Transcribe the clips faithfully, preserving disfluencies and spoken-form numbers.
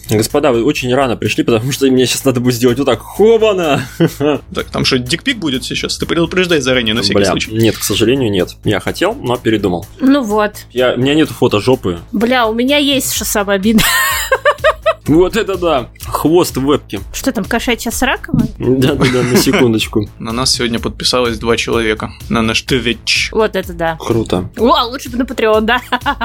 Господа, вы очень рано пришли, потому что мне сейчас надо будет сделать вот так. Хобана! Так, там что, дикпик будет сейчас? Ты предупреждай заранее, на всякий Бля, случай. Нет, к сожалению, нет. Я хотел, но передумал. Ну вот. Я, у меня нету фото жопы. Бля, у меня есть, что самое обидное. Вот это да! Хвост в вебке. Что там, кошачья с раком? Да-да-да, на секундочку. На нас сегодня подписалось два человека. На наш Twitch. Вот это да. Круто. О, лучше бы на Patreon, да?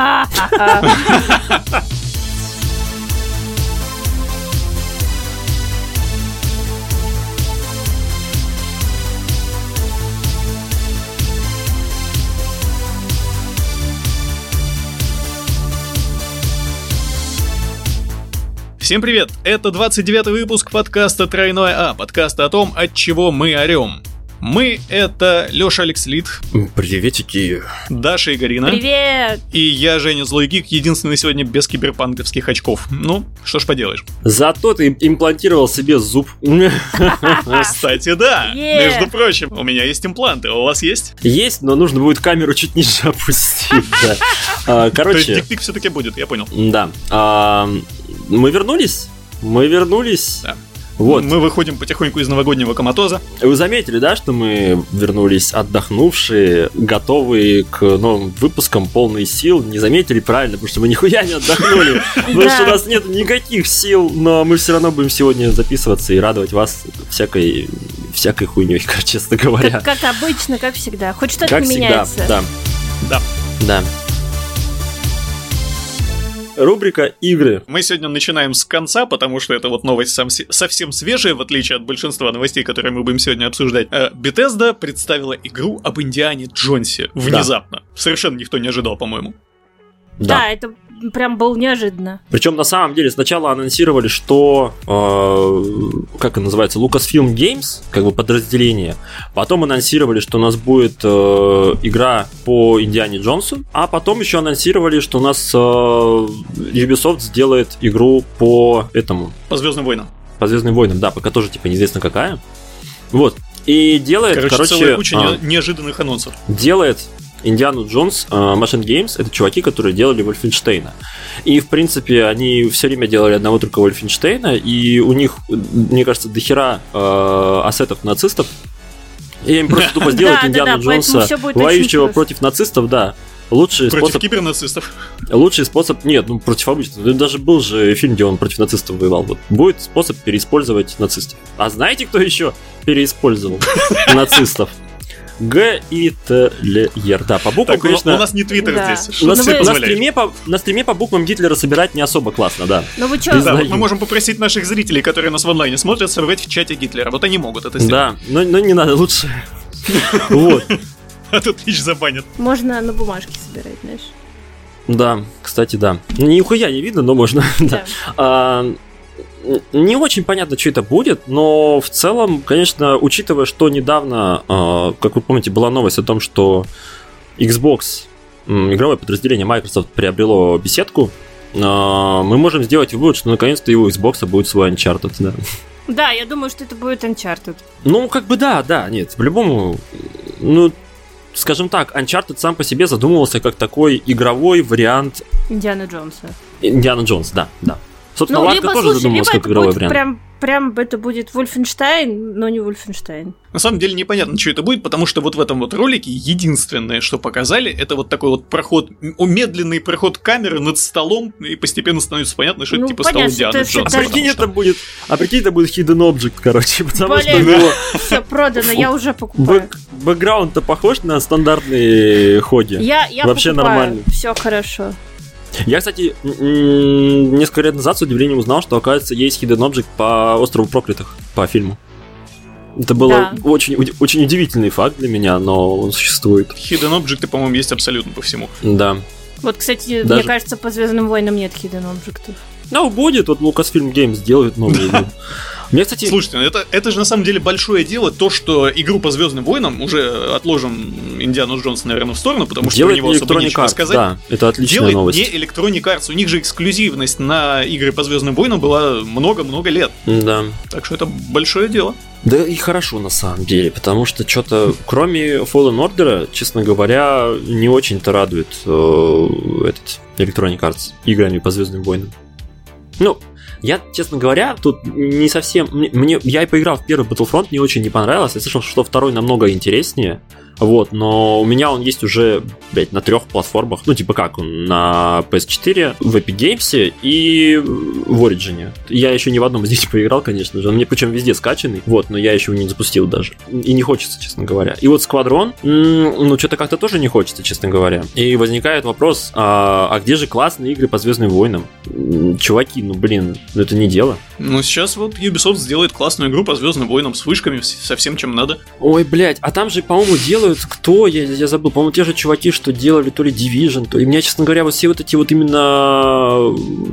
Всем привет! Это двадцать девятый выпуск подкаста «Тройное А», подкаста о том, от чего мы орем. Мы — это Лёша Алекслит, Приветики. Даша Игорина. Привет! И я, Женя Злой Гик, единственный сегодня без киберпанковских очков. Ну, что ж поделаешь. Зато ты имплантировал себе зуб. Кстати, да. Yeah. Между прочим, у меня есть импланты, а у вас есть? Есть, но нужно будет камеру чуть ниже опустить. Да. А, короче... То есть дикпик все-таки будет, я понял. Да. А, мы вернулись? Мы вернулись. Да. Вот. Мы выходим потихоньку из новогоднего коматоза. Вы заметили, да, что мы вернулись отдохнувшие, готовые к новым выпускам, полные сил? Не заметили, правильно, потому что мы нихуя не отдохнули. Потому что у нас нет никаких сил, но мы все равно будем сегодня записываться и радовать вас всякой всякой хуйней, честно говоря. Как, как обычно, как всегда. Хоть что-то как не всегда, меняется. Да. Да. Да. Рубрика «Игры». Мы сегодня начинаем с конца, потому что это вот новость сам, совсем свежая, в отличие от большинства новостей, которые мы будем сегодня обсуждать. Bethesda представила игру об Индиане Джонсе внезапно. Да. Совершенно никто не ожидал, по-моему. Да, да, это прям было неожиданно. Причем на самом деле сначала анонсировали, что э, как это называется, Lucasfilm Games, как бы подразделение. Потом анонсировали, что у нас будет э, игра по Индиане Джонсу. А потом еще анонсировали, что у нас э, Ubisoft сделает игру по этому. По Звездным войнам. По Звездным войнам, да, пока тоже типа неизвестно какая. Вот. И делает, короче, короче целая куча а, неожиданных анонсов. Делает Индиану Джонс, uh, Machine Games — это чуваки, которые делали Вольфенштейна. И, в принципе, они все время делали одного только Вольфенштейна, и у них, мне кажется, дохера uh, ассетов нацистов. И им просто тупо сделать Индиану Джонса, воюющего против нацистов, да. Лучший против способ... кибернацистов. Лучший способ... Нет, ну против обычных. Даже был же фильм, где он против нацистов воевал. Вот. Будет способ переиспользовать нацистов. А знаете, кто еще переиспользовал нацистов? Г. Гитлер. Да, по буквам, так, конечно... У нас не твиттер да. здесь. На, вы... на, стриме по, на стриме по буквам Гитлера собирать не особо классно, да. Ну вы чё? Да, вот мы можем попросить наших зрителей, которые нас в онлайне смотрят, собрать в чате Гитлера. Вот они могут это сделать. Да, но, но не надо, лучше... Вот. А тут Twitch забанят. Можно на бумажке собирать, знаешь. Да, кстати, да. Нихуя не видно, но можно. Да. А, не очень понятно, что это будет, но в целом, конечно, учитывая, что недавно, как вы помните, была новость о том, что Xbox, игровое подразделение Microsoft, приобрело беседку, мы можем сделать вывод, что наконец-то и у Xbox будет свой Uncharted, да. Да, я думаю, что это будет Uncharted. Ну, как бы да, да, нет, по-любому, ну, скажем так, Uncharted сам по себе задумывался как такой игровой вариант Индиана Джонса. Индиана Джонс, да, да. Собственно, ну, Ларка либо, тоже слушай, задумывался как игровой вариант. Прям, прям это будет Вольфенштейн, но не Вольфенштейн. На самом деле непонятно, что это будет, потому что вот в этом вот ролике единственное, что показали, это вот такой вот проход, медленный проход камеры над столом, и постепенно становится понятно, что ну, это типа понятно, стол Индиана Джонса. А прикинь, это будет, а прикинь, это будет hidden object, короче, потому Блин, что его... все продано, я уже покупаю. Бэк, бэкграунд-то похож на стандартные ходи. Я, я вообще покупаю. Нормально. Все хорошо. Я, кстати, несколько лет назад с удивлением узнал, что, оказывается, есть hidden object по острову Проклятых, по фильму. Это был да. очень, очень удивительный факт для меня, но он существует. Hidden object, по-моему, есть абсолютно по всему. Да. Вот, кстати, Даже... мне кажется, по Звездным войнам нет hidden object'ов. Ну, будет, вот Lucasfilm Games делает новую игру. Мне, кстати... Слушайте, это, это же на самом деле большое дело, то, что игру по Звездным войнам уже отложим Индиану Джонса, наверное, в сторону, потому что про него особо нечего сказать. Да, это отличная Делает новость. не Electronic Arts, у них же эксклюзивность на игры по Звездным войнам была много-много лет. Да. Так что это большое дело. Да и хорошо на самом деле, потому что что-то, кроме Fallen Order, честно говоря, не очень-то радует э, этот Electronic Arts играми по Звездным войнам. Ну, Я, честно говоря, тут не совсем... Мне, я и поиграл в первый Battlefront, мне очень не понравилось. Я слышал, что второй намного интереснее. Вот, но у меня он есть уже, блядь, на трех платформах. Ну, типа как, он на пи эс четыре, в Epic Games и в Origin. Я еще ни в одном здесь не поиграл, конечно же. Он мне причем везде скачанный. Вот, но я еще его не запустил даже. И не хочется, честно говоря. И вот Squadron, ну, что-то как-то тоже не хочется, честно говоря. И возникает вопрос, а, а где же классные игры по Звездным войнам? Чуваки, ну, блин, ну это не дело. Ну, сейчас вот Ubisoft сделает классную игру по Звездным войнам с вышками, со всем, чем надо. Ой, блядь, а там же, по-моему, делают кто? Я, я забыл. По-моему, те же чуваки, что делали то ли Division, то... И меня, честно говоря, вот все вот эти вот именно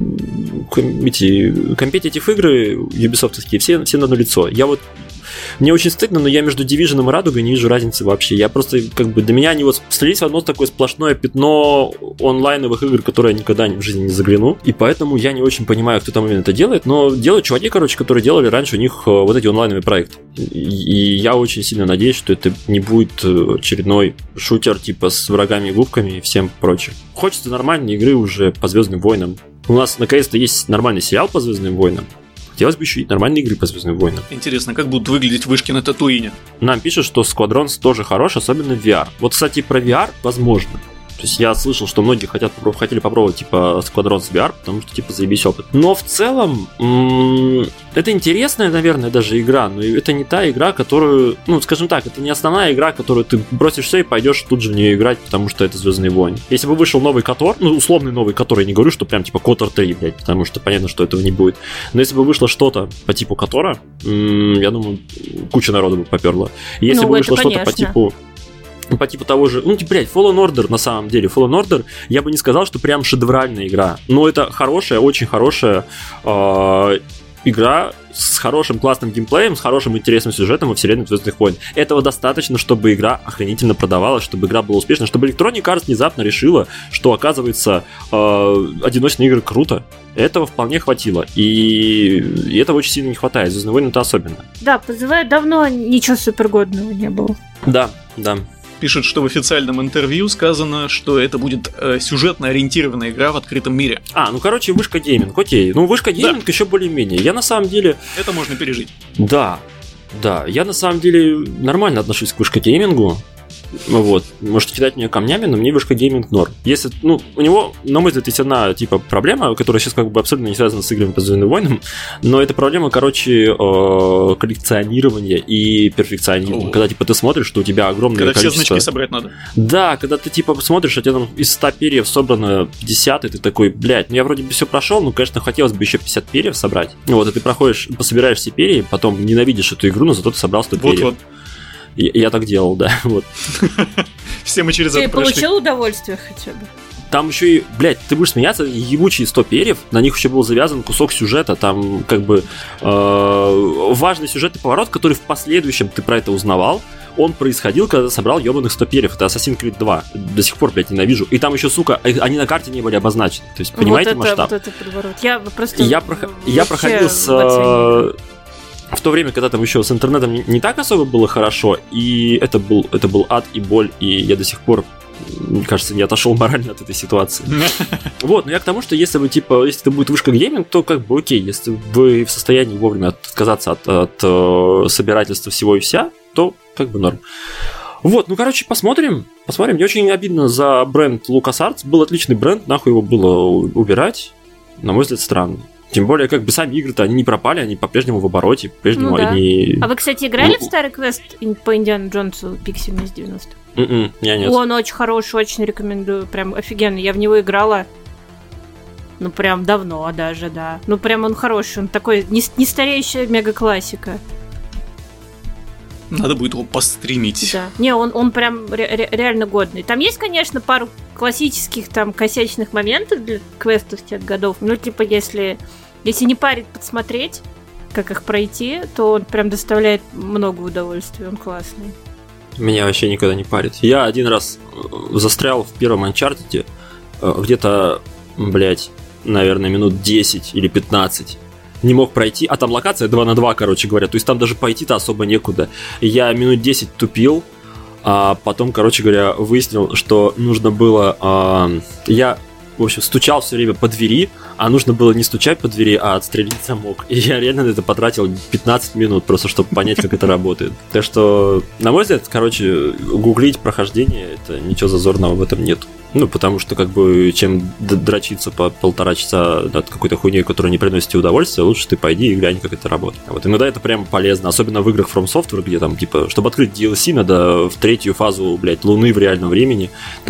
эти компетитив игры юбисофтовские, все, все на одно лицо. Я вот... Мне очень стыдно, но я между Division и Радугой не вижу разницы вообще. Я просто, как бы, до меня они вот слились в одно такое сплошное пятно онлайновых игр, которые я никогда в жизни не загляну. И поэтому я не очень понимаю, кто там именно это делает. Но делают чуваки, короче, которые делали раньше у них вот эти онлайновые проекты. И я очень сильно надеюсь, что это не будет очередной шутер типа с врагами и губками и всем прочим. Хочется нормальной игры уже по Звездным войнам. У нас наконец-то есть нормальный сериал по Звездным войнам. Хотелось бы еще и нормальные игры по Звездным войнам. Интересно, как будут выглядеть вышки на Татуине? Нам пишут, что Squadrons тоже хорош, особенно в ви ар. Вот, кстати, про ви ар возможно. То есть я слышал, что многие хотят, хотели попробовать типа Squadrons ви ар, потому что типа заебись опыт. Но в целом м- это интересная, наверное, даже игра, но это не та игра, которую, ну, скажем так, это не основная игра, которую ты бросишь все и пойдешь тут же в нее играть, потому что это Звездные войны. Если бы вышел новый Котор, ну, условный новый Котор, я не говорю, что прям типа Котор три, блядь, потому что понятно, что этого не будет. Но если бы вышло что-то по типу Котора, м- я думаю, куча народу бы поперло. Если ну, бы вышло конечно. что-то по типу по типу того же, ну, типа, блядь, Fallen Order, на самом деле, Fallen Order, я бы не сказал, что прям шедевральная игра, но это хорошая, очень хорошая э, игра с хорошим классным геймплеем, с хорошим интересным сюжетом во вселенной Звездных войн. Этого достаточно, чтобы игра охренительно продавалась, чтобы игра была успешна, чтобы Electronic Arts внезапно решила, что, оказывается, э, одиночные игры круто. Этого вполне хватило. И, и этого очень сильно не хватает. Звездные войны-то особенно. Да, позываю, давно ничего супергодного не было. Да, да. Пишет, что в официальном интервью сказано, что это будет э, сюжетно ориентированная игра в открытом мире. А, ну короче, Вышка Гейминг, окей. Ну, Вышка Гейминг да. еще более-менее. Я на самом деле... Это можно пережить. Да, да. Я на самом деле нормально отношусь к Вышка Геймингу. Вот, можете кидать меня камнями, но мне Вышка Гейминг норм. Если, ну, у него, на мой взгляд, есть одна, типа, проблема, которая сейчас как бы абсолютно не связана с играми по Звездным войнам, но это проблема, короче, э, коллекционирования и перфекционизма. О. Когда, типа, ты смотришь, что у тебя огромное когда количество... Когда все значки собрать надо. Да, когда ты, типа, смотришь, а тебе там из ста перьев собрано пятьдесят, и ты такой, блядь, ну я вроде бы все прошел, но, конечно, хотелось бы еще пятьдесят перьев собрать. Вот, и ты проходишь, пособираешь все перья, потом ненавидишь эту игру, но зато ты собрал сто перьев. Вот-вот. Я, я так делал, да, вот. Все мы через ты это прошли. Ты получил удовольствие хотя бы? Там еще и, блядь, ты будешь смеяться, ебучие сто перьев, на них еще был завязан кусок сюжета, там как бы э, важный сюжетный поворот, который в последующем ты про это узнавал, он происходил, когда собрал ебаных сто перьев. Это Assassin's Creed два. До сих пор, блядь, ненавижу. И там еще, сука, они на карте не были обозначены. То есть, понимаете вот это, масштаб? Вот это подворот. Я просто я, прох... я проходил с... В то время, когда там еще с интернетом не, не так особо было хорошо, и это был, это был ад и боль, и я до сих пор, мне кажется, не отошел морально от этой ситуации. Вот, но я к тому, что если бы, типа, если это будет Вышка Гейминг, то как бы окей, если вы в состоянии вовремя отказаться от, от, от собирательства всего и вся, то как бы норм. Вот, ну, короче, посмотрим. Посмотрим. Мне очень обидно за бренд LucasArts. Был отличный бренд, нахуй его было убирать. На мой взгляд, странно. Тем более, как бы сами игры-то, они не пропали, они по-прежнему в обороте, по-прежнему ну, да. они... А вы, кстати, играли ну, в старый квест по Индиану Джонсу пиксельный из девяностых? Mm-mm, я нет. Он очень хороший, очень рекомендую, прям офигенно. Я в него играла, ну, прям давно даже, да. Ну, прям он хороший, он такой не, не стареющая мега-классика. Надо будет его постримить. Да. Не, он, он прям ре- реально годный. Там есть, конечно, пару классических там косячных моментов для квестов тех годов. Ну, типа, если, если не парить подсмотреть, как их пройти, то он прям доставляет много удовольствия. Он классный. Меня вообще никогда не парит. Я один раз застрял в первом Uncharted где-то, блядь, наверное, минут десять или пятнадцать. Не мог пройти, а там локация два на два, короче говоря, то есть там даже пойти-то особо некуда. Я минут десять тупил, а потом, короче говоря, выяснил, что нужно было... А, я, в общем, стучал все время по двери, а нужно было не стучать по двери, а отстрелить замок. И я реально на это потратил пятнадцать минут, просто чтобы понять, как это работает. Так что, на мой взгляд, короче, гуглить прохождение, это ничего зазорного в этом нет. Ну, потому что, как бы, чем дрочиться по полтора часа над какой-то хуйней, которая не приносит тебе удовольствия, лучше ты пойди и глянь, как это работает. Вот, иногда это прям полезно, особенно в играх From Software, где там, типа, чтобы открыть ди эл си, надо в третью фазу, блядь, Луны в реальном времени,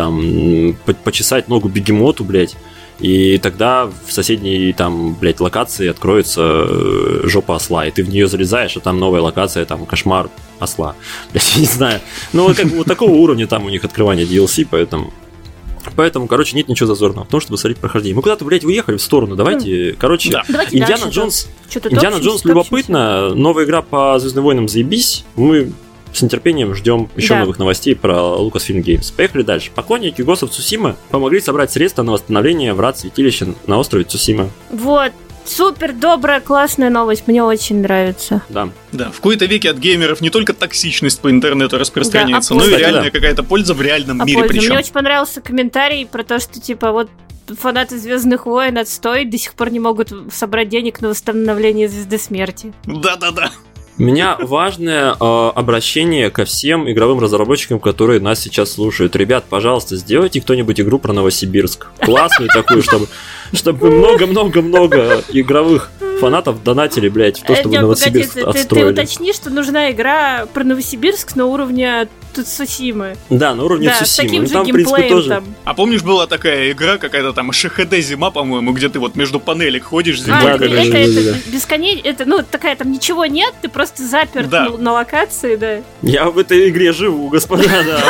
там, почесать ногу бегемоту, блядь, и тогда в соседней, там, блядь, локации откроется жопа осла, и ты в нее залезаешь, а там новая локация, там, кошмар осла. Блядь, я не знаю. Ну, как бы вот такого уровня там у них открывание ди эл си, поэтому... Поэтому, короче, нет ничего зазорного в том, чтобы смотреть прохождение. Мы куда-то, блядь, уехали в сторону. Давайте, mm. короче, да. Давайте Индиана дальше, Джонс, что-то Индиана Джонс любопытно. Новая игра по Звездным войнам заебись. Мы с нетерпением ждем еще да. новых новостей про Lucasfilm Games. Поехали дальше. Поклонники Ghost of Tsushima помогли собрать средства на восстановление врат святилища на острове Цусима. Вот. Супер добрая, классная новость, мне очень нравится. Да. Да, в кои-то веке от геймеров не только токсичность по интернету распространяется, да, а но и реальная да. какая-то польза в реальном а мире. Причем. Мне очень понравился комментарий про то, что типа вот фанаты Звездных войн отстой до сих пор не могут собрать денег на восстановление Звезды Смерти. Да-да-да. У меня важное э, обращение ко всем игровым разработчикам, которые нас сейчас слушают. Ребят, пожалуйста, сделайте кто-нибудь игру про Новосибирск. Классную такую, чтобы, чтобы много-много-много игровых фанатов донатили, блядь, в то, чтобы Новосибирск погоди, отстроили. Ты, ты уточни, что нужна игра про Новосибирск на уровне Цусимы. Да, на уровне да, Цусимы. С таким ну, же там, геймплеем, в принципе, тоже... там. А помнишь, была такая игра, какая-то там ШХД зима, по-моему, где ты вот между панелек ходишь зимой. А, да, это, да, это, да, это, да, да. бесконечно, это, ну, такая, там ничего нет, ты просто заперт да. на, на локации, да. Я в этой игре живу, господа,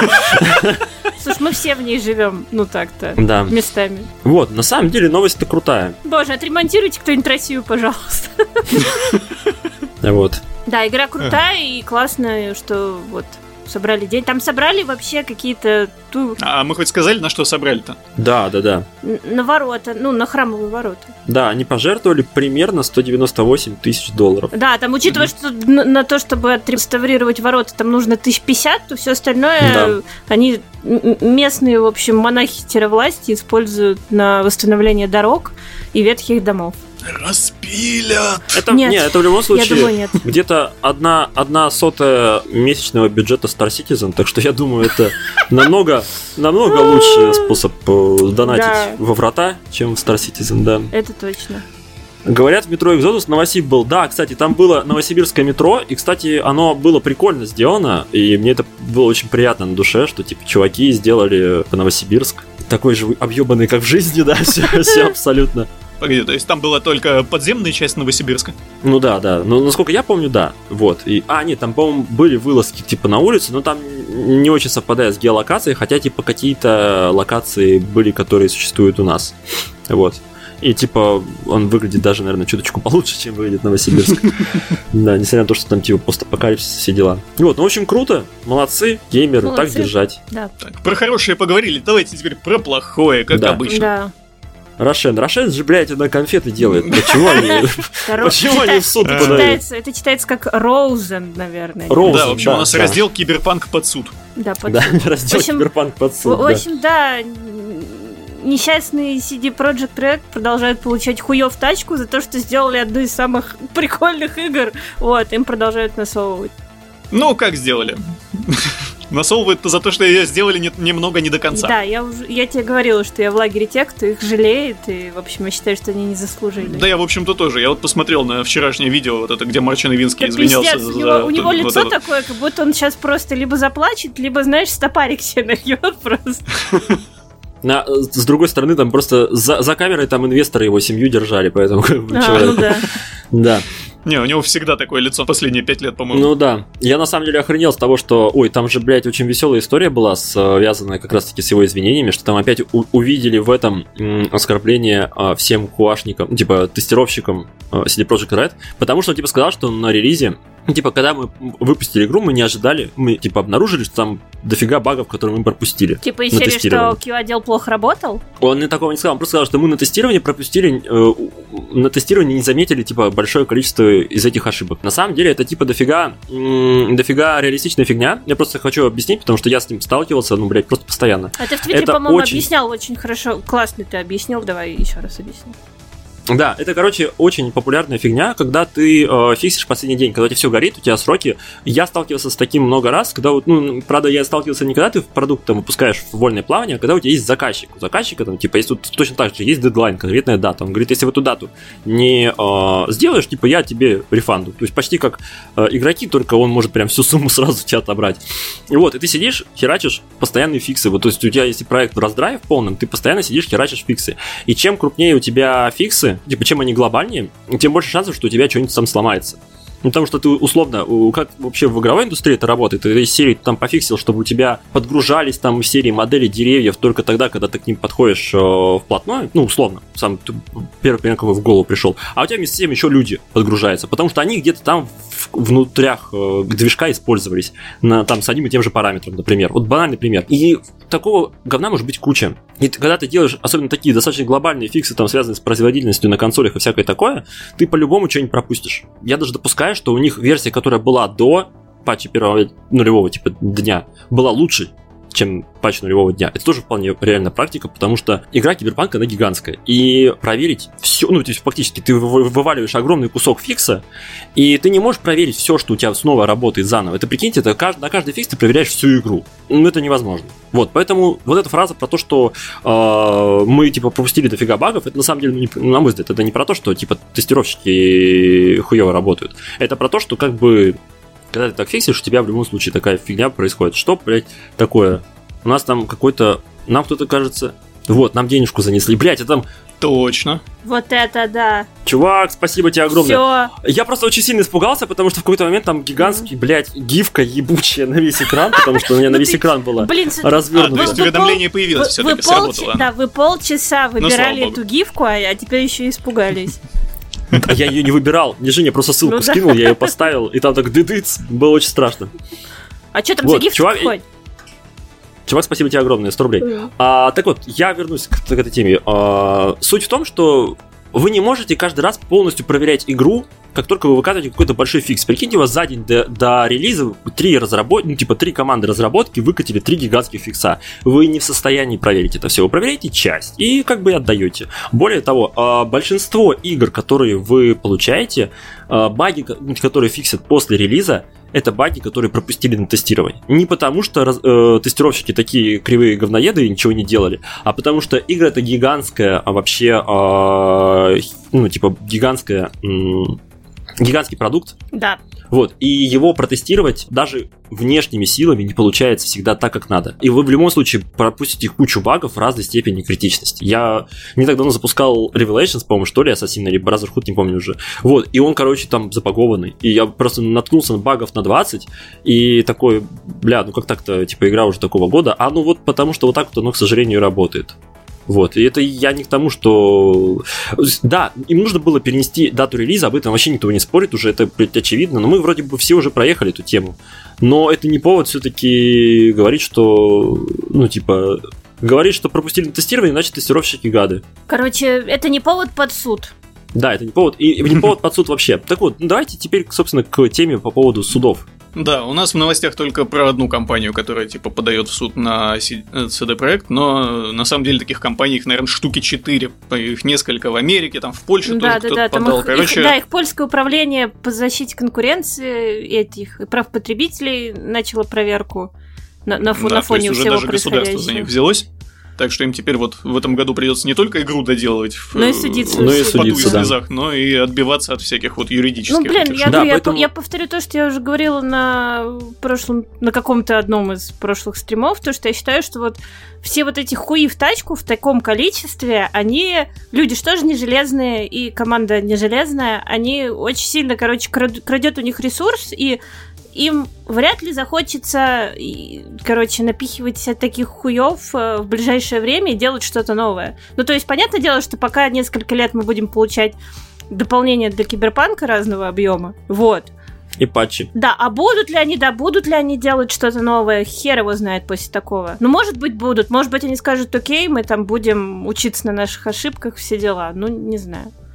да. Слушай, мы все в ней живем, ну так-то, да. местами. Вот, на самом деле новость-то крутая. Боже, отремонтируйте кто-нибудь Россию, пожалуйста. Вот. Да, игра крутая и классная, что вот собрали деньги. Там собрали вообще какие-то... А мы хоть сказали, на что собрали-то? Да, да, да. На ворота, ну, на храмовые ворота. Да, они пожертвовали примерно сто девяносто восемь тысяч долларов. Да, там, учитывая, mm-hmm. что на, на то, чтобы отреставрировать ворота, там нужно тысяч пятьдесят, то все остальное да. они, местные, в общем, монахи-власти используют на восстановление дорог и ветхих домов. Распилят! Это, нет, нет, это в любом случае я думаю, нет. где-то одна, одна сотая месячного бюджета Star Citizen, так что я думаю, это намного, намного лучший способ донатить да. во врата, чем в Star Citizen, да. Это точно. Говорят, в метро Exodus Новосиб был. Да, кстати, там было новосибирское метро, и, кстати, оно было прикольно сделано, и мне это было очень приятно на душе, что, типа, чуваки сделали Новосибирск такой же объебанный, как в жизни, да, все, все абсолютно. Погоди, то есть там была только подземная часть Новосибирска? Ну да, да. Но насколько я помню, да. Вот. И, а, нет, там, по-моему, были вылазки типа на улицу, но там не очень совпадает с геолокацией, хотя типа какие-то локации были, которые существуют у нас. Вот. И типа он выглядит даже, наверное, чуточку получше, чем выглядит Новосибирск. Да, несмотря на то, что там типа постапокалипсис, все дела. Вот, ну в общем, круто. Молодцы, геймеры, так держать. Да. Так, про хорошее поговорили, давайте теперь про плохое, как обычно. Да. Рошен. Рошен же, блядь, на конфеты делает. Почему они, почему они в суд подают? Это читается как Роузен, наверное. Роузен, да, в общем, у нас раздел Киберпанк под суд. Да, под да, суд. раздел Киберпанк под суд. В общем, да, несчастный си ди Projekt Red продолжает получать хуёв тачку за то, что сделали одну из самых прикольных игр. Вот, им продолжают насовывать. Ну, как сделали? Насовывают-то за то, что ее сделали не, немного не до конца. Да, я, уже, я тебе говорила, что я в лагере тех, кто их жалеет, и, в общем, я считаю, что они не заслужили. Да, я, в общем-то, тоже. Я вот посмотрел на вчерашнее видео, вот это, где Марчин Ивинский так извинялся пиздец, за... У него, у него вот лицо это. такое, как будто он сейчас просто либо заплачет, либо, знаешь, стопарик себе нальет просто. На, с другой стороны, там просто за, за камерой там инвесторы его семью держали, поэтому... А, ну да. Да. Не, у него всегда такое лицо последние пять лет, по-моему. Ну да. Я на самом деле охренел с того, что... Ой, там же, блядь, очень веселая история была, связанная как раз-таки с его извинениями, что там опять у- увидели в этом м- оскорбление а, всем куашникам, типа тестировщикам а, си ди Projekt Red, потому что он типа сказал, что на релизе, типа, когда мы выпустили игру, мы не ожидали, мы типа обнаружили, что там дофига багов, которые мы пропустили. Типа из серии, что кью отдел плохо работал? Он не такого не сказал, он просто сказал, что мы на тестировании пропустили, э, на тестировании не заметили, типа, большое количество из этих ошибок. На самом деле это типа дофига, м- дофига реалистичная фигня. Я просто хочу объяснить, потому что я с ним сталкивался, ну, блядь, просто постоянно. А ты в Твиттере, это по-моему, очень... объяснял очень хорошо. Классно ты объяснил, давай еще раз объясни. Да, это, короче, очень популярная фигня, когда ты э, фиксишь последний день, когда у тебя все горит, у тебя сроки. Я сталкивался с таким много раз, когда, вот, ну, правда, я сталкивался не когда ты продукт там выпускаешь в вольное плавание, а когда у тебя есть заказчик. У заказчика там, типа, есть тут точно так же, есть дедлайн, конкретная дата. Он говорит, если в эту дату не э, сделаешь, типа, я тебе рефанду. То есть почти как э, игроки, только он может прям всю сумму сразу у тебя отобрать. И вот, и ты сидишь, херачишь постоянные фиксы. Вот, то есть у тебя, если проект в раздрае в полном, ты постоянно сидишь, херачишь фиксы. И чем крупнее у тебя фиксы, типа, чем они глобальнее, тем больше шансов, что у тебя что-нибудь там сломается. Ну, потому что ты, условно, как вообще в игровой индустрии это работает, ты из серии там пофиксил, чтобы у тебя подгружались там в серии модели деревьев только тогда, когда ты к ним подходишь э, вплотную, ну, условно, сам ты, первый пример, какой в голову пришел, а у тебя вместе с тем еще люди подгружаются, потому что они где-то там в, внутрях э, движка использовались, на, там с одним и тем же параметром, например. Вот банальный пример. И такого говна может быть куча. И ты, когда ты делаешь, особенно такие достаточно глобальные фиксы, там, связанные с производительностью на консолях и всякое такое, ты по-любому что-нибудь пропустишь. Я даже допускаю, что у них версия, которая была до патча первого нулевого типа дня, была лучше, чем патч нулевого дня. Это тоже вполне реальная практика, потому что игра Киберпанк, она гигантская. И проверить все, ну, то есть фактически ты вываливаешь огромный кусок фикса, и ты не можешь проверить все, что у тебя снова работает заново. Это, прикиньте, это кажд... на каждый фикс ты проверяешь всю игру. Ну, это невозможно. Вот, поэтому вот эта фраза про то, что э, мы, типа, пропустили дофига багов, это на самом деле, не, на мой взгляд, это не про то, что, типа, тестировщики хуёво работают. Это про то, что, как бы, когда ты так фиксишь, у тебя в любом случае такая фигня происходит. Что, блядь, такое? У нас там какой-то... Нам кто-то, кажется... Вот, нам денежку занесли. Блядь, это там... Точно. Вот это да. Чувак, спасибо тебе огромное. Всё. Я просто очень сильно испугался, потому что в какой-то момент там гигантский, mm-hmm. блядь, гифка ебучая на весь экран, потому что у меня на весь экран была развернута. А, то есть уведомление появилось, все-таки сработало. Да, вы полчаса выбирали эту гифку, а теперь еще испугались. А я ее не выбирал. Мне Женя просто ссылку ну, скинул, да. Я ее поставил, и там так дыдыц. Было очень страшно. А что там вот, за гифка чувак... хоть? Чувак, спасибо тебе огромное, сто рублей. Mm. А, так вот, я вернусь к, к этой теме. А, суть в том, что вы не можете каждый раз полностью проверять игру, как только вы выкатываете какой-то большой фикс. Прикиньте, у вас за день до, до релиза три разработки, ну, типа три команды разработки выкатили три гигантских фикса. Вы не в состоянии проверить это все. Вы проверяете часть и как бы отдаете. Более того, большинство игр, которые вы получаете, баги, которые фиксят после релиза, это баги, которые пропустили на тестирование. Не потому, что э, тестировщики такие кривые говноеды и ничего не делали, а потому что игра это гигантская, а вообще, э, ну, типа, гигантская... М- гигантский продукт. Да. Вот, и его протестировать даже внешними силами не получается всегда так, как надо. И вы в любом случае пропустите кучу багов разной степени критичности. Я не так давно запускал Revelations, по-моему, что ли, Assassin, либо Brotherhood, не помню уже. Вот, и он, короче, там запагованный. И я просто наткнулся на багов на двадцать, и такой, бля, ну как так-то, типа, игра уже такого года. А ну вот потому что вот так вот оно, к сожалению, работает. Вот, и это я не к тому, что... Да, им нужно было перенести дату релиза, об этом вообще никто не спорит уже, это, блядь, очевидно, но мы вроде бы все уже проехали эту тему. Но это не повод все-таки говорить, что, ну, типа, говорить, что пропустили тестирование, значит, тестировщики гады. Короче, это не повод под суд. Да, это не повод, и не повод под суд вообще. Так вот, ну, давайте теперь, собственно, к теме по поводу судов. Да, у нас в новостях только про одну компанию, которая, типа, подает в суд на си ди Projekt, но на самом деле таких компаний, их, наверное, штуки четыре, их несколько в Америке, там в Польше да, тоже да, кто-то да, подал. Их, Короче... их, да, их польское управление по защите конкуренции этих и прав потребителей начало проверку на, на, фо- да, на фоне всего происходящего. Да, то есть уже даже государство за них взялось. Так что им теперь вот в этом году придется не только игру доделывать в, но и судиться, но и в поту и судиться, слезах, да. но и отбиваться от всяких вот юридических. Ну, блин, я, да, говорю, поэтому... я, я повторю то, что я уже говорила на прошлом, на каком-то одном из прошлых стримов, то, что я считаю, что вот все вот эти хуи в тачку в таком количестве, они, люди что же не железные, и команда не железная, они очень сильно, короче, крадет у них ресурс, и им вряд ли захочется, короче, напихивать себе таких хуёв в ближайшее время и делать что-то новое. Ну, то есть, понятное дело, что пока несколько лет мы будем получать дополнения для Киберпанка разного объема. Вот. И патчи. Да, а будут ли они, да, будут ли они делать что-то новое, хер его знает после такого. Ну, может быть, будут. Может быть, они скажут, окей, мы там будем учиться на наших ошибках, все дела. Ну, не знаю.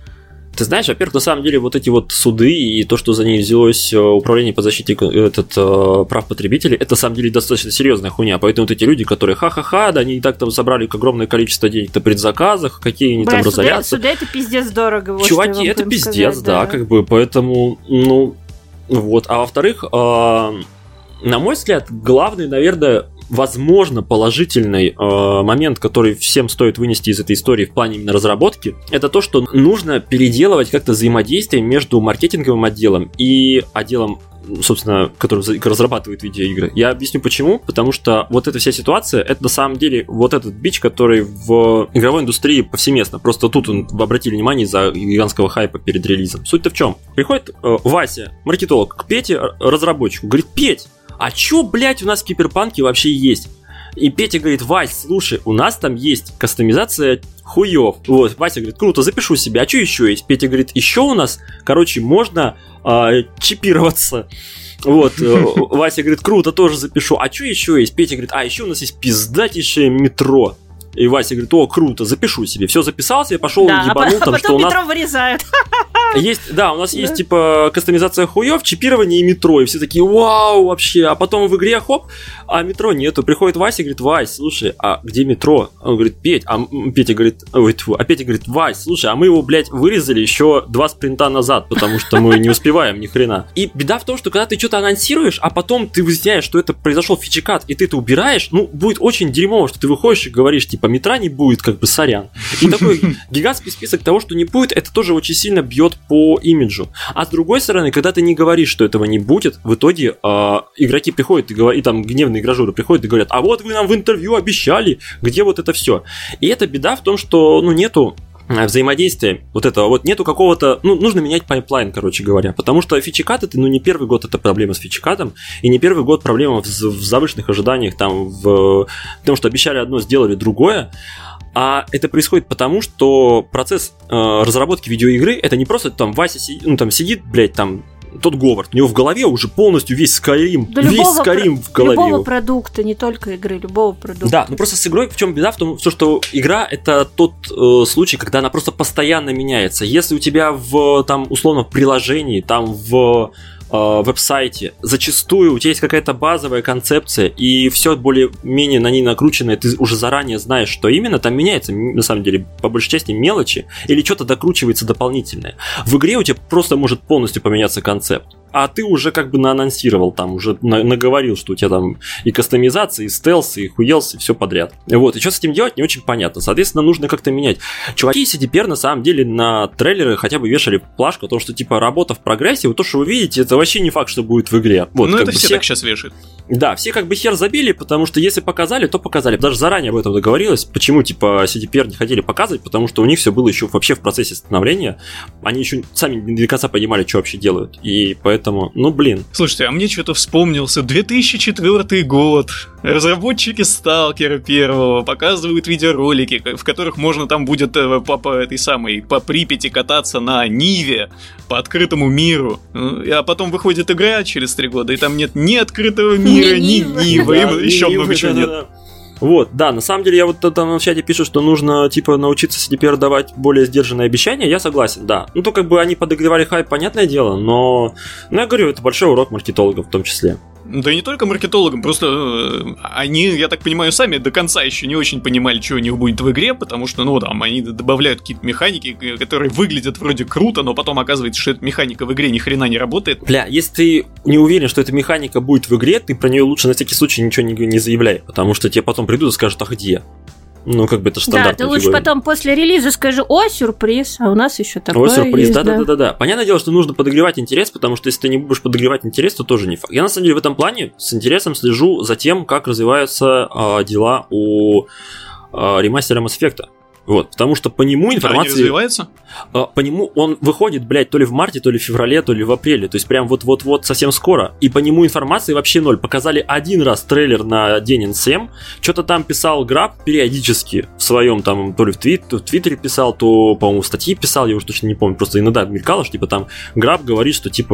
Ты знаешь, во-первых, на самом деле вот эти вот суды и то, что за ней взялось управление по защите этот, прав потребителей, это на самом деле достаточно серьезная хуйня. Поэтому вот эти люди, которые ха-ха-ха, да, они и так там собрали огромное количество денег на предзаказах, какие они Бля, там суды, разорятся. Суды это пиздец дорого. Вот Чуваки, это пиздец, сказать, да, да, как бы, поэтому, ну, вот. А во-вторых, э, на мой взгляд, главный, наверное, возможно, положительный э, момент, который всем стоит вынести из этой истории в плане именно разработки, это то, что нужно переделывать как-то взаимодействие между маркетинговым отделом и отделом, собственно, который разрабатывает видеоигры. Я объясню почему. Потому что вот эта вся ситуация, это на самом деле вот этот бич, который в игровой индустрии повсеместно. Просто тут он, обратили внимание из-за гигантского хайпа перед релизом. Суть-то в чем? Приходит э, Вася, маркетолог, к Пете, разработчику, говорит: Петь, а чё, блядь, у нас в Киберпанке вообще есть? И Петя говорит: Вась, слушай, у нас там есть кастомизация хуёв. Вот, Вася говорит: круто, запишу себе. А что еще есть? Петя говорит: еще у нас, короче, можно э, чипироваться. Вот, э, Вася говорит: круто, тоже запишу. А что еще есть? Петя говорит: а еще у нас есть пиздатейшее метро. И Вася говорит: о, круто, запишу себе. Все, записался, я пошел да, ебанул, а там, потом что у нас... метро вырезают. Есть, да, у нас есть, типа, кастомизация хуев, чипирование и метро. И все такие: вау, вообще. А потом в игре, хоп, а метро нету. Приходит Вася и говорит: Вась, слушай, а где метро? Он говорит: Петь, а Петя говорит, ой, тьфу, а Петя говорит: Вась, слушай, а мы его, блядь, вырезали еще два спринта назад, потому что мы не успеваем ни хрена. И беда в том, что когда ты что-то анонсируешь, а потом ты выясняешь, что это произошел фичекат, и ты это убираешь, ну, будет очень дерьмово, что ты выходишь и говоришь, типа, метра не будет, как бы, сорян. И такой гигантский список того, что не будет, это тоже очень сильно бьет по имиджу. А с другой стороны, когда ты не говоришь, что этого не будет, в итоге э, игроки приходят и, говорят, и там гневные игражуры приходят и говорят: а вот вы нам в интервью обещали, где вот это все. И эта беда в том, что, ну, нету взаимодействия вот этого, вот нету какого-то, ну, нужно менять пайплайн, короче говоря, потому что фичекат это, ну, не первый год это проблема с фичекатом, и не первый год проблема в, в завышенных ожиданиях, там, в том, что обещали одно, сделали другое. А это происходит потому, что процесс э, разработки видеоигры это не просто там Вася си, ну, там, сидит, блядь, там, тот Говард, у него в голове уже полностью весь Skyrim, да, весь Skyrim про- в голове. Любого его. продукта, не только игры, любого продукта. Да, ну просто с игрой в чем беда? В том, что игра это тот э, случай, когда она просто постоянно меняется. Если у тебя в, там, условно, в приложении, там, в веб-сайте, зачастую у тебя есть какая-то базовая концепция, и все более-менее на ней накрученное, ты уже заранее знаешь, что именно, там меняется, на самом деле, по большей части мелочи, или что-то докручивается дополнительное. В игре у тебя просто может полностью поменяться концепт, а ты уже как бы наанонсировал, там, уже наговорил, что у тебя там и кастомизация, и стелс, и хуелс, и все подряд. Вот, и что с этим делать, не очень понятно. Соответственно, нужно как-то менять. Чуваки из си ди пи ар на самом деле на трейлеры хотя бы вешали плашку о том, что типа работа в прогрессе, вот то, что вы видите, это вообще не факт, что будет в игре. Вот, ну, это все, все так сейчас вешают. Да, все как бы хер забили, потому что если показали, то показали. Даже заранее об этом договорилось. Почему, типа, си ди пи ар не хотели показывать? Потому что у них все было еще вообще в процессе становления. Они еще сами не до конца понимали, что вообще делают. И поэтому, ну, блин. Слушайте, а мне что-то вспомнился. две тысячи четвёртый год. Разработчики Сталкера первого показывают видеоролики, в которых можно там будет по, по этой самой, по Припяти кататься на Ниве по открытому миру. А потом выходит игра через три года, и там нет ни открытого мира, ни Нивы, и еще много чего нет. Вот, да, на самом деле я вот там в чате пишу, что нужно, типа, научиться си ди пи ар давать более сдержанные обещания, я согласен, да. Ну, то как бы они подогревали хайп, понятное дело, но, ну, я говорю, это большой урок маркетологов в том числе. Да и не только маркетологам, просто э, они, я так понимаю, сами до конца еще не очень понимали, что у них будет в игре, потому что, ну, там, они добавляют какие-то механики, которые выглядят вроде круто, но потом оказывается, что эта механика в игре ни хрена не работает. Бля, если ты не уверен, что эта механика будет в игре, ты про нее лучше на всякий случай ничего не, не заявляй, потому что тебе потом придут и скажут: а где? Ну, как бы это стандартная Да, ты лучше фигура. Потом после релиза скажи: о, сюрприз, а у нас еще такое О, сюрприз, есть, да-да-да. да. Понятное дело, что нужно подогревать интерес, потому что если ты не будешь подогревать интерес, то тоже не факт. Я, на самом деле, в этом плане с интересом слежу за тем, как развиваются э, дела у э, ремастера Mass Effect. Вот, потому что по нему информация... А они развиваются? По нему он выходит, блядь, то ли в марте, то ли в феврале, то ли в апреле. То есть прям вот-вот-вот совсем скоро. И по нему информации вообще ноль. Показали один раз трейлер на день эн си эм. Что-то там писал Граб периодически в своем там, то ли в, твит, то в Твиттере писал, то, по-моему, в статье писал, я уже точно не помню. Просто иногда мелькало, что типа там Граб говорит, что типа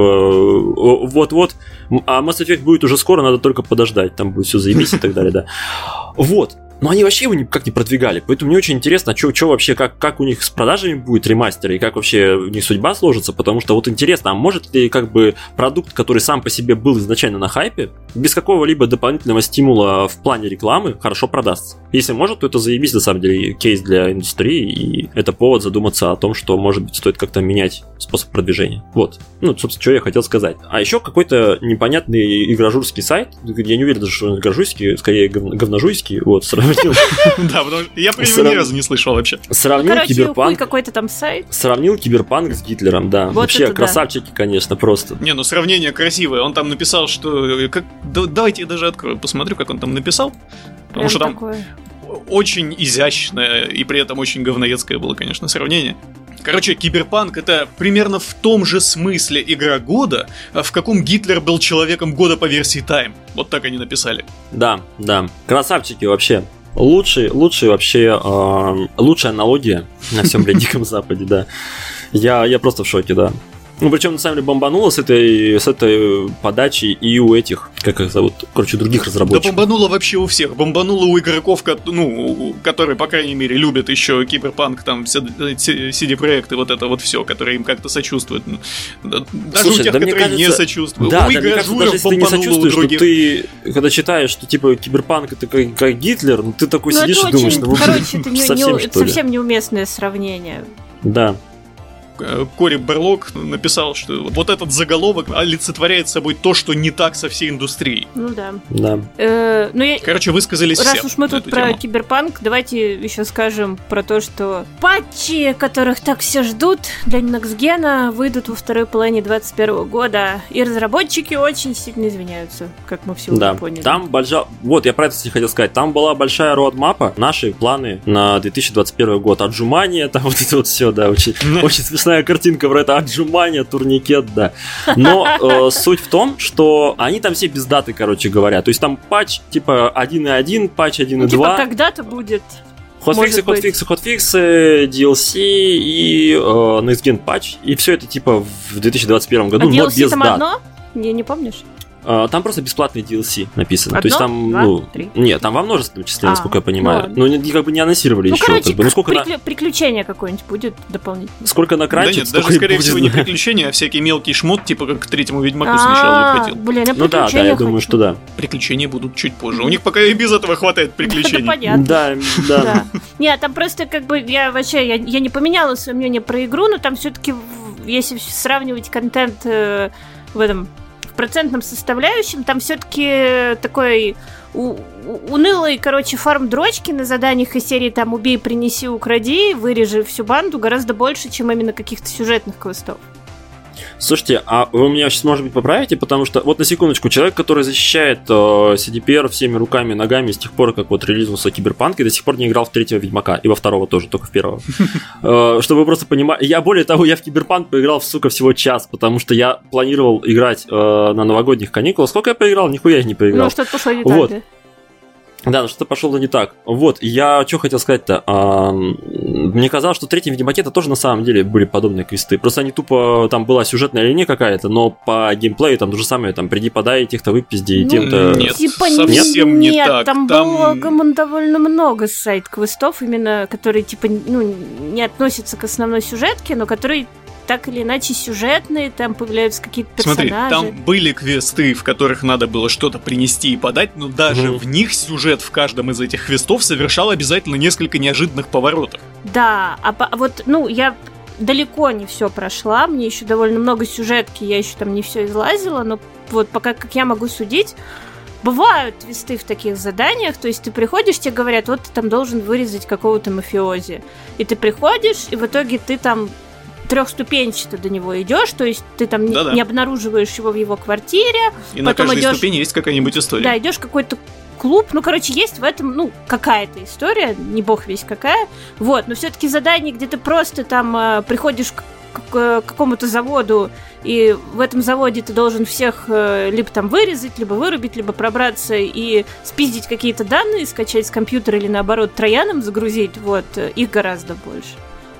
вот-вот, а Mass Effect будет уже скоро, надо только подождать. Там будет все заебись и так далее, да. Вот. но они вообще его никак не продвигали. Поэтому мне очень интересно, что, что вообще, как, как у них с продажами будет ремастера, и как вообще у них судьба сложится, потому что вот интересно, а может ли как бы продукт, который сам по себе был изначально на хайпе, без какого-либо дополнительного стимула в плане рекламы, хорошо продастся? Если может, то это заебись, на самом деле, кейс для индустрии, и это повод задуматься о том, что, может быть, стоит как-то менять способ продвижения. Вот. Ну, собственно, что я хотел сказать. А еще какой-то непонятный игражурский сайт, я не уверен даже, что он игражурский, скорее говножуйский, вот, сравнил. Да, потому что я про него ни разу не слышал вообще. Сравнил Киберпанк. Какой-то там сайт. Сравнил Киберпанк с Гитлером, да. Вообще красавчики, конечно, просто. Не, ну сравнение красивое. Он там написал, что... Давайте я даже открою, посмотрю, как он там написал. Потому что там очень изящное и при этом очень говноедское было, конечно, сравнение. Короче, Киберпанк — это примерно в том же смысле игра года, в каком Гитлер был человеком года по версии Time. Вот так они написали. Да, да. Красавчики вообще. Лучший, лучший вообще, э, лучшая аналогия на всем, блядь, Диком Западе, да. Я, я просто в шоке, да. Ну, причем, на самом деле, бомбануло с этой, с этой подачи и у этих, как их зовут, короче, других разработчиков. Да бомбануло вообще у всех. Бомбануло у игроков, ну, которые, по крайней мере, любят еще Киберпанк, там, си ди-проекты, вот это вот все, которые им как-то сочувствуют. Даже Слушай, у тех, да которые кажется, не сочувствуют. Да, у да, мне кажется, даже если ты не сочувствуешь, что ты, когда читаешь, что, типа, Киберпанк это как, как Гитлер, ну, ты такой ну, сидишь и думаешь, очень, ну, короче, это, не, совсем, не, это совсем неуместное сравнение. Да. Кори Берлок написал, что вот этот заголовок олицетворяет собой то, что не так со всей индустрией. Ну да. Да. Э, ну я... Короче, высказались Раз все. Раз уж мы тут про тему. Киберпанк, давайте еще скажем про то, что патчи, которых так все ждут для Next-Gen, выйдут во второй половине двадцать первого года, и разработчики очень сильно извиняются, как мы все да. уже поняли. Там большая... Вот, я про это хотел сказать. Там была большая роадмапа, наши планы на две тысячи двадцать первый год. Отжимание, там вот это вот все, да, очень, очень смешно. Картинка про это отжимание, турникет, да. Но э, суть в том, что они там все без даты, короче говоря. То есть там патч типа один и один, патч один и два. Ну, типа когда-то будет. Хотфиксы, хотфиксы, хотфиксы, ди эл си и э, Next-Gen патч. И все это типа в две тысячи двадцать первом году, а но ди эл си без там дат. Одно? Не, не помнишь? Там просто бесплатный ди эл си написано. Одно? То есть там, Два? ну, Три? нет, там во множественном числе, а, насколько я понимаю. Ну, но как бы не анонсировали ну, еще. короче, как бы. ну, сколько прикля... на... приключение какое-нибудь будет дополнительно. Сколько накранчит, да нет, столько даже, скорее будет. всего, не приключения, а всякий мелкий шмот, типа как к третьему Ведьмаку А-а-а, сначала выходил. Блин, я ну да, да, я думаю, что да. Приключения будут чуть позже. У них пока и без этого хватает приключений. Это понятно. Да, да. Нет, там просто как бы я вообще, я не поменяла свое мнение про игру, но там все-таки, если сравнивать контент в этом... процентном составляющем, там все-таки такой у- у- унылый, короче, фарм дрочки на заданиях из серии там «убей, принеси, укради», «вырежи всю банду» гораздо больше, чем именно каких-то сюжетных квестов. Слушайте, а вы меня сейчас, может быть, поправите, потому что, вот на секундочку, человек, который защищает э, си ди пи ар всеми руками и ногами с тех пор, как вот релизнулся Киберпанк, и до сих пор не играл в третьего Ведьмака, и во второго тоже, только в первого. Чтобы вы просто понимали, я, более того, я в Киберпанк поиграл, сука, всего час, потому что я планировал играть на новогодних каникулах. Сколько я поиграл? Нихуя я не поиграл. Ну, что-то пошло не так, да? Да, ну что-то пошло не так. Вот, я что хотел сказать-то. А, мне казалось, что в третьем Ведьмаке-то тоже на самом деле были подобные квесты. Просто они тупо, там была сюжетная линия какая-то, но по геймплею там то же самое, там приди, подай, тех-то выпизди, ну, тем-то... Нет, типа совсем нет, не так. Там, там было довольно много сайт-квестов, именно, которые типа, ну, не относятся к основной сюжетке, но которые... так или иначе сюжетные, там появляются какие-то персонажи. Смотри, там были квесты, в которых надо было что-то принести и подать, но даже mm-hmm. в них сюжет в каждом из этих квестов совершал обязательно несколько неожиданных поворотов. Да, а, а вот, ну, я далеко не все прошла, мне еще довольно много сюжетки, я еще там не все излазила, но вот пока, как я могу судить, бывают твисты в таких заданиях, то есть ты приходишь, тебе говорят, вот ты там должен вырезать какого-то мафиози, и ты приходишь, и в итоге ты там трехступенчато до него идешь, то есть ты там не, не обнаруживаешь его в его квартире. И на каждой идёшь, ступени есть какая-нибудь история. Да, идешь в какой-то клуб, ну, короче, есть в этом, ну, какая-то история, не бог весь какая, вот, но все-таки задание, где ты просто там э, приходишь к, к, к какому-то заводу, и в этом заводе ты должен всех э, либо там вырезать, либо вырубить, либо пробраться и спиздить какие-то данные, скачать с компьютера или, наоборот, трояном загрузить, вот, их гораздо больше.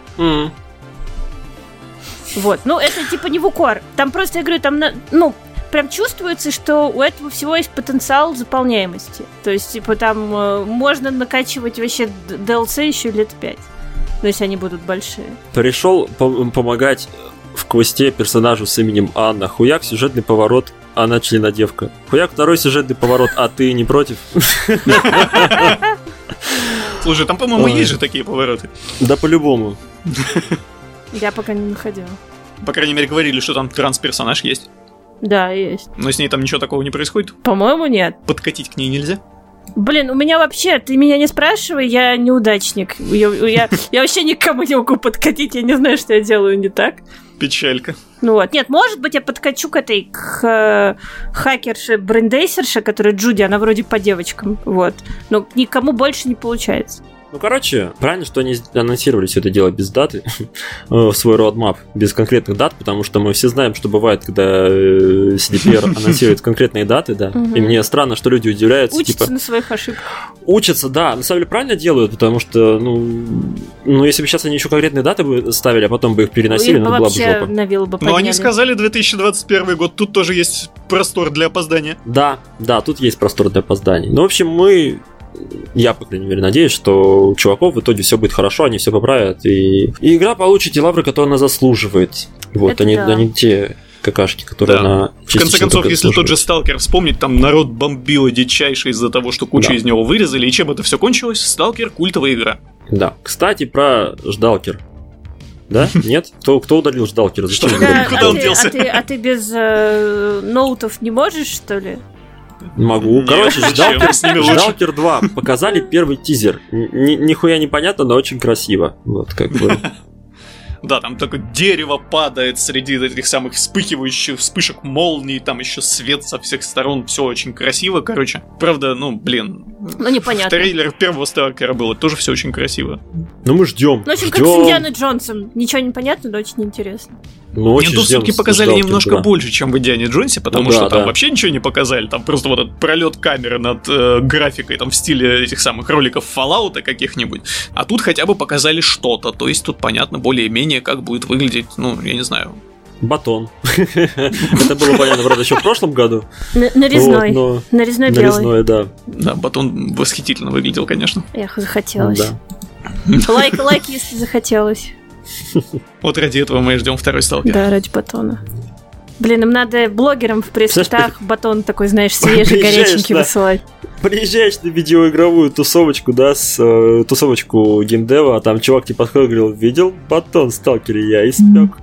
Mm. Вот, ну это типа не в укор. Там просто, я говорю, там, ну, прям чувствуется, что у этого всего есть потенциал заполняемости. То есть, типа, там э, можно накачивать вообще ди эл си еще лет пять. Ну, если они будут большие. Пришел пом- помогать в квесте персонажу с именем Анна. Хуяк, сюжетный поворот, она членодевка. Хуяк, второй сюжетный поворот, а ты не против? Слушай, там, по-моему, есть же такие повороты. Да, по-любому. Я пока не находила. По крайней мере, говорили, что там транс-персонаж есть. Да, есть. Но с ней там ничего такого не происходит? По-моему, нет. Подкатить к ней нельзя? Блин, у меня вообще, ты меня не спрашивай, я неудачник. Я, я, я вообще никому не могу подкатить, я не знаю, что я делаю не так. Печалька. Ну вот, нет, может быть, я подкачу к этой к, э, хакерше, брендейсерше, которая Джуди, она вроде по девочкам, вот. Но никому больше не получается. Ну, короче, правильно, что они анонсировали все это дело без даты, в свой roadmap, без конкретных дат, потому что мы все знаем, что бывает, когда си ди пи ар анонсирует конкретные даты, да, и мне странно, что люди удивляются. Учатся типа, на своих ошибках. Учатся, да, на самом деле правильно делают, потому что, ну, ну если бы сейчас они еще конкретные даты бы ставили, а потом бы их переносили, ну, была бы жопа. Бы Но они сказали две тысячи двадцать первый год, тут тоже есть простор для опоздания. Да, да, тут есть простор для опозданий. Ну, в общем, мы... Я, по крайней мере, надеюсь, что у чуваков в итоге все будет хорошо, они все поправят, и, и игра получит те лавры, которые она заслуживает. Вот, они, да. они те какашки, которые да. она... В конце концов, если тот же Сталкер вспомнить, там народ бомбило дичайше из-за того, что кучу да. из него вырезали, и чем это все кончилось? Сталкер — культовая игра. Да. Кстати, про Ждалкер. Да? Нет? Кто, кто удалил Ждалкер? Зачем? Да, Куда а он ты, делся? А ты, а ты без э, ноутов не можешь, что ли? Могу. Короче, Ждалкер два. Показали первый тизер. Нихуя не понятно, но очень красиво. Вот как бы. Да, там такое дерево падает среди этих самых вспыхивающих вспышек молний, там еще свет со всех сторон, все очень красиво, короче. Правда, ну, блин. Ну, непонятно. Трейлер первого Сталкера было, тоже все очень красиво. Ну, мы ждем. Ну, в общем, ждем. Как с Индианой Джонсом. Ничего не понятно, но очень интересно. Ну, очень Нет, тут все-таки показали Ждалкер, немножко да. больше, чем в Индиане Джонсе, потому ну, что да, там да. вообще ничего не показали. Там просто вот этот пролет камеры над э, графикой, там в стиле этих самых роликов Fallout каких-нибудь. А тут хотя бы показали что-то. То есть тут понятно более-менее, как будет выглядеть, ну, я не знаю. Батон. Это было понятно, правда, еще в прошлом году. Нарезной. Нарезной белый. Нарезной, да. Да, батон восхитительно выглядел, конечно. Эх, захотелось. Лайк, лайк, если захотелось. Вот ради этого мы и ждем второй Сталкер. Да, ради батона. Блин, им надо блогерам в пресс-китах батон такой, знаешь, свежий, горяченький на... высылать. Приезжаешь на видеоигровую тусовочку, да, с э, тусовочку геймдева, а там чувак тебе подходит и говорил: видел батон в Сталкере, я испек.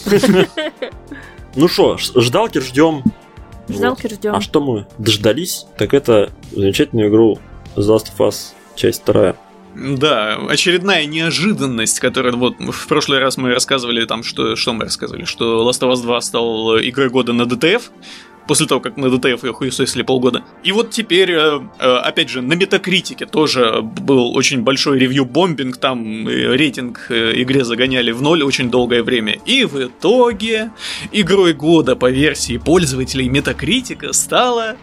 Ну шо, Ждалкер ждем. Ждалкер ждем. А что мы дождались, так это замечательную игру The Last of Us, часть вторая. Да, очередная неожиданность, которая вот в прошлый раз мы рассказывали там, что, что мы рассказывали, что Last of Us два стал игрой года на ди ти эф, после того, как на ди ти эф ее хуесосили полгода. И вот теперь, опять же, на Метакритике тоже был очень большой ревью-бомбинг, там рейтинг игре загоняли в ноль очень долгое время. И в итоге игрой года по версии пользователей Метакритика стала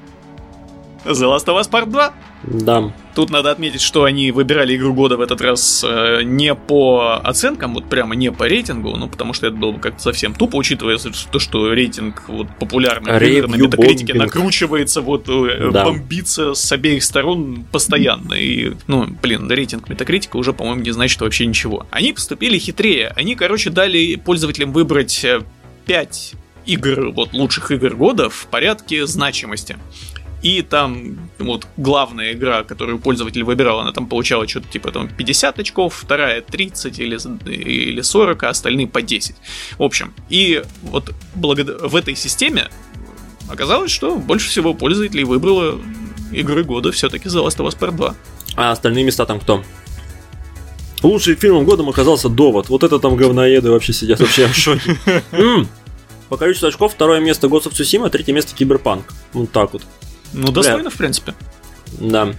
The Last of Us Part два. Да. Тут надо отметить, что они выбирали игру года в этот раз э, не по оценкам, вот прямо не по рейтингу, ну потому что это было бы как-то совсем тупо, учитывая то, что рейтинг вот популярных игр на Метакритике накручивается, вот э, да. бомбится с обеих сторон постоянно. И, ну, блин, рейтинг Метакритика уже, по-моему, не значит вообще ничего. Они поступили хитрее. Они, короче, дали пользователям выбрать пять игр, вот лучших игр года в порядке значимости. И там вот главная игра, которую пользователь выбирал, она там получала что-то типа там пятьдесят очков, вторая тридцать или, или сорок, а остальные по десять. В общем, и вот благодаря в этой системе оказалось, что больше всего пользователей выбрало игры года все-таки The Last of Us Part два. А остальные места там кто? Лучшим фильмом годом оказался «Довод». Вот это там говноеды вообще сидят, вообще в шоке. По количеству очков второе место Ghost of Tsushima, третье место Киберпанк. Вот так вот. Ну, достойно, Бля. в принципе. Да.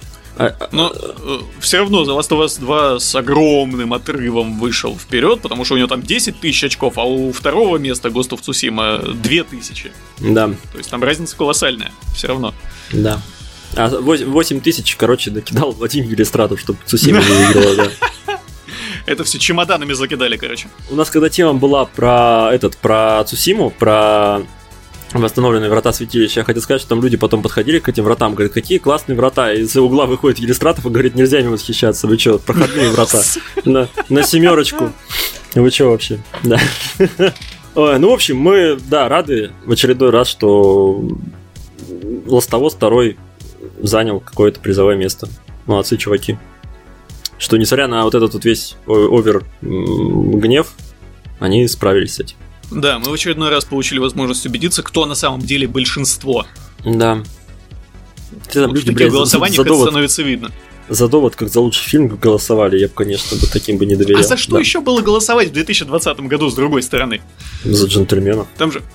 Но э, все равно The Last of Us два с огромным отрывом вышел вперед, потому что у него там десять тысяч очков, а у второго места Ghost of Tsushima две тысячи. Да. То есть там разница колоссальная, все равно. Да. А восемь тысяч, короче, накидал Владимир Елистратов, чтобы Цусима не выиграла, да. Это все чемоданами закидали, короче. У нас когда тема была про этот, про Цусиму, про восстановленные врата святилища. Я хотел сказать, что там люди потом подходили к этим вратам, говорят, какие классные врата. Из-за угла выходит иллюстратор и говорит, нельзя ими восхищаться. Вы что, проходные врата. На, на семерочку. Вы что вообще? Да. Ой, ну, в общем, мы, да, рады в очередной раз, что Last of Us два занял какое-то призовое место. Молодцы, чуваки. Что, несмотря на вот этот вот весь овер гнев, они справились с этим. Да, мы в очередной раз получили возможность убедиться, кто на самом деле большинство. Да. Там вот люди, в таких голосованиях это довод, становится видно. За довод, как за лучший фильм голосовали, я бы, конечно, бы таким бы не доверял. А за что да. еще было голосовать в две тысячи двадцатом году с другой стороны? За джентльменов. Там же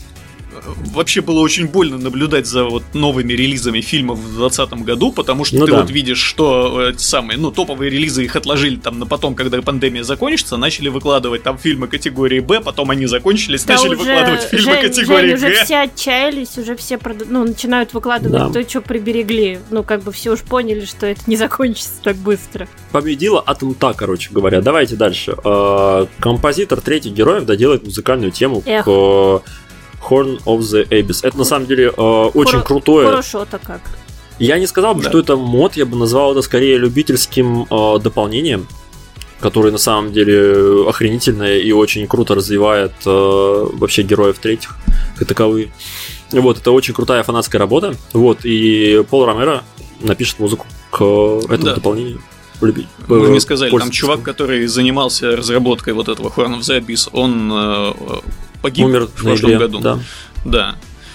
вообще было очень больно наблюдать за вот новыми релизами фильмов в двадцатом году, потому что ну ты да. вот видишь, что эти самые, ну, топовые релизы их отложили там на потом, когда пандемия закончится, начали выкладывать там фильмы категории Б, потом они закончились, да начали уже, выкладывать фильмы Жень, категории Жень, Г. уже все отчаялись, уже все прод... ну, начинают выкладывать да. то, что приберегли. Ну, как бы все уж поняли, что это не закончится так быстро. Победила Атомта, короче говоря. Давайте дальше. Композитор третьих героев доделает музыкальную тему Эх. к Horn of the Abyss. Это на самом деле э, очень Хоро- крутое. Хорошо-то как. Я не сказал бы, да. что это мод, я бы назвал это скорее любительским э, дополнением, которое на самом деле охренительное и очень круто развивает э, вообще героев третьих как таковые. Вот, это очень крутая фанатская работа. Вот, и Пол Ромеро напишет музыку к этому да. дополнению. Вы мне сказали, там чувак, который занимался разработкой вот этого Horn of the Abyss, он э, погиб Умер в прошлом игре, году. Да. да.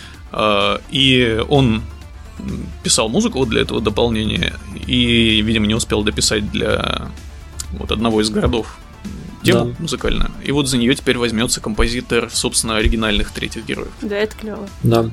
Э, и он писал музыку для этого дополнения и, видимо, не успел дописать для вот одного из городов тему да. музыкальную. И вот за нее теперь возьмется композитор, собственно, оригинальных третьих героев. Да, это клево. Да.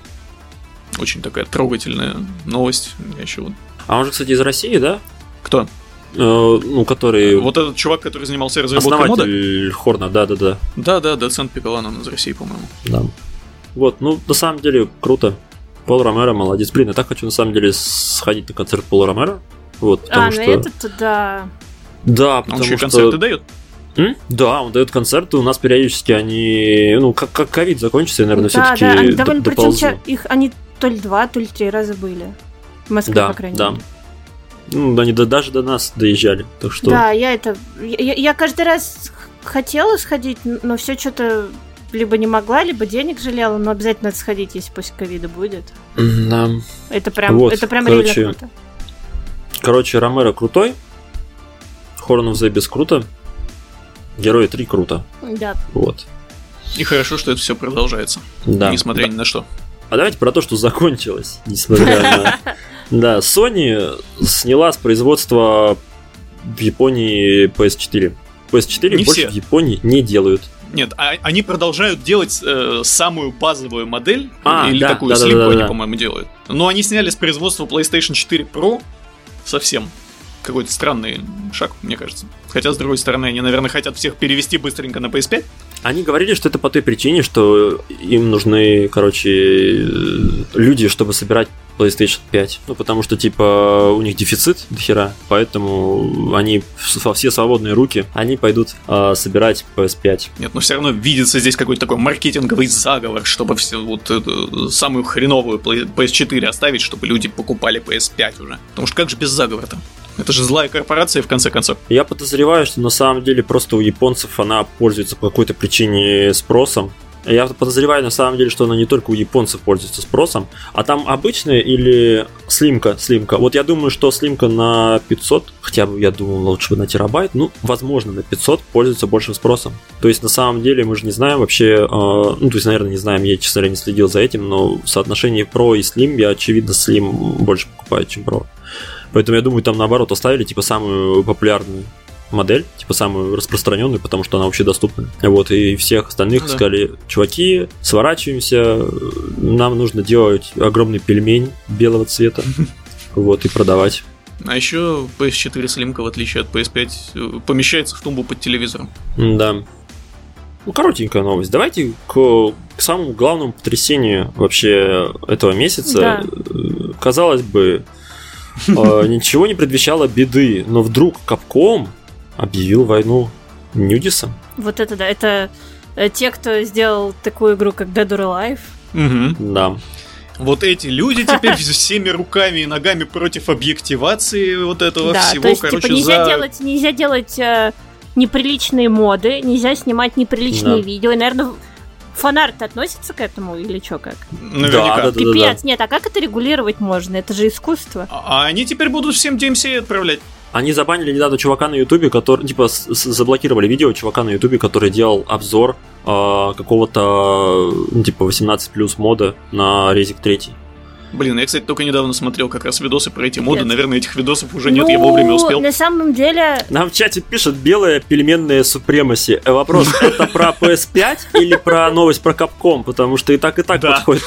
Очень такая трогательная новость. Я еще вот... А он же, кстати, из России, да? Кто? Э, ну, который... Вот этот чувак, который занимался разработкой мода? Основатель Хорна, да-да-да. Да-да, доцент Пепелан, он из России, по-моему. Да. Вот, ну, на самом деле, круто. Пол Ромеро молодец. Блин, я так хочу, на самом деле, сходить на концерт Пола Ромеро. Вот, потому а, что... на этот-то, да. Да, потому он еще что... концерты дает? М? Да, он дает концерты, у нас периодически они... Ну, как, как ковид закончится, я, наверное, да, все-таки да, они довольно, доползу. причем их они то ли два, то ли три раза были. В Москве, да, по крайней да. мере. Ну, они до, даже до нас доезжали, так что... Да, я это... Я, я каждый раз хотела сходить, но все что-то либо не могла, либо денег жалела, но обязательно надо сходить, если после ковида будет. Да. Это прям, вот, это прям короче, реально круто. Короче, Ромеро крутой, Horn of the Abyss круто, Герои три круто. Да. Вот. И хорошо, что это все продолжается, да. несмотря да. ни на что. А давайте про то, что закончилось, несмотря на... Да, Sony сняла с производства в Японии пи эс четыре. пи эс четыре не больше все. в Японии не делают. Нет, а, они продолжают делать э, самую базовую модель, а, или да, такую да, слимку да, да, они, да. по-моему, делают. Но они сняли с производства PlayStation четыре Pro совсем. Какой-то странный шаг, мне кажется. Хотя, с другой стороны, они, наверное, хотят всех перевести быстренько на пи эс пять. Они говорили, что это по той причине, что им нужны, короче, люди, чтобы собирать PlayStation пять. Ну, потому что, типа, у них дефицит до хера, поэтому они во все свободные руки, они пойдут э, собирать пи эс пять. Нет, но все равно видится здесь какой-то такой маркетинговый заговор, чтобы все вот эту самую хреновую пи эс четыре оставить, чтобы люди покупали пи эс пять уже. Потому что как же без заговора-то? Это же злая корпорация, в конце концов. Я подозреваю, что на самом деле просто у японцев она пользуется по какой-то причине спросом. Я подозреваю на самом деле, что она не только у японцев пользуется спросом, а там обычная или слимка, слимка. Вот я думаю, что слимка на пятьсот, хотя бы я думал, лучше бы на терабайт, ну, возможно, на пятьсот пользуется большим спросом. То есть, на самом деле, мы же не знаем вообще, э, ну, то есть, наверное, не знаем, я, честно говоря, не следил за этим, но в соотношении Pro и Slim я, очевидно, Slim больше покупаю, чем Pro. Поэтому я думаю, там наоборот оставили типа самую популярную модель, типа самую распространенную, потому что она вообще доступна. Вот, и всех остальных да. сказали: чуваки, сворачиваемся, нам нужно делать огромный пельмень белого цвета, вот, и продавать. А еще пи эс четыре Slim, в отличие от пи эс пять, помещается в тумбу под телевизором. Да. Ну, коротенькая новость. Давайте к, к самому главному потрясению вообще этого месяца. Да. Казалось бы, ничего не предвещало беды, но вдруг Capcom объявил войну нюдисам. Вот это да, это те, кто сделал такую игру, как Dead or Alive. Угу. Да. Вот эти люди теперь всеми руками и ногами против объективации вот этого да, всего, то есть, короче, типа, нельзя за... делать, нельзя делать э, неприличные моды, нельзя снимать неприличные Да. видео. И, наверное, фанарт относится к этому или что, как? Наверняка. Да, да, да. Пипец, нет, а как это регулировать можно? Это же искусство. А они теперь будут всем ди эм си отправлять. Они забанили недавно чувака на Ютубе, который, типа, с- с- заблокировали видео чувака на Ютубе, который делал обзор э, какого-то, ну, типа, восемнадцать плюс мода на Резик три. Блин, я, кстати, только недавно смотрел как раз видосы про эти моды. Нет. Наверное, этих видосов уже нет, Ну, я вовремя успел. на самом деле... Нам в чате пишут белые пельменные супремаси. Э, Вопрос, это про пи эс пять или про новость про Capcom? Потому что и так, и так Да. подходит.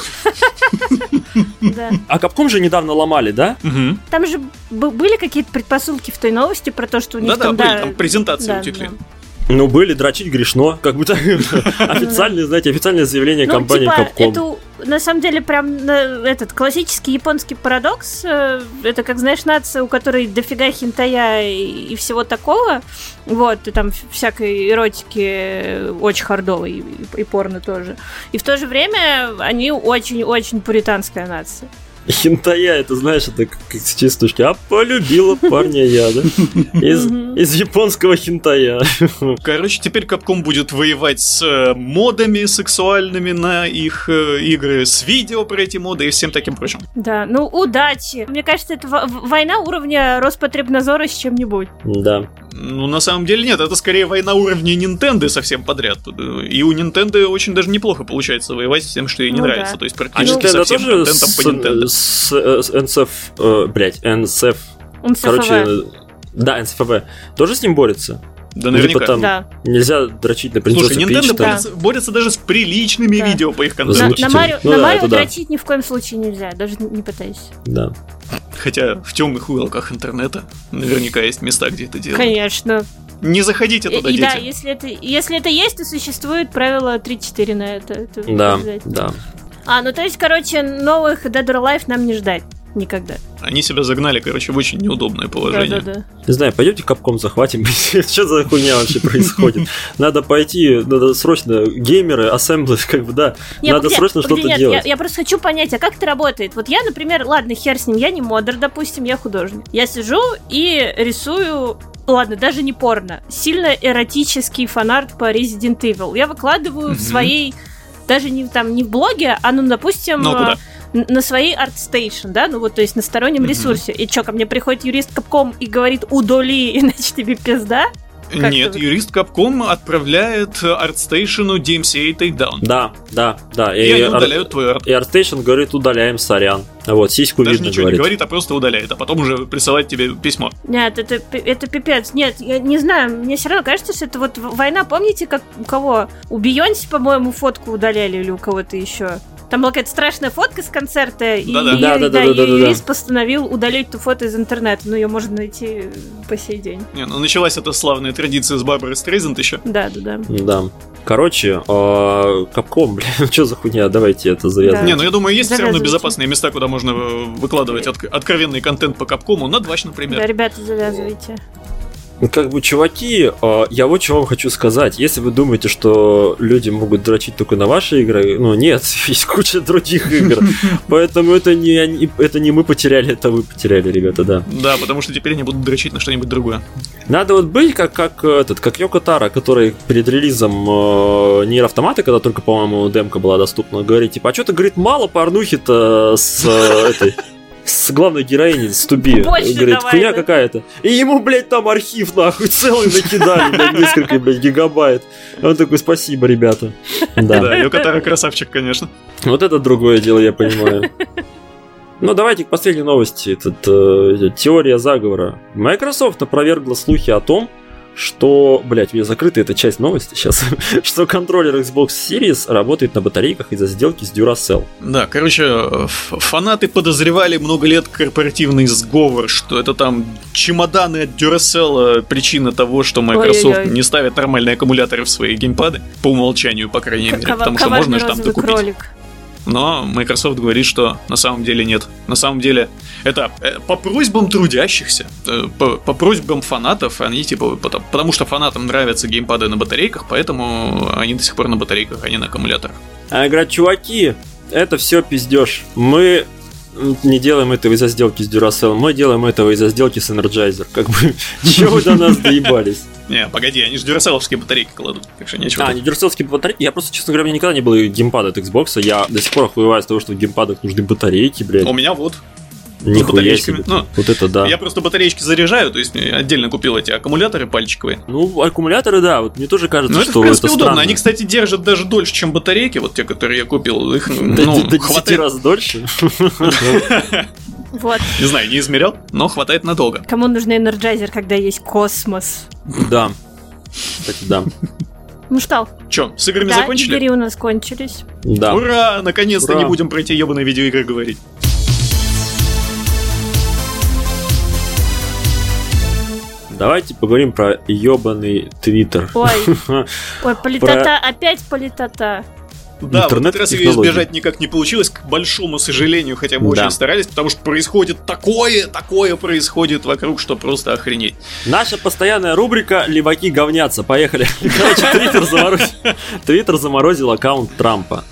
Да. А Capcom же недавно ломали, да? Мгм. Там же б- были какие-то предпосылки в той новости про то, что у них Да-да, там... были, да, там презентации да, утекли. да. Ну, были, дрочить грешно. Как будто официальное, знаете, официальное заявление Ну, компании типа, Capcom. это на самом деле прям на- этот классический японский парадокс. э, Это как, знаешь, нация, у которой дофига хентая и, и всего такого. Вот, и там всякой эротики э, очень хардовой и, и- и порно тоже. И в то же время они очень-очень пуританская нация. Хентая, это, знаешь, это как как с чистушки. А полюбила парня я, да? Из, Мгм. из японского хентая. Короче, теперь Capcom будет воевать с э, модами сексуальными на их э, игры, с видео про эти моды и всем таким прочим. Да, ну удачи. Мне кажется, это во- война уровня Роспотребнадзора с чем-нибудь. Да. Ну, на самом деле нет, это скорее война уровня Nintendo совсем подряд. И у Nintendo очень даже неплохо получается воевать с тем, что ей не Ну нравится. да. То есть А практически Nintendo со всем тоже контентом с, по Nintendo. с, э, с эн эс эф, э, блядь, эн эс эф, Он короче, да, эн эс эф ви, тоже с ним борется? Да, Или наверняка. потом Да. нельзя дрочить на принцессу Слушай, Пич, Nintendo там? борется, борется даже с приличными Да. видео по их На, контенту. Звучит. на Марио, Ну на да, Марио это да. дрочить ни в коем случае нельзя, даже не пытайся. Да. Хотя в темных уголках интернета наверняка есть места, где это делают. Конечно. Не заходите И, туда, и дети. да, если это, если это есть, то существует правило три-четыре на это. это Да, обязательно. да. А, ну то есть, короче, новых Dead or Alive нам не ждать никогда. Они себя загнали, короче, в очень неудобное положение. Да-да-да. Не знаю, пойдемте Capcom захватим. Что за хуйня вообще происходит? Надо пойти, надо срочно геймеры, ассемблы, как бы, да. Не, Надо погоди, срочно погоди, что-то нет, делать. Я, я просто хочу понять, а как это работает? Вот я, например, ладно, хер с ним, я не модер, допустим, я художник. Я сижу и рисую, ладно, даже не порно, сильно эротический фанарт по Resident Evil. Я выкладываю Мгм. в своей, даже не там не в блоге, а ну, допустим, Ну, куда? н- на своей ArtStation, да, ну вот, то есть на стороннем Мгм. ресурсе. И чё, ко мне приходит юрист Capcom и говорит, удали, иначе тебе пизда? Как Нет, это? юрист Capcom отправляет ArtStation ди эм си эй Takedown. Да, да, да. И они Ар- удаляют твой арт. И ArtStation говорит, удаляем, сорян. Вот, сиську Даже видно, ничего говорит. не говорит, а просто удаляет, а потом уже присылает тебе письмо. Нет, это, пи- это пипец. Нет, я не знаю, мне все равно кажется, что это вот в- война, помните, как у кого? У Бейонсе, по-моему, фотку удаляли или у кого-то еще. Там была какая-то страшная фотка с концерта, и Да-да. ю- Да-да-да-да-да-да. и юрист постановил удалить эту фото из интернета. Ну, ее можно найти по сей день. Не, ну началась эта славная традиция с Барбарой Стрейзенд еще. Да-да-да. Да. Короче, а, Capcom, блин, что за хуйня? Давайте это завязывать. Не, ну я думаю, есть все равно Завязывайте. безопасные места, куда можно э, выкладывать отк- откровенный контент по Капкому. На Двач, например. Да, ребята, завязывайте. Ну, как бы, чуваки, а, я вот что вам хочу сказать. Если вы думаете, что люди могут дрочить только на ваши игры, ну, нет, есть куча других игр. Поэтому это не, они- это не мы потеряли, это вы потеряли, ребята, да. Да, потому что теперь они будут дрочить на что-нибудь другое. Надо вот быть как, как этот, как Йоко Таро, который перед релизом э, Нир Автомата, когда только, по-моему, демка была доступна, говорит, типа, а что-то, говорит, мало порнухи-то с э, этой... С главной героиней, с Туби. Больше Говорит, давай, хуйня да. какая-то. И ему, блядь, там архив, нахуй, целый накидали, блядь, несколько, блядь, гигабайт. Он такой, спасибо, ребята. Да. Да, Йокотаро красавчик, конечно. Вот это другое дело, я понимаю. Ну, давайте к последней новости. Этот, э, теория заговора. Microsoft опровергла слухи о том, что, блядь, у меня закрыта эта часть новости сейчас, что контроллер Xbox Series работает на батарейках из-за сделки с Duracell. Да, короче, ф- фанаты подозревали много лет корпоративный сговор, что это там чемоданы от Duracell причина того, что Microsoft Ой-ой-ой. не ставит нормальные аккумуляторы в свои геймпады, по умолчанию, по крайней мере, Кова- потому что коварный можно же там розовый докупить. кролик. Но Microsoft говорит, что на самом деле нет. На самом деле это э, по просьбам трудящихся, э, по, по просьбам фанатов, они типа, потому, потому что фанатам нравятся геймпады на батарейках, поэтому они до сих пор на батарейках, а не на аккумуляторах. А говорят, чуваки, это все пиздеж. Мы не делаем этого из-за сделки с Duracell, мы делаем этого из-за сделки с Energizer. Как бы, чего вы до нас доебались? Не, погоди, они же дюрацелловские батарейки кладут, так что нечего. А, не дюрацелловские батарейки? Я просто, честно говоря, у меня никогда не было геймпада от Xbox, я до сих пор охуеваю с того, что в геймпадах нужны батарейки, блядь. У меня вот. Нихуя себе. Ну, вот это да. Я просто батареечки заряжаю, то есть отдельно купил эти аккумуляторы пальчиковые. Ну, аккумуляторы, да, вот мне тоже кажется, ну, это, что в принципе, это удобно. странно. Они, кстати, держат даже дольше, чем батарейки, вот те, которые я купил. Их, до, ну, до хватает... десять раз дольше? Вот. Не знаю, не измерял, но хватает надолго. Кому нужен Energizer, когда есть космос? Да. Кстати, да. Ну что? Че, с играми да, закончили? игры у нас кончились. Да. Ура! Наконец-то Ура. не будем про эти ебаные видеоигры говорить. Давайте поговорим про ебаный Твиттер. Ой, ой, политота, опять политота. Да, в этот раз ее Интернет-технологии. избежать никак не получилось, к большому сожалению, хотя мы Да. очень старались, потому что происходит такое, такое происходит вокруг, что просто охренеть. Наша постоянная рубрика «Леваки говнятся». Поехали. Короче, Твиттер заморозил, Твиттер заморозил аккаунт Трампа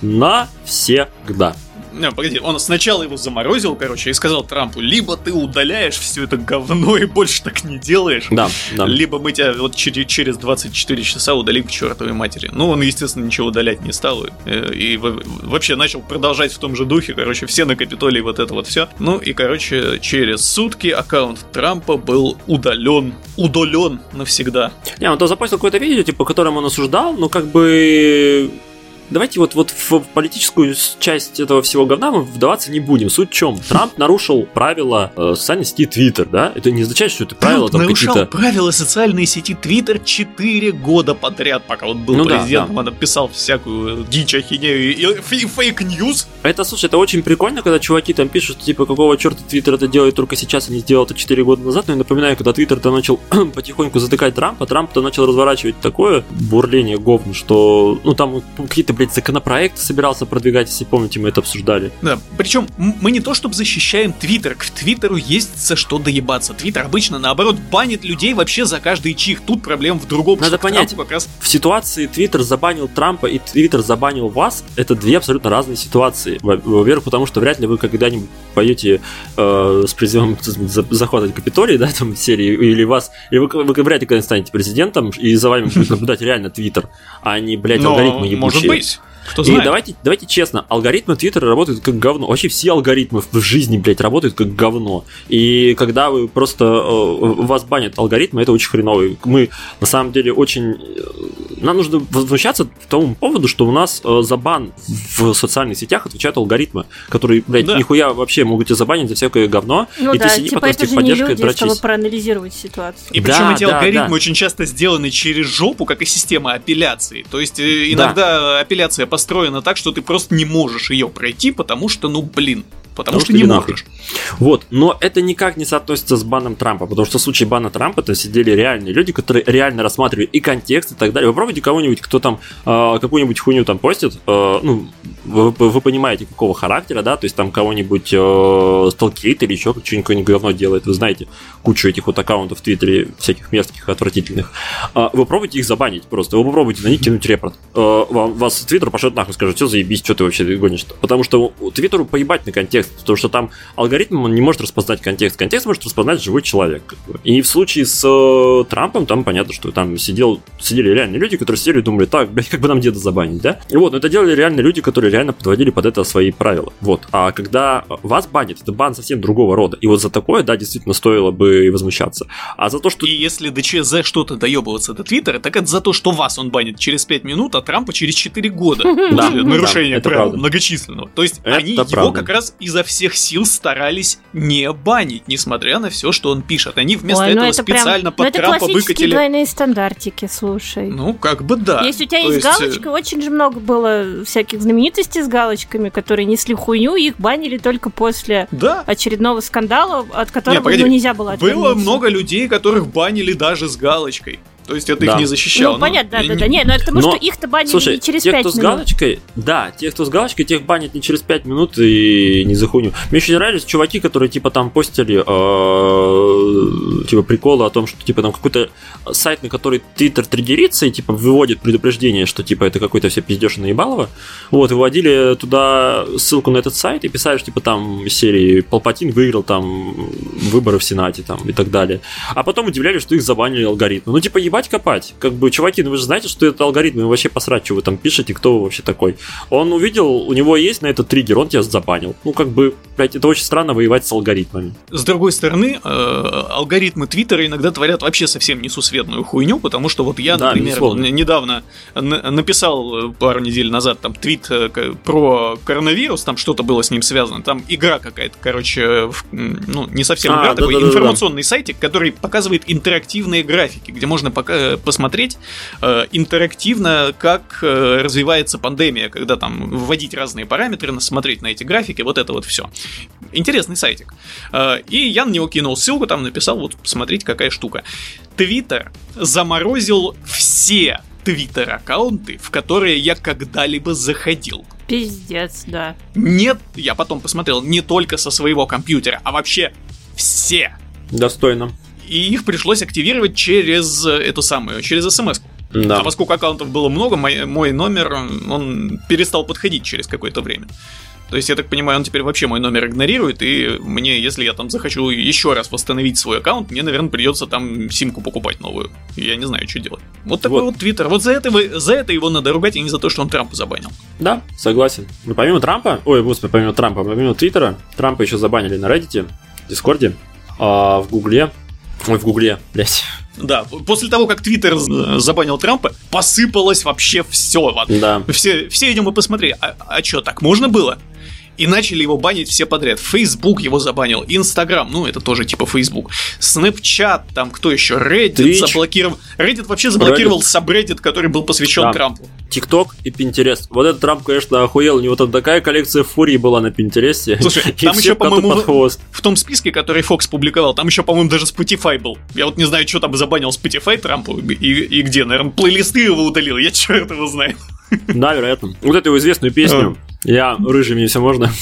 навсегда. Не, погоди, он сначала его заморозил, короче, и сказал Трампу: либо ты удаляешь все это говно и больше так не делаешь, Да, да. либо мы тебя вот через, через двадцать четыре часа удалим к чертовой матери. Ну, он, естественно, ничего удалять не стал, и, и вообще начал продолжать в том же духе, короче, все на Капитолии, вот это вот все. Ну, и, короче, через сутки аккаунт Трампа был удален, удален навсегда. Не, он то запостил какое-то видео, типа, которым он осуждал, но как бы... Давайте вот, вот в политическую часть этого всего говна мы вдаваться не будем. Суть в чем? Трамп нарушил правила э, социальной сети Твиттер, да? Это не означает, что это правила Трамп там нарушал какие-то... правила социальной сети Твиттер четыре года подряд, пока он был Ну да, президентом, да. он писал всякую дичь, ахинею и, и фейк-ньюс. Это, слушай, это очень прикольно, когда чуваки там пишут, типа, какого черта Твиттер это делает только сейчас, а не сделал это четыре года назад. Но я напоминаю, когда Твиттер-то начал потихоньку затыкать Трампа, Трамп-то начал разворачивать такое бурление говна, что, ну, там какие-то, блядь, законопроекты собирался продвигать, если помните, мы это обсуждали. Да, причем мы не то чтобы защищаем Твиттер, к Твиттеру есть за что доебаться. Твиттер обычно, наоборот, банит людей вообще за каждый чих. Тут проблема в другом. Надо что понять, Трампу как раз... в ситуации Твиттер забанил Трампа и Твиттер забанил вас, это две абсолютно разные ситуации. Во-первых, потому что вряд ли вы когда-нибудь пойдете э, с призывом за- захватывать Капитолий, да, там, в серии, или вас, или вы, вы вряд ли когда-нибудь станете президентом, и за вами будет наблюдать реально Твиттер, а не, блядь, Но, алгоритмы ебучие. может быть. Кто И знает. давайте, давайте честно, алгоритмы Твиттера работают как говно. Вообще все алгоритмы в жизни, блядь, работают как говно. И когда вы просто э, вас банят алгоритмы, это очень хреново. Мы, на самом деле, очень... Нам нужно возмущаться по тому поводу, что у нас э, за бан в социальных сетях отвечают алгоритмы, которые, блядь, Да. нихуя вообще могут тебя забанить за всякое говно. Ну и да, ты сиди типа потом с это же не техподдержкой люди, чтобы дрочись. проанализировать ситуацию. И Да, причем эти да, алгоритмы да. очень часто сделаны через жопу, как и система апелляции. То есть э, иногда апелляция построена так, что ты просто не можешь ее пройти, потому что, ну блин, потому, Потому что, что не не нахуй. можешь. Вот, но это никак не соотносится с баном Трампа, потому что в случае бана Трампа там сидели реальные люди, которые реально рассматривали и контекст и так далее. Вы пробуйте кого-нибудь, кто там э, какую-нибудь хуйню там постит, э, ну, вы, вы понимаете, какого характера, да, то есть там кого-нибудь э, сталкерит или еще что-нибудь говно делает, вы знаете кучу этих вот аккаунтов в Твиттере, всяких мерзких, отвратительных. Э, вы попробуйте их забанить просто, вы попробуйте на них кинуть репорт. Э, вам, вас Твиттер пошлет нахуй, скажет: что заебись, что ты вообще гонишь-то? Потому что Твиттеру поебать на контекст, потому что там алгоритм он не может распознать контекст. Контекст может распознать живой человек. Как бы. И в случае с э, Трампом, там понятно, что там сидел, сидели реальные люди, которые сидели и думали: так, блядь, как бы нам деда забанить, да? И вот, но это делали реальные люди, которые реально подводили под это свои правила. Вот. А когда вас банят, это бан совсем другого рода. И вот за такое, да, действительно стоило бы возмущаться. А за то, что... И если до че- за что-то доебываться до Твиттера, так это за то, что вас он банит через пять минут, а Трампа через четыре года. Да, После нарушения да, это правил правда. многочисленного. То есть Это они его правда. как раз изо всех сил старались не банить, несмотря на все, что он пишет. Они вместо Ой, ну этого это прям- специально ну под это Трампа классические выкатили... двойные стандартики, слушай. Ну, как бы да. Если у тебя То есть есть, э, галочка, очень же много было всяких знаменитостей с галочками, которые несли хуйню, и их банили только после Да. очередного скандала, от которого Не, погоди. ну, нельзя было отвернуться. Было много людей, которых банили даже с галочкой. То есть это да. их не защищало. Ну, понятно, да, да, да. Не, ну это потому, но, что их-то банили слушай, не через тех, пять кто минут. с галочкой, да, тех, кто с галочкой, тех банят не через пять минут и не за хуйню. Мне еще нравились чуваки, которые типа там постили э, типа приколы о том, что типа там какой-то сайт, на который Твиттер триггерится и типа выводит предупреждение, что типа это какой-то все пиздеж и наебалово. Вот, выводили туда ссылку на этот сайт и писали, что типа там из серии Палпатин выиграл там выборы в Сенате там и так далее. А потом удивлялись, что их забанили алгоритмы. Ну типа ебать копать. Как бы, чуваки, ну вы же знаете, что это алгоритмы, вообще посрать, что вы там пишете, кто вы вообще такой. Он увидел, у него есть на это триггер, он тебя забанил. Ну как бы, блядь, это очень странно воевать с алгоритмами. С другой стороны, э, алгоритмы Твиттера иногда творят вообще совсем несусветную хуйню, потому что вот я, да, например, безусловно. недавно на- написал пару недель назад там твит э, про коронавирус, там что-то было с ним связано, там игра какая-то, короче, в, ну не совсем а, игра, да, такой да, да, информационный да. сайтик, который показывает интерактивные графики, где можно пока посмотреть э, интерактивно, как э, развивается пандемия, когда там вводить разные параметры, смотреть на эти графики, вот это вот все. Интересный сайтик. Э, и я на него кинул ссылку, там написал, вот посмотрите, какая штука. Твиттер заморозил все Твиттер-аккаунты, в которые я когда-либо заходил. Пиздец, да. Нет, я потом посмотрел, не только со своего компьютера, а вообще все. Достойно. И их пришлось активировать через эту самую, через смс-ку. Да. А поскольку аккаунтов было много, мой, мой номер, он перестал подходить через какое-то время. То есть, я так понимаю, он теперь вообще мой номер игнорирует, и мне, если я там захочу еще раз восстановить свой аккаунт, мне, наверное, придется там симку покупать новую. Я не знаю, что делать. Вот такой вот Твиттер. Вот за это, за это его надо ругать, и не за то, что он Трампа забанил. Да, согласен. Ну, помимо Трампа, ой, господи, помимо Трампа, помимо Твиттера, Трампа еще забанили на Reddit, в Дискорде, а в Гугле, ой, в Гугле, блять. Да, после того, как Твиттер забанил Трампа, посыпалось вообще все. Да. Все, все идем и посмотрели. А, а что, так можно было? И начали его банить все подряд. Facebook его забанил, Instagram, ну это тоже типа Facebook, Snapchat, там кто еще, Reddit Twitch. Заблокировал. Reddit вообще заблокировал Reddit. Сабреддит, который был посвящен да. Трампу. TikTok и Pinterest. Вот этот Трамп, конечно, охуел. У него там такая коллекция фурии была на Pinterest. Слушай, там еще, по-моему, в, в том списке, который Fox публиковал, там еще, по-моему, даже Spotify был. Я вот не знаю, что там забанил Spotify Трампу и, и где. Наверное, плейлисты его удалил. Я черт его знаю. Да, вероятно. Вот эту известную песню «Я рыжий, мне все можно».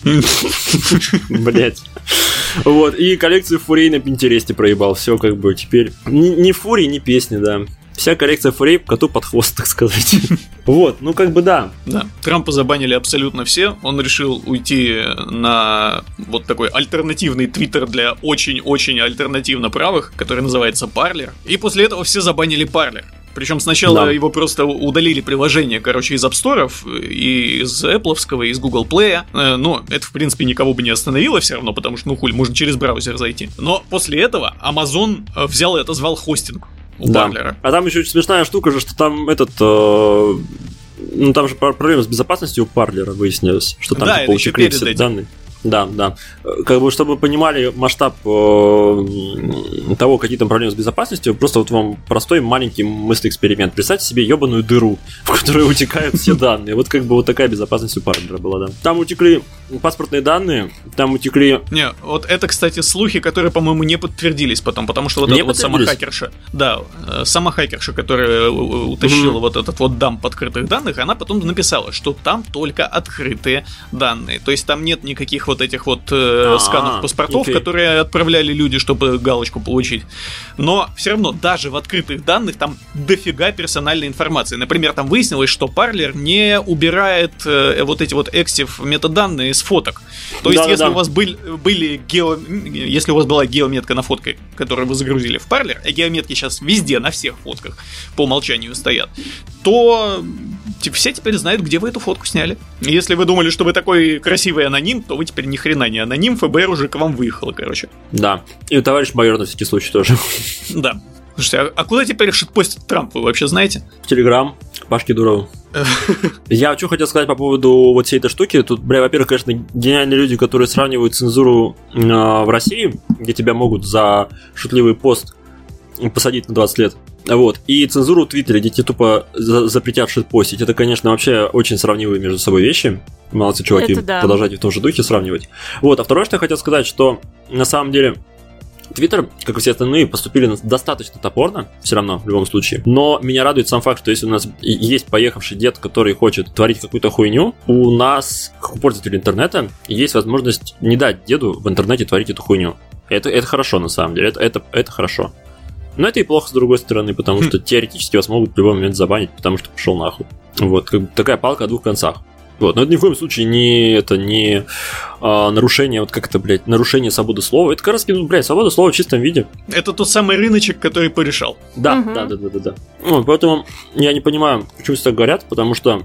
Блять. Вот, и коллекцию фурей на Пинтересте проебал. Все как бы теперь ни фурии, ни песни, да. Вся коллекция фурей коту под хвост, так сказать. Вот, ну как бы да. Да, Трампа забанили абсолютно все. Он решил уйти на вот такой альтернативный твиттер для очень-очень альтернативно правых, который называется Parler. И после этого все забанили Parler. Причем сначала да. его просто удалили приложение, короче, из App Store, и из Apple'овского, и из Google Play. Но это, в принципе, никого бы не остановило все равно, потому что, ну хуй, можно через браузер зайти. Но после этого Amazon взял и отозвал хостинг у да. Parler. А там еще очень смешная штука же, что там этот... Э, ну, там же проблема с безопасностью у Parler выяснилась, что там да, типа утекли все этим. Данные. Да, да. Как бы, чтобы вы понимали масштаб э, того, какие там проблемы с безопасностью, просто вот вам простой маленький мыслеэксперимент. Представьте себе ебаную дыру, в которой утекают все данные. Вот как бы вот такая безопасность у Parler была, да. Там утекли паспортные данные, там утекли... Не, вот это, кстати, слухи, которые, по-моему, не подтвердились потом, потому что вот эта вот сама хакерша, да, сама хакерша, которая утащила mm-hmm. вот этот вот дамп открытых данных, она потом написала, что там только открытые данные. То есть там нет никаких вот этих вот э, сканов паспортов, okay. которые отправляли люди, чтобы галочку получить. Но все равно, даже в открытых данных там дофига персональной информации. Например, там выяснилось, что Parler не убирает э, вот эти вот экстив метаданные с фоток. То есть, да, если да. у вас были, были гео... если у вас была геометка на фотке, которую вы загрузили в Parler, а геометки сейчас везде, на всех фотках по умолчанию стоят, то типа, все теперь знают, где вы эту фотку сняли. Если вы думали, что вы такой красивый аноним, то вы теперь ни хрена не аноним, ФБР уже к вам выехало, короче. Да, и у товарища майора на всякий случай тоже. Да. Слушайте, а, а куда теперь шитпостит Трамп, вы вообще знаете? В Телеграм, Пашке Дурову. Я что хотел сказать по поводу вот всей этой штуки. Тут, бля, во-первых, конечно, гениальные люди, которые сравнивают цензуру э, в России, где тебя могут за шутливый пост посадить на двадцать лет. Вот. И цензуру в Твиттере, где тебе тупо запретят шитпостить. Это, конечно, вообще очень сравнивые между собой вещи. Молодцы, чуваки, да. Продолжайте в том же духе сравнивать. Вот. А второе, что я хотел сказать, что на самом деле Твиттер, как и все остальные, поступили достаточно топорно, все равно, в любом случае. Но меня радует сам факт, что если у нас есть поехавший дед, который хочет творить какую-то хуйню, у нас, как у пользователей интернета, есть возможность не дать деду в интернете творить эту хуйню. Это, это хорошо, на самом деле, это, это, это хорошо. Но это и плохо с другой стороны, потому что теоретически вас могут в любой момент забанить, потому что пошел нахуй. Вот, как бы такая палка о двух концах. Вот, но это ни в коем случае не, это не а, нарушение, вот как это, блядь, нарушение свободы слова. Это как раз, ну, блядь, свобода слова в чистом виде. Это тот самый рыночек, который порешал. Да, Угу. да, да, да, да, да. Ну, поэтому я не понимаю, почему все так говорят, потому что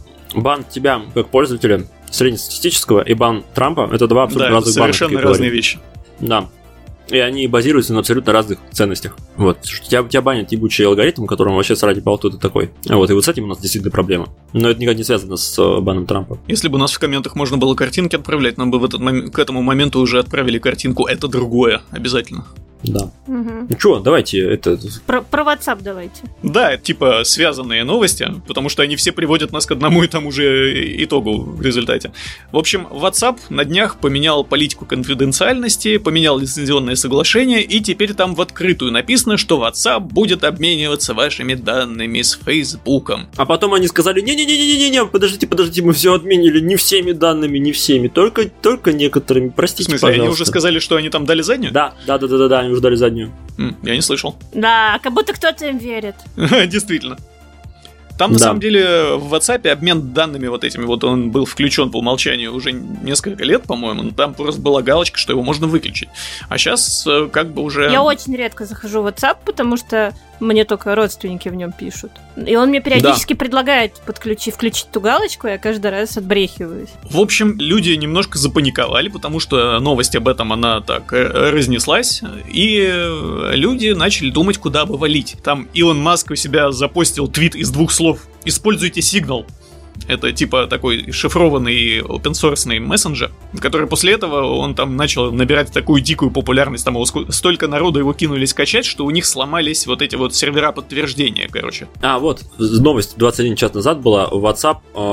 бан тебя, как пользователя среднестатистического, и бан Трампа — это два абсолютно Да, разных бана. совершенно разные вещи. Да. И они базируются на абсолютно разных ценностях. Вот. Тебя, тебя банят ебучий алгоритм, которому вообще срать пал, кто ты такой. Вот. И вот с этим у нас действительно проблема. Но это никак не связано с баном Трампа. Если бы у нас в комментах можно было картинки отправлять, нам бы в этот мом... к этому моменту уже отправили картинку «Это другое» обязательно. Да. Угу. Ну что, давайте это... Про, про WhatsApp давайте. Да, это типа связанные новости, потому что они все приводят нас к одному и тому же итогу в результате. В общем, WhatsApp на днях поменял политику конфиденциальности, поменял лицензионное соглашение, и теперь там в открытую написано, что WhatsApp будет обмениваться вашими данными с Фейсбуком. А потом они сказали: не-не-не-не-не-не, подождите, подождите, мы все отменили, не всеми данными, не всеми, только, только некоторыми, простите, В смысле, пожалуйста. они уже сказали, что они там дали заднюю? Да, да, да, да, да, да, они уже дали заднюю. М, я не слышал. Да, как будто кто-то им верит. Действительно. Там, на Да. самом деле, в WhatsApp обмен данными вот этими, вот он был включен по умолчанию уже несколько лет, по-моему, но там просто была галочка, что его можно выключить. А сейчас как бы уже... Я очень редко захожу в WhatsApp, потому что мне только родственники в нем пишут. И он мне периодически предлагает подключить, включить ту галочку, и я каждый раз отбрехиваюсь. В общем, люди немножко запаниковали, потому что новость об этом, она так э, разнеслась, и люди начали думать, куда бы валить. Там Илон Маск у себя запостил твит из двух слов: «Используйте Signal». Это типа такой шифрованный open-source мессенджер, который после этого он там начал набирать такую дикую популярность, там его ск- столько народу его кинулись качать, что у них сломались вот эти вот сервера подтверждения, короче. А, вот, новость двадцать один час назад была. WhatsApp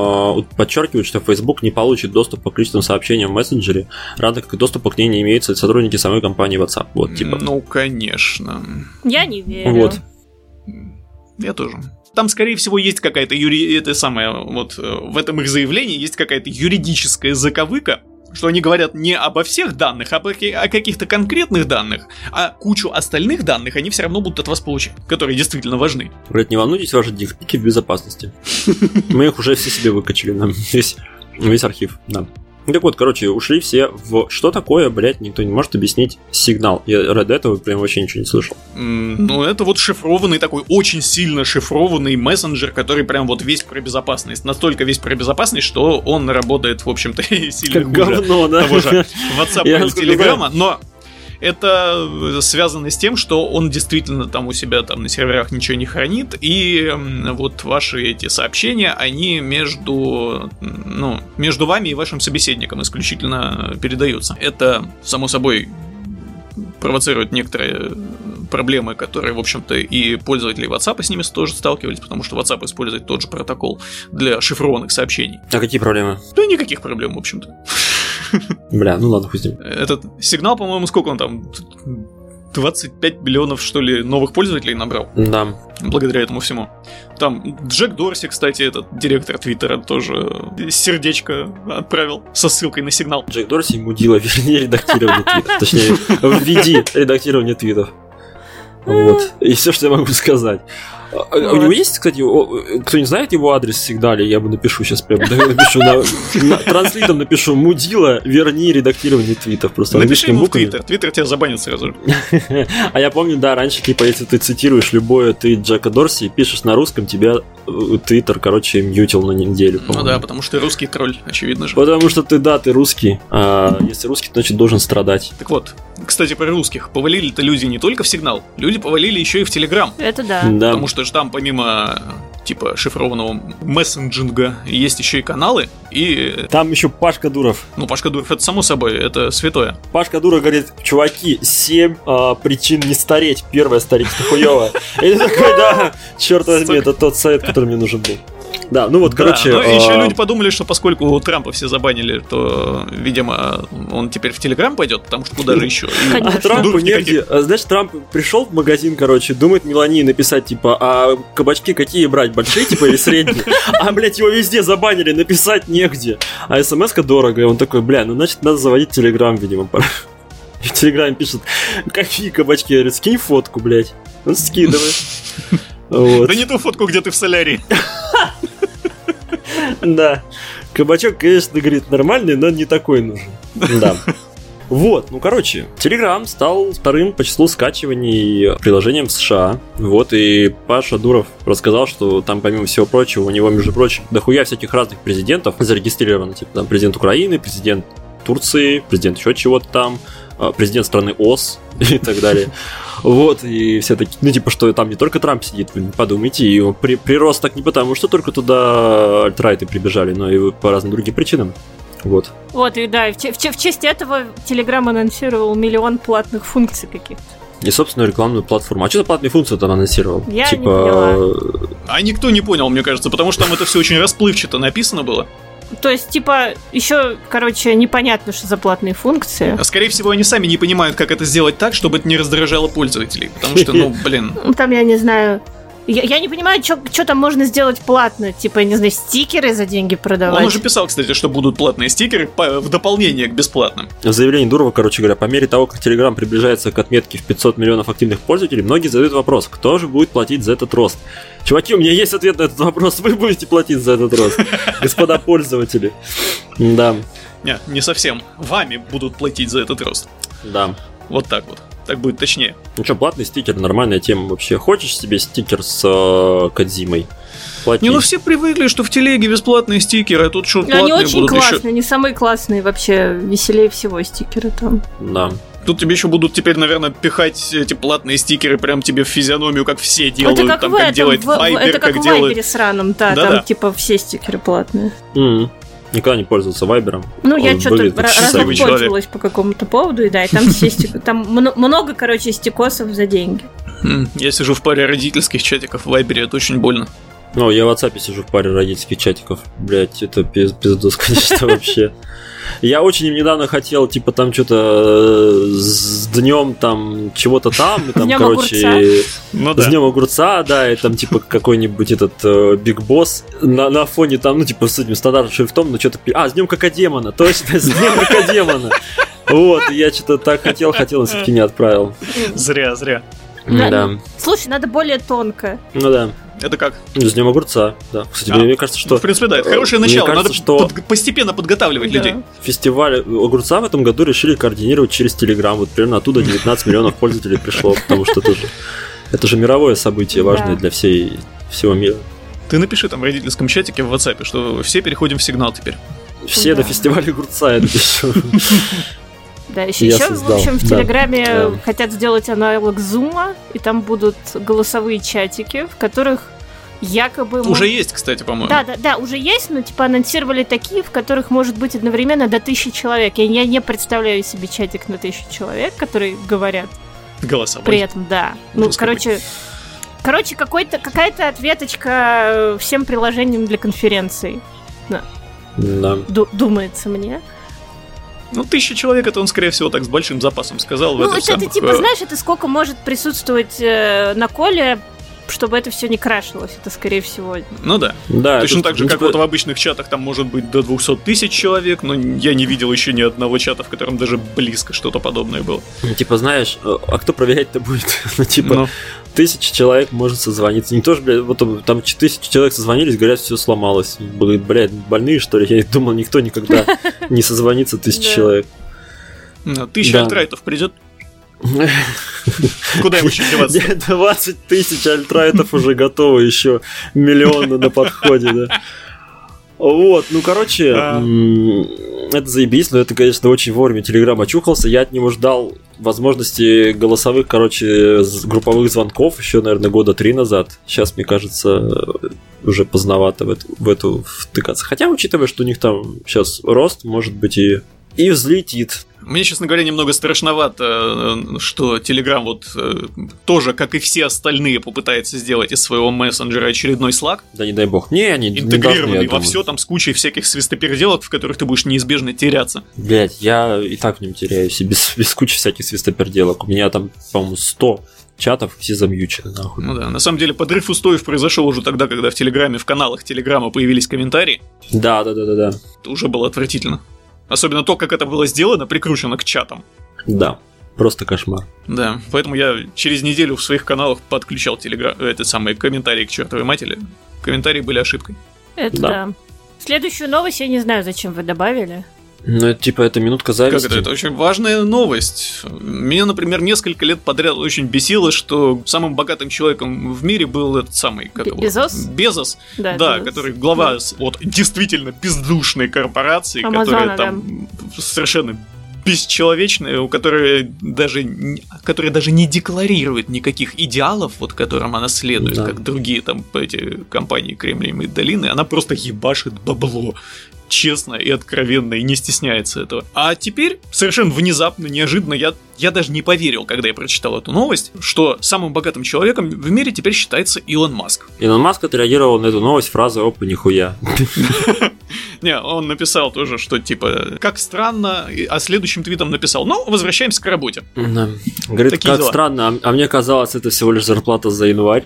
э, подчеркивает, что Facebook не получит доступа к личным сообщениям в мессенджере, равно как и доступа к ней не имеются сотрудники самой компании WhatsApp. Вот, типа. Ну, конечно. Я не верю. Вот. Я тоже. Там, скорее всего, есть какая-то юри... это самое, вот в этом их заявлении есть какая-то юридическая заковыка, что они говорят не обо всех данных, а о каких-то конкретных данных, а кучу остальных данных они все равно будут от вас получать, которые действительно важны. Говорят, не волнуйтесь, ваши дикпики в безопасности. Мы их уже все себе выкачали, нам весь, весь архив, да. Так вот, короче, ушли все в... Что такое, блядь, никто не может объяснить сигнал. Я до этого прям вообще ничего не слышал. Mm, ну, это вот шифрованный такой, очень сильно шифрованный мессенджер, который прям вот весь про безопасность. Настолько весь про безопасность, что он работает, в общем-то, сильно Как хуже говно, да? того же WhatsApp Я или сказал, Telegram, но... Это связано с тем, что он действительно там у себя там на серверах ничего не хранит, и м, вот ваши эти сообщения, они между, ну, между вами и вашим собеседником исключительно передаются. Это, само собой, провоцирует некоторые проблемы, которые, в общем-то, и пользователи WhatsApp с ними тоже сталкивались, потому что WhatsApp использует тот же протокол для шифрованных сообщений. А какие проблемы? Да никаких проблем, в общем-то. Бля, ну ладно, хуй с ним. Этот сигнал, по-моему, сколько он там? двадцать пять миллионов, что ли, новых пользователей набрал. Да. Благодаря этому всему. Там Джек Дорси, кстати, этот директор Твиттера, тоже сердечко отправил со ссылкой на сигнал. Джек Дорси мудила, вернее, редактирование твитов. Точнее, введи редактирование твитов. Вот. И все, что я могу сказать. А, вот. У него есть, кстати, кто не знает его адрес всегда ли, я бы напишу сейчас прям, напишу на, на транслитом напишу «Мудила, верни редактирование твитов». Просто напиши ему буквами. в Твиттер, Твиттер тебя забанит сразу же. А я помню, да, раньше, типа, если ты цитируешь любое ты Джека Дорси и пишешь на русском, тебя Твиттер, короче, мьютил на неделю, по-моему. Ну да, потому что ты русский тролль, очевидно же. Потому что ты, да, ты русский, а если русский, значит, должен страдать. Так вот, кстати, про русских. Повалили-то люди не только в Сигнал, люди повалили еще и в Телеграм. Это да. Да. Потому что же там помимо типа шифрованного мессенджинга есть еще и каналы, и... Там еще Пашка Дуров. Ну, Пашка Дуров, это само собой, это святое. Пашка Дуров говорит: чуваки, семь а, причин не стареть. Первая, стареть хуёво. И ты такой: да, черт возьми, это тот совет, который мне нужен был. Да, ну вот, Да, короче... но а... еще люди подумали, что поскольку Трампа все забанили, то, видимо, он теперь в Телеграм пойдет, потому что куда же еще? Конечно. А Трампу негде. А, знаешь, Трамп пришел в магазин, короче, думает Мелании написать, типа, а кабачки какие брать, большие, типа, или средние? А, блядь, его везде забанили, написать негде. А смс-ка дорого, и он такой, бля, ну, значит, надо заводить Телеграм, видимо, пора. В Телеграме пишет, какие кабачки? Я говорю, скинь фотку, блядь. Он скидывает. Вот. Да не ту фотку, где ты в солярии. Да. Кабачок, конечно, говорит, нормальный, но не такой нужен. Да. Вот, ну, короче, Telegram стал вторым по числу скачиваний приложением в США. Вот, и Паша Дуров рассказал, что там, помимо всего прочего, у него, между прочим, дохуя всяких разных президентов зарегистрировано. Типа, там, президент Украины, президент Турции, президент еще чего-то там, президент страны ОС и так далее. Вот, и все такие, ну, типа, что там не только Трамп сидит, вы не подумайте, и при, прирос так не потому, что только туда альтрайты прибежали, но и по разным другим причинам. Вот. Вот, и да, в, в, в честь этого Telegram анонсировал миллион платных функций каких-то. И, собственно, рекламную платформу. А что за платные функции он анонсировал? Я типа... не поняла. А никто не понял, мне кажется, потому что там это все очень расплывчато написано было. То есть, типа, еще, короче, непонятно, что за платные функции. А скорее всего, они сами не понимают, как это сделать так, чтобы это не раздражало пользователей. Потому что, ну, блин. Там, я не знаю... Я, я не понимаю, что там можно сделать платно. Типа, я не знаю, стикеры за деньги продавать. Он уже писал, кстати, что будут платные стикеры по, в дополнение к бесплатным. В заявлении Дурова, короче говоря, по мере того, как Telegram приближается к отметке в пятьсот миллионов активных пользователей, многие задают вопрос, кто же будет платить за этот рост? Чуваки, у меня есть ответ на этот вопрос. Вы будете платить за этот рост, господа пользователи. Да. Не, не совсем. Вами будут платить за этот рост. Да. Вот так вот. Так будет точнее. Ну что, платный стикер, нормальная тема вообще. Хочешь себе стикер с э, Кодзимой? Плати. Не, ну все привыкли, что в телеге бесплатные стикеры, а тут что платные будут. Они очень будут классные, еще... они самые классные вообще, веселее всего стикеры там. Да. Тут тебе еще будут теперь, наверное, пихать эти платные стикеры прям тебе в физиономию, как все делают, это как там, в как этом, делает в, Viber, это как, как в делает... Viber сраном, да, Да-да. там типа все стикеры платные. Mm-hmm. Никогда не пользовался Вайбером. Ну, я что-то разок пользовалась человек. по какому-то поводу, и да, и там все стик... там много, короче, стикосов за деньги. Я сижу в паре родительских чатиков в Вайбере, это очень больно. Ну, я в WhatsApp сижу в паре родительских чатиков. Блять, это пиздос, конечно, вообще. Я очень недавно хотел, типа, там что-то с днем там чего-то там, и там, короче, ну, да. с днем огурца, да, и там, типа, какой-нибудь этот Биг Босс на, на фоне там, ну, типа, с этим стандартным шрифтом, ну, что-то... А, с днем Какодемона, точно, с днем Какодемона. Вот, я что-то так хотел, хотел, но все-таки не отправил. Зря, зря. Да. да. Слушай, надо более тонко. Ну да. Это как? С днем огурца, да. Кстати, а, мне кажется, что... В принципе, да, это хорошее начало. Кажется, надо что... под... постепенно подготавливать да. людей. Фестиваль огурца в этом году решили координировать через Telegram. Вот примерно оттуда девятнадцать миллионов пользователей пришло, потому что это же, это же мировое событие, важное да. для всей, всего мира. Ты напиши там в родительском чатике в WhatsApp, что все переходим в сигнал теперь. Все да. до фестиваля огурца, я напишу. Да, еще, еще в общем, в Телеграме да. хотят сделать аналог Зума, и там будут голосовые чатики, в которых якобы... Уже мог... есть, кстати, по-моему. Да, да, да, уже есть, но типа анонсировали такие, в которых может быть одновременно до тысячи человек. Я, я не представляю себе чатик на тысячу человек, которые говорят. Голосовой. При этом, да. Ну, короче... Короче, какой-то, какая-то ответочка всем приложениям для конференций. Да. Да. Ду- думается мне. Ну, тысяча человек, это он, скорее всего, так с большим запасом сказал. Ну, в это, самых... это типа, знаешь, это сколько может присутствовать э, на коле, чтобы это все не крашилось, это, скорее всего. Ну да. да Точно это, так же, ну, как типа... вот в обычных чатах там может быть до двести тысяч человек, но я не видел еще ни одного чата, в котором даже близко что-то подобное было. Ну, типа, знаешь, а кто проверять-то будет? ну, типа, ну. тысяча человек может созвониться. Не то же, блядь, вот там тысячи человек созвонились, говорят, все сломалось. Блядь, больные, что ли? Я думал, никто никогда не созвонится тысяча человек. Тысяча альтрайтов придет. Куда им еще деваться? двадцать тысяч альтрайтов уже готовы, еще миллионы на подходе, да. Вот, ну, короче, а... это заебись, но это, конечно, очень вовремя Telegram очухался. Я от него ждал возможности голосовых, короче, групповых звонков еще, наверное, года три назад. Сейчас, мне кажется, уже поздновато в эту, в эту втыкаться. Хотя, учитывая, что у них там сейчас рост, может быть, и... И взлетит. Мне, честно говоря, немного страшновато, что Telegram вот тоже, как и все остальные, попытается сделать из своего мессенджера очередной Slack. Да не дай бог. Не, они интегрированный не во все там с кучей всяких свистопеределок, в которых ты будешь неизбежно теряться. Блять, я и так в нем теряюсь, и без, без кучи всяких свистоперделок. У меня там, по-моему, сто чатов, все замьючены, нахуй. Ну да, на самом деле подрыв устоев произошел уже тогда, когда в Телеграме, в каналах Телеграма появились комментарии. Да, да, да, да, да. Это уже было отвратительно. Особенно то, как это было сделано, прикручено к чатам. Да, просто кошмар. Да, поэтому я через неделю в своих каналах подключал телегра... этот самый комментарий к чертовой матери. Комментарии были ошибкой. Это да. да. Следующую новость я не знаю, зачем вы добавили. Ну, это, типа, это минутка зависти. Как это? Это очень важная новость. Меня, например, несколько лет подряд очень бесило, что самым богатым человеком в мире был этот самый... Как его? Безос? Безос, да, да Безос. Который глава да. вот действительно бездушной корпорации, Амазона, которая там да. совершенно бесчеловечная, у которой даже, которая даже не декларирует никаких идеалов, вот которым она следует, да. как другие там эти компании Кремниевой долины, она просто ебашит бабло. Честно и откровенно, и не стесняется этого. А теперь, совершенно внезапно, неожиданно, я, я даже не поверил, когда я прочитал эту новость, что самым богатым человеком в мире теперь считается Илон Маск. Илон Маск отреагировал на эту новость фразой «Опа, нихуя». Не, он написал тоже, что типа, как странно, а следующим твитом написал, ну, возвращаемся к работе. Да. Говорит, такие как дела. Странно, а мне казалось, это всего лишь зарплата за январь.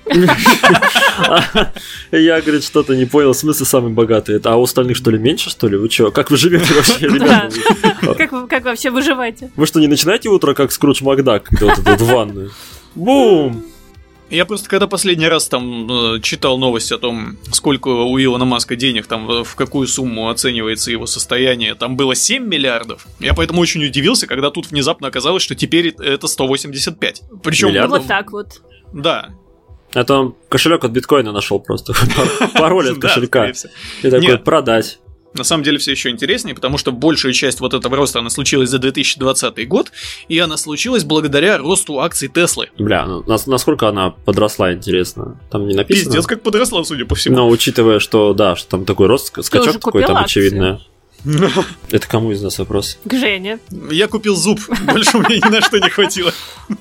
Я, говорит, что-то не понял, в смысле самый богатый. А у остальных, что ли, меньше, что ли? Вы что, как вы живете вообще, ребята? Как вообще выживаете? Вы что, не начинаете утро, как Скрудж Макдак, вот это в ванную? Бум! Я просто когда последний раз там читал новость о том, сколько у Илона Маска денег, там в какую сумму оценивается его состояние, там было семь миллиардов. Я поэтому очень удивился, когда тут внезапно оказалось, что теперь это сто восемьдесят пять. Причем вот так вот. Да. Это он кошелек от биткоина нашел просто. Пароль от кошелька. И такой продать. На самом деле все еще интереснее, потому что большая часть вот этого роста, она случилась за две тысячи двадцатый год, и она случилась благодаря росту акций Теслы. Бля, ну насколько она подросла, интересно? Там не написано? Пиздец, как подросла, судя по всему. Но учитывая, что, да, что там такой рост, скачок такой там очевидный. Это кому из нас вопрос? К Жене. Я купил зуб, больше у меня ни на что не хватило.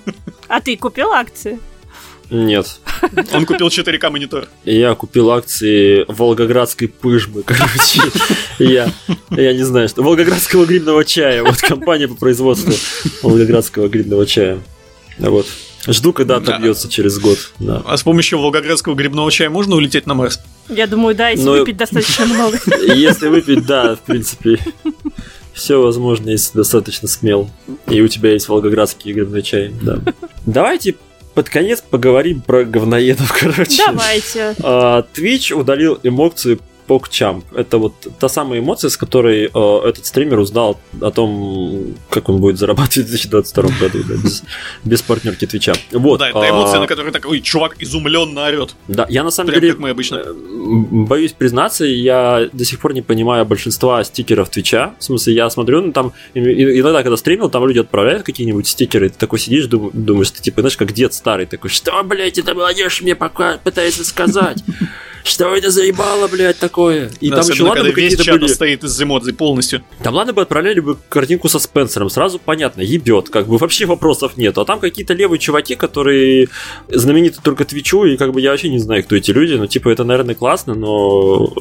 А ты купил акции? Нет. Он купил четыре ка монитор. Я купил акции Волгоградской пыжмы, короче. Я, я не знаю, что... Волгоградского грибного чая. Вот компания по производству Волгоградского грибного чая. Вот. Жду, когда отобьется да. через год. Да. А с помощью Волгоградского грибного чая можно улететь на Марс? Я думаю, да, если Но... выпить достаточно много. Если выпить, да, в принципе. Все возможно, если достаточно смел. И у тебя есть волгоградский грибной чай. Да. Давайте под конец поговорим про говноедов, короче. Давайте. Twitch удалил эмоцию PogChamp. Это вот та самая эмоция, с которой э, этот стример узнал о том, как он будет зарабатывать в две тысячи двадцать втором году, да, без, без партнерки Твича. Вот, да, это эмоция, а, на которой такой чувак изумленно орет. Да, я на самом Прям деле как мы обычно. боюсь признаться, я до сих пор не понимаю большинства стикеров Твича. В смысле, я смотрю, ну там иногда, когда стримил, там люди отправляют какие-нибудь стикеры, и ты такой сидишь, дум, думаешь, ты типа, знаешь, как дед старый, такой, что, блядь, это молодежь мне пока пытается сказать? Что это за ебало, блядь, такое? И да, там еще ладно бы весь какие-то чат были... стоит из эмодзи полностью. Там ладно бы отправляли бы картинку со Спенсером, сразу понятно, ебет, как бы вообще вопросов нету. А там какие-то левые чуваки, которые знамениты только Твичу, и как бы я вообще не знаю, кто эти люди. Ну, типа, это, наверное, классно, но...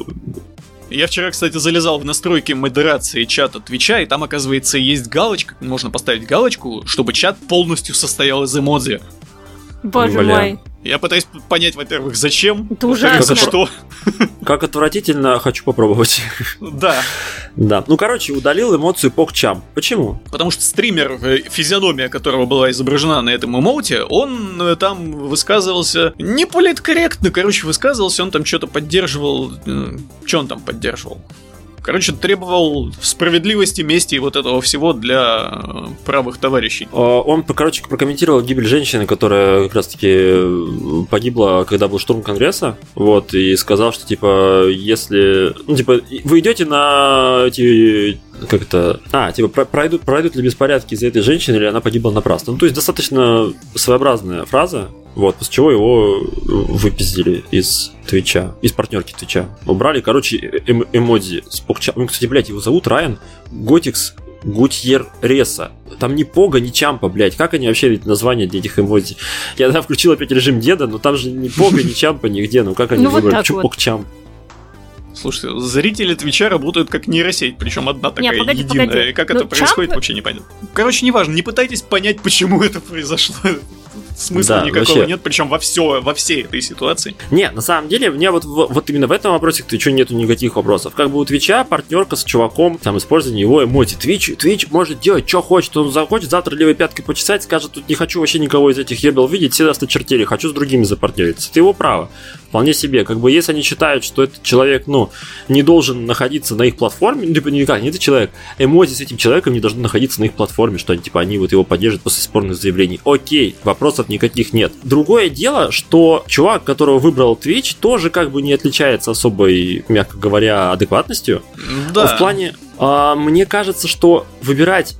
Я вчера, кстати, залезал в настройки модерации чата Твича, и там, оказывается, есть галочка, можно поставить галочку, чтобы чат полностью состоял из эмодзи. Боже Бля. мой. Я пытаюсь понять, во-первых, зачем, это ужасно. за что. Как отвратительно, хочу попробовать. Да. Да. Ну, короче, удалил эмоцию PogChamp. Почему? Потому что стример, физиономия которого была изображена на этом эмоуте, он там высказывался не политкорректно, короче, высказывался, он там что-то поддерживал. Что он там поддерживал? Короче, требовал справедливости, мести и вот этого всего для правых товарищей. Он, короче, прокомментировал гибель женщины, которая как раз-таки погибла, когда был штурм Конгресса, вот, и сказал, что, типа, если... Ну, типа, вы идете на эти... Как это... А, типа, пройдут, пройдут ли беспорядки из-за этой женщины, или она погибла напрасно. Ну, то есть, достаточно своеобразная фраза, вот, после чего его выпиздили из Твича, из партнерки Твича. Убрали, короче, эм- эмодзи с PogChamp. Ну, кстати, блядь, его зовут Райан Готикс Гутьерреса. Там ни Пога, ни Чампа, блядь. Как они вообще эти названия для этих эмодзи? Я тогда включил опять режим деда, но там же ни Пога, ни Чампа нигде. Ну как они ну, выбрали? Вот Почему вот. Пог Чамп? Слушайте, зрители Твича работают как нейросеть, причем одна такая Не, погоди, единая. погоди. И как Ну, это происходит, Чамп- вообще непонятно. Короче, неважно, не пытайтесь понять, почему это произошло. Смысла Да, никакого вообще. нет, причем во, все, во всей этой ситуации. Не, на самом деле, мне вот, вот именно в этом вопросе к Твичу нету никаких вопросов. Как бы у Твича партнерка с чуваком, там, использование его эмодзи. Твич, Твич может делать, что хочет. Он захочет завтра левой пяткой почесать, скажет, тут не хочу вообще никого из этих ебел видеть, все осточертели, хочу с другими запартнериться. Это его право. Вполне себе. Как бы, если они считают, что этот человек, ну, не должен находиться на их платформе, ну, типа, никак, не этот человек, эмодзи с этим человеком не должны находиться на их платформе, что они, типа, они вот его поддержат после спорных заявлений. Окей, вопросов никаких нет. Другое дело, что чувак, которого выбрал Twitch, тоже как бы не отличается особой, мягко говоря, адекватностью. Да. В плане, а, мне кажется, что выбирать...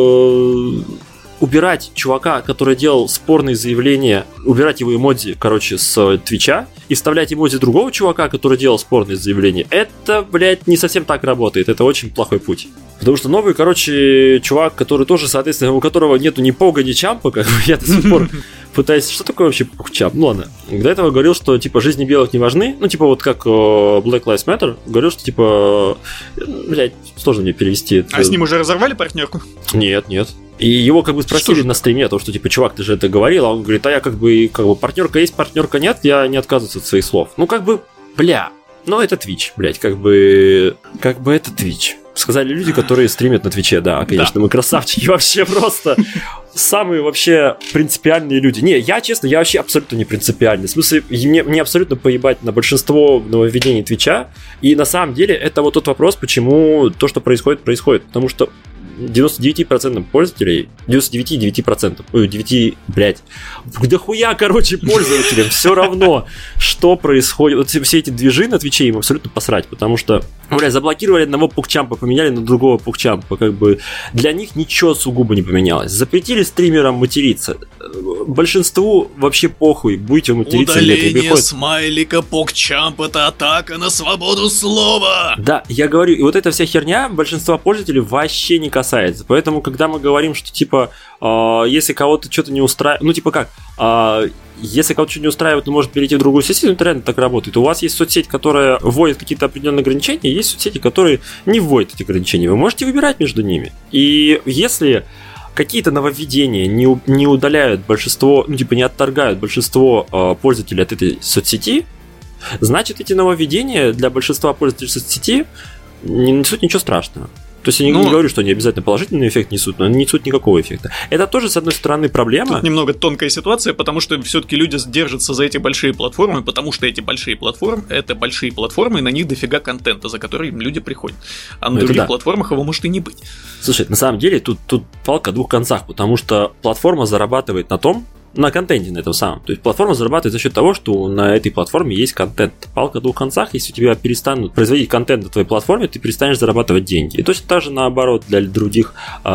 э, убирать чувака, который делал спорные заявления, убирать его эмодзи, короче, с Твича, и вставлять эмодзи другого чувака, который делал спорные заявления, это, блядь, не совсем так работает. Это очень плохой путь. Потому что новый, короче, чувак, который тоже, соответственно, у которого нету ни Пога, ни Чампа, как бы я до сих пор пытаюсь... Что такое вообще Пог Чамп? Ну ладно. До этого говорил, что, типа, жизни белых не важны. Ну, типа, вот как Black Lives Matter. Говорил, что, типа... Блядь, сложно мне перевести это. А с ним уже разорвали партнерку? Нет, нет. И его как бы спросили на стриме о том, что типа, чувак, ты же это говорил, а он говорит, а я как бы, как бы партнерка есть, партнерка нет, я не отказываюсь от своих слов. Ну как бы, бля, ну это Twitch, блядь, как бы, как бы это Twitch. Сказали люди, которые стримят на Твиче, да, конечно, да. Мы красавчики вообще просто. Самые вообще принципиальные люди. Не, я, честно, я вообще абсолютно не принципиальный. В смысле, мне, мне абсолютно поебать на большинство нововведений Твича. И на самом деле это вот тот вопрос, почему то, что происходит, происходит. Потому что девяносто девять процентов пользователей, девяносто девять целых девять десятых процента, ой, девять, блядь, да хуя, короче, пользователям все равно, что происходит. Вот все эти движи на Твиче им абсолютно посрать, потому что, блядь, заблокировали одного пукчампа, поменяли на другого пукчампа, как бы для них ничего сугубо не поменялось. Запретили стримерам материться. Большинству вообще похуй, будете материться или нет. Удаление смайлика пукчамп — это атака на свободу слова. Да, я говорю, и вот эта вся херня большинства пользователей вообще не касается. Поэтому, когда мы говорим, что типа, э, если кого-то что-то не устраивает, ну типа как, э, если кого-то что-то не устраивает, он может перейти в другую сеть, ну это реально так работает. У вас есть соцсеть, которая вводит какие-то определенные ограничения, и есть соцсети, которые не вводят эти ограничения. Вы можете выбирать между ними. И если какие-то нововведения не, не удаляют большинство, ну типа не отторгают большинство э, пользователей от этой соцсети, значит эти нововведения для большинства пользователей соцсети не несут ничего страшного. То есть я ну, не говорю, что они обязательно положительный эффект несут, но они несут никакого эффекта. Это тоже, с одной стороны, проблема. Тут немного тонкая ситуация, потому что все-таки люди держатся за эти большие платформы, потому что эти большие платформы — это большие платформы, и на них дофига контента, за которым люди приходят. А на ну, других да. платформах его может и не быть. Слушай, на самом деле тут, тут палка о двух концах, потому что платформа зарабатывает на том, на контенте на этом самом. То есть платформа зарабатывает за счет того, что на этой платформе есть контент. Палка о двух концах. Если у тебя перестанут производить контент на твоей платформе, ты перестанешь зарабатывать деньги. И точно так же наоборот для других.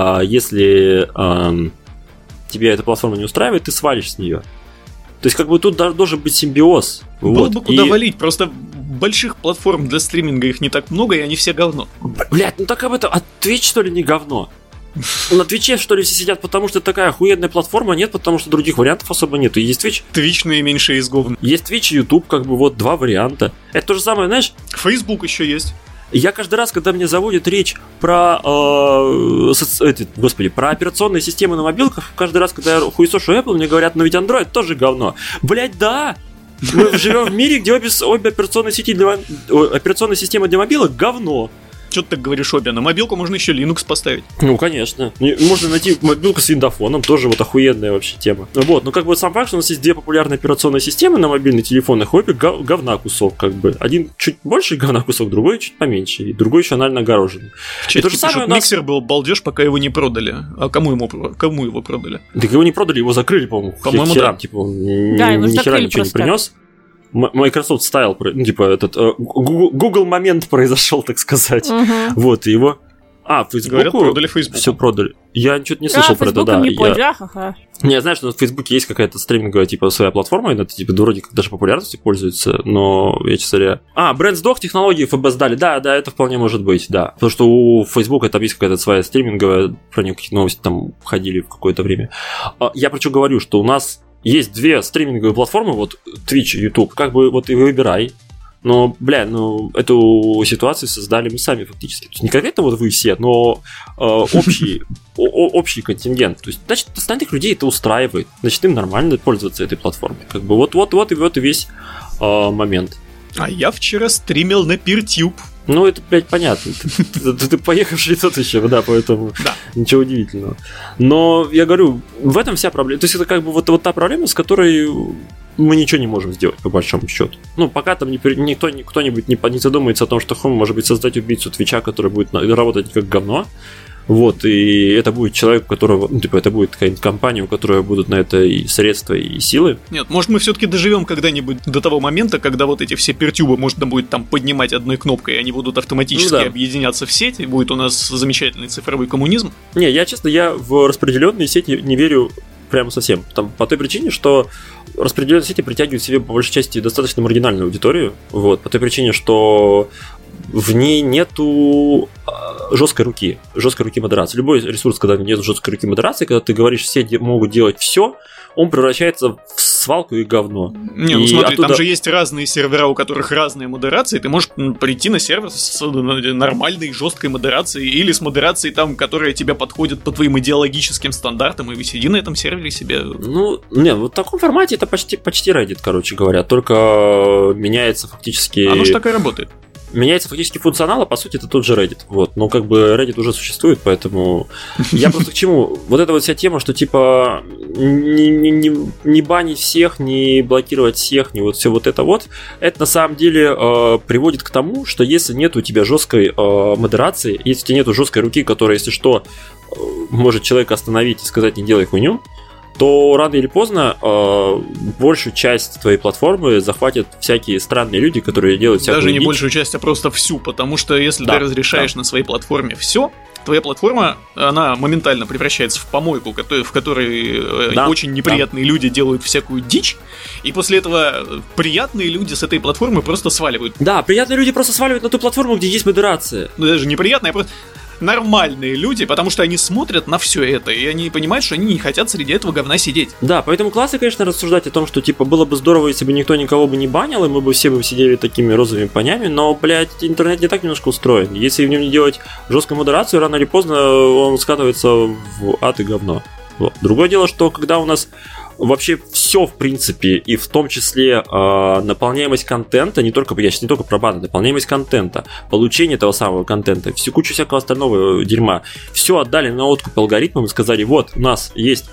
Если тебя эта платформа не устраивает, ты свалишь с нее. То есть как бы тут должен быть симбиоз. Было вот. бы куда и... валить, просто больших платформ для стриминга их не так много, и они все говно. Блять, ну так об этом. А Twitch, что ли, не говно? На Твиче, что ли, все сидят, потому что это такая охуенная платформа? Нет, потому что других вариантов особо нету. Есть Twitch. Твич наименьшее из говн. Есть Twitch и YouTube, как бы вот два варианта. Это то же самое, знаешь? Facebook еще есть. Я каждый раз, когда мне заводит речь про, э, со, эти, господи, про операционные системы на мобилках, каждый раз, когда я хуесошу Apple, мне говорят, ну ведь Android тоже говно. Блять, да! Мы живем в мире, где обе, обе операционные, сети для, операционные системы для мобилок говно. Что ты так говоришь, обе? На мобилку можно еще Linux поставить. Ну, конечно. Можно найти мобилку с виндофоном, тоже вот охуенная вообще тема. Вот, ну как бы сам факт, что у нас есть две популярные операционные системы на мобильный телефон, их обе гов- говна кусок, как бы. Один чуть больше говна кусок, другой чуть поменьше, и другой еще анально огороженный. В чатике пишут, нас... миксер был балдеж, пока его не продали. А кому, ему, кому его продали? Так его не продали, его закрыли, по-моему, по-моему, херам, да. Типа, он да, ни хера ничего не принес. Microsoft стайл, ну, типа, этот Google момент произошел, так сказать. Uh-huh. Вот, и его. А, Фейсбуку? Говорят, продали Фейсбук. Все продали. Я что-то не слышал а, про это, да. Не я... я... ага. Не, я знаю, что на Фейсбуке есть какая-то стриминговая, типа, своя платформа, и это, типа, вроде как даже популярностью пользуется, но я, честно говоря... А, бренд сдох, технологии эф бэ сдали, да, да, это вполне может быть, да. Потому что у Фейсбука там есть какая-то своя стриминговая, про нее какие-то новости там ходили в какое-то время. Я про что говорю, что у нас есть две стриминговые платформы, вот Twitch и YouTube, как бы вот и выбирай. Но, бля, ну, эту ситуацию создали мы сами фактически. То есть не конкретно вот вы все, но э, общий, о, общий контингент. То есть, значит, остальных людей это устраивает. Значит, им нормально пользоваться этой платформой. Как бы вот-вот-вот и вот и весь э, момент. А я вчера стримил на PeerTube. Ну, это, блядь, понятно. Ты, ты, ты поехавший тот еще, да, поэтому да. Ничего удивительного. Но я говорю, в этом вся проблема. То есть это как бы вот, вот та проблема, с которой мы ничего не можем сделать, по большому счету. Ну, пока там не, никто, кто-нибудь не, не задумается о том, что хм, может быть, создать убийцу Твича, который будет работать как говно. Вот, и это будет человек, у которого, ну, типа, это будет какая-нибудь компания, у которой будут на это и средства, и силы. Нет, может, мы все-таки доживем когда-нибудь до того момента, когда вот эти все пертюбы можно будет там поднимать одной кнопкой, и они будут автоматически ну, да. объединяться в сеть, и будет у нас замечательный цифровой коммунизм. Не, я, честно, я в распределенные сети не верю прямо совсем. Там, по той причине, что распределенные сети притягивают к себе, по большей части, достаточно маргинальную аудиторию. Вот, по той причине, что в ней нету жесткой руки, жесткой руки модерации. Любой ресурс, когда нет жесткой руки модерации, когда ты говоришь, все могут делать все, он превращается в свалку и говно. Не, ну и смотри, оттуда... там же есть разные сервера, у которых разные модерации. Ты можешь прийти на сервер с нормальной жесткой модерацией или с модерацией, там, которая тебе подходит по твоим идеологическим стандартам, и сиди на этом сервере себе. Ну, не, вот в таком формате это почти, почти Reddit, короче говоря, только меняется фактически... Оно же так и работает. Меняется фактически функционал, а по сути это тот же Reddit. Вот. Но как бы Reddit уже существует, поэтому я просто к чему? Вот эта вот вся тема, что типа не, не, не, не банить всех, не блокировать всех, не вот все вот это вот, это на самом деле э, приводит к тому, что если нет у тебя жесткой э, модерации, если у тебя нету жесткой руки, которая, если что, э, может человека остановить и сказать не делай хуйню, то рано или поздно э, большую часть твоей платформы захватят всякие странные люди, которые делают всякую Даже не дичь. большую часть, а просто всю, потому что если да, ты разрешаешь да. на своей платформе все, твоя платформа, она моментально превращается в помойку, в которой да, очень неприятные да. люди делают всякую дичь, и после этого приятные люди с этой платформы просто сваливают. Да, приятные люди просто сваливают на ту платформу, где есть модерация. Ну даже неприятные, а просто... нормальные люди, потому что они смотрят на все это, и они понимают, что они не хотят среди этого говна сидеть. Да, поэтому классно, конечно, рассуждать о том, что, типа, было бы здорово, если бы никто никого бы не банил, и мы бы все бы сидели такими розовыми понями, но, блядь, интернет не так немножко устроен. Если в нем не делать жесткую модерацию, рано или поздно он скатывается в ад и говно. Вот. Другое дело, что когда у нас вообще все, в принципе, и в том числе э, наполняемость контента, не только, я сейчас не только про баны, наполняемость контента, получение этого самого контента, всю кучу всякого остального дерьма, все отдали на откуп алгоритмам и сказали, вот, у нас есть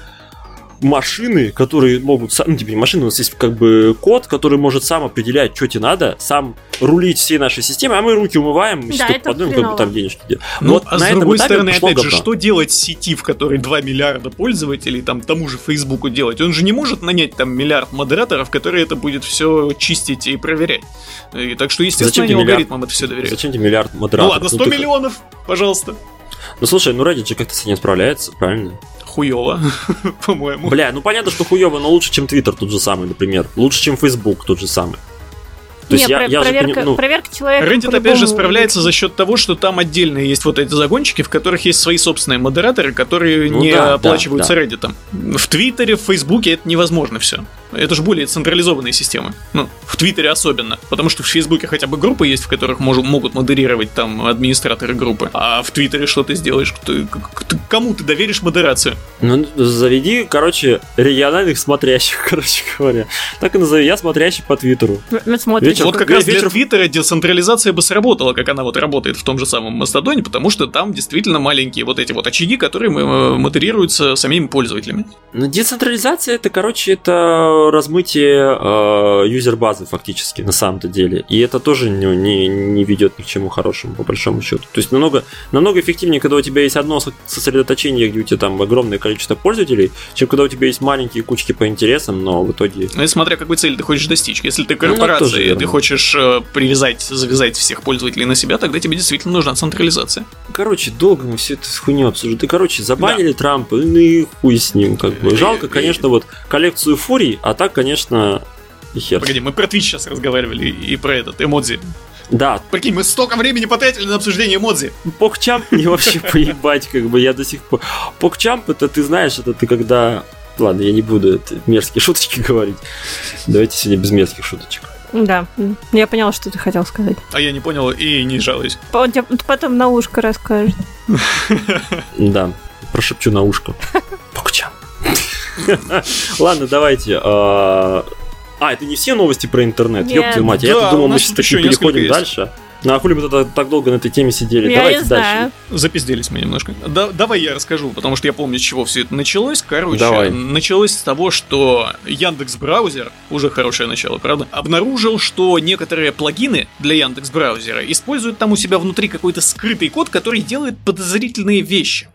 машины, которые могут, ну, типа не машины, у нас есть как бы код, который может сам определять, что тебе надо, сам рулить всей нашей системой, а мы руки умываем, мы да, сейчас подумаем, как бы там денежки делать. Ну, вот а с другой стороны, опять же, что делать сети, в которой два миллиарда пользователей, там, тому же Фейсбуку делать? Он же не может нанять там миллиард модераторов, которые это будет все чистить и проверять. И так что, естественно, они алгоритмам это все доверяют. Зачем тебе миллиард модераторов? Ну ладно, сто ну, миллионов, ты... пожалуйста. Ну слушай, ну Reddit же как-то с этим справляется, правильно? Хуёво, по-моему. Бля, ну понятно, что хуёво, но лучше, чем Twitter тот же самый, например. Лучше, чем Facebook тот же самый. То не, есть я, про- я проверка, же, ну... проверка человека. Reddit, опять же, справляется за счет того, что там отдельные есть вот эти загончики, в которых есть свои собственные модераторы, которые ну, не да, оплачиваются да, да. Reddit. В Твиттере, в Фейсбуке это невозможно все. Это же более централизованные системы. Ну, в Твиттере особенно. Потому что в Фейсбуке хотя бы группы есть, в которых мож- могут модерировать там администраторы группы. А в Твиттере что ты сделаешь? Ты, ты, кому ты доверишь модерацию? Ну, заведи, короче, региональных смотрящих, короче говоря. Так и назови, я смотрящий по Твиттеру. Мы смотрим. Вот как раз для Твиттера децентрализация бы сработала, как она вот работает в том же самом Мастодоне, потому что там действительно маленькие вот эти вот очаги, которые модерируются самими пользователями. Ну, децентрализация, это, короче, это просто размытие э, юзер-базы фактически на самом-то деле. И это тоже не, не, не ведет ни к чему хорошему, по большому счету. То есть намного, намного эффективнее, когда у тебя есть одно сосредоточение, где у тебя там огромное количество пользователей, чем когда у тебя есть маленькие кучки по интересам, но в итоге... Ну, смотря какой цель ты хочешь достичь. Если ты корпорация, ну, и ты хочешь э, привязать, завязать всех пользователей на себя, тогда тебе действительно нужна централизация. Короче, долго мы все это хуйню обсуждали. Короче, забанили да. Трампа, ну и хуй с ним, как бы. Жалко, и, конечно, и... вот коллекцию фурий, а так, конечно, и хер. Погоди, мы про Twitch сейчас разговаривали и про этот, эмодзи. Да. Прикинь, мы столько времени потратили на обсуждение эмодзи. Покчамп мне вообще поебать, как бы, я до сих пор... Покчамп, это ты знаешь, это ты когда... Ладно, я не буду это мерзкие шуточки говорить. Давайте сегодня без мерзких шуточек. Да, я поняла, что ты хотел сказать. А я не понял и не жалуюсь. Он тебе потом на ушко расскажет. Да, прошепчу на ушко. Покчамп. Ладно, давайте... А, это не все новости про интернет, ёпта мать. Я да, думал, мы сейчас таки переходим есть. Дальше. Ну а хули мы тогда так долго на этой теме сидели? Я Давайте не дальше. Знаю. Запизделись мы немножко. Да, давай я расскажу, потому что я помню, с чего все это началось. Короче, давай. Началось с того, что Яндекс.Браузер, уже хорошее начало, правда, обнаружил, что некоторые плагины для Яндекс.Браузера используют там у себя внутри какой-то скрытый код, который делает подозрительные вещи.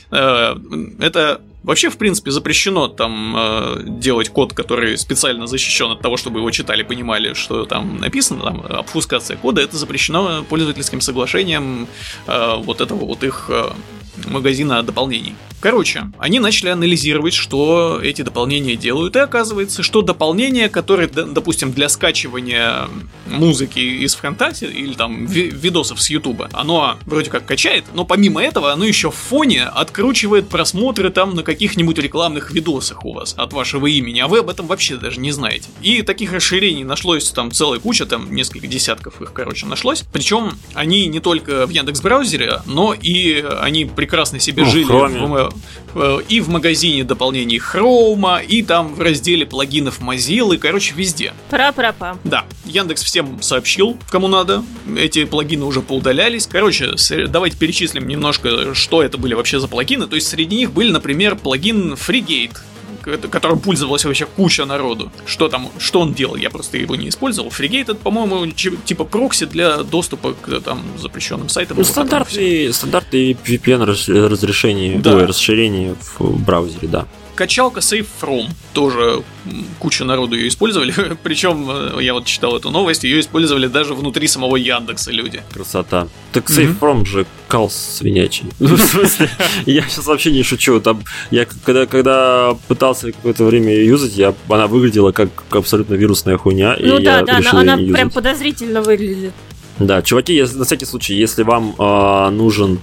Это... Вообще, в принципе, запрещено там э, делать код, который специально защищен от того, чтобы его читали, понимали, что там написано, там, обфускация кода, это запрещено пользовательским соглашением э, вот этого вот их э, магазина дополнений. Короче, они начали анализировать, что эти дополнения делают, и оказывается, что дополнение, которое, допустим, для скачивания музыки из ВКонтакте или там ви- видосов с Ютуба, оно вроде как качает, но помимо этого оно еще в фоне откручивает просмотры там на каких-нибудь рекламных видосах у вас от вашего имени, а вы об этом вообще даже не знаете. И таких расширений нашлось там целая куча, там несколько десятков их, короче, нашлось. Причем они не только в Яндекс.Браузере, но и они прекрасно себе ну, жили в, и в магазине дополнений Chrome, и там в разделе плагинов Mozilla, короче, везде. Пра-пра-па. Да, Яндекс всем сообщил, кому надо, эти плагины уже поудалялись. Короче, давайте перечислим немножко, что это были вообще за плагины. То есть среди них были, например, плагин FreeGate, которым пользовалась вообще куча народу. Что там, что он делал, я просто его не использовал. FreeGate это, по-моему, типа прокси для доступа к там запрещенным сайтам. Ну, стандартные, стандартные ви пи эн разрешения, да. Ой, расширения в браузере, да. Качалка Save From, тоже куча народу ее использовали, причем я вот читал эту новость, ее использовали даже внутри самого Яндекса люди. Красота. Так Save From же кал свинячий. В смысле, я сейчас вообще не шучу. Там я когда, когда пытался какое-то время ее юзать, я, она выглядела как абсолютно вирусная хуйня. Ну и да, я да, решил она, ее она прям подозрительно выглядит. Да, чуваки, если, на всякий случай, если вам э, нужен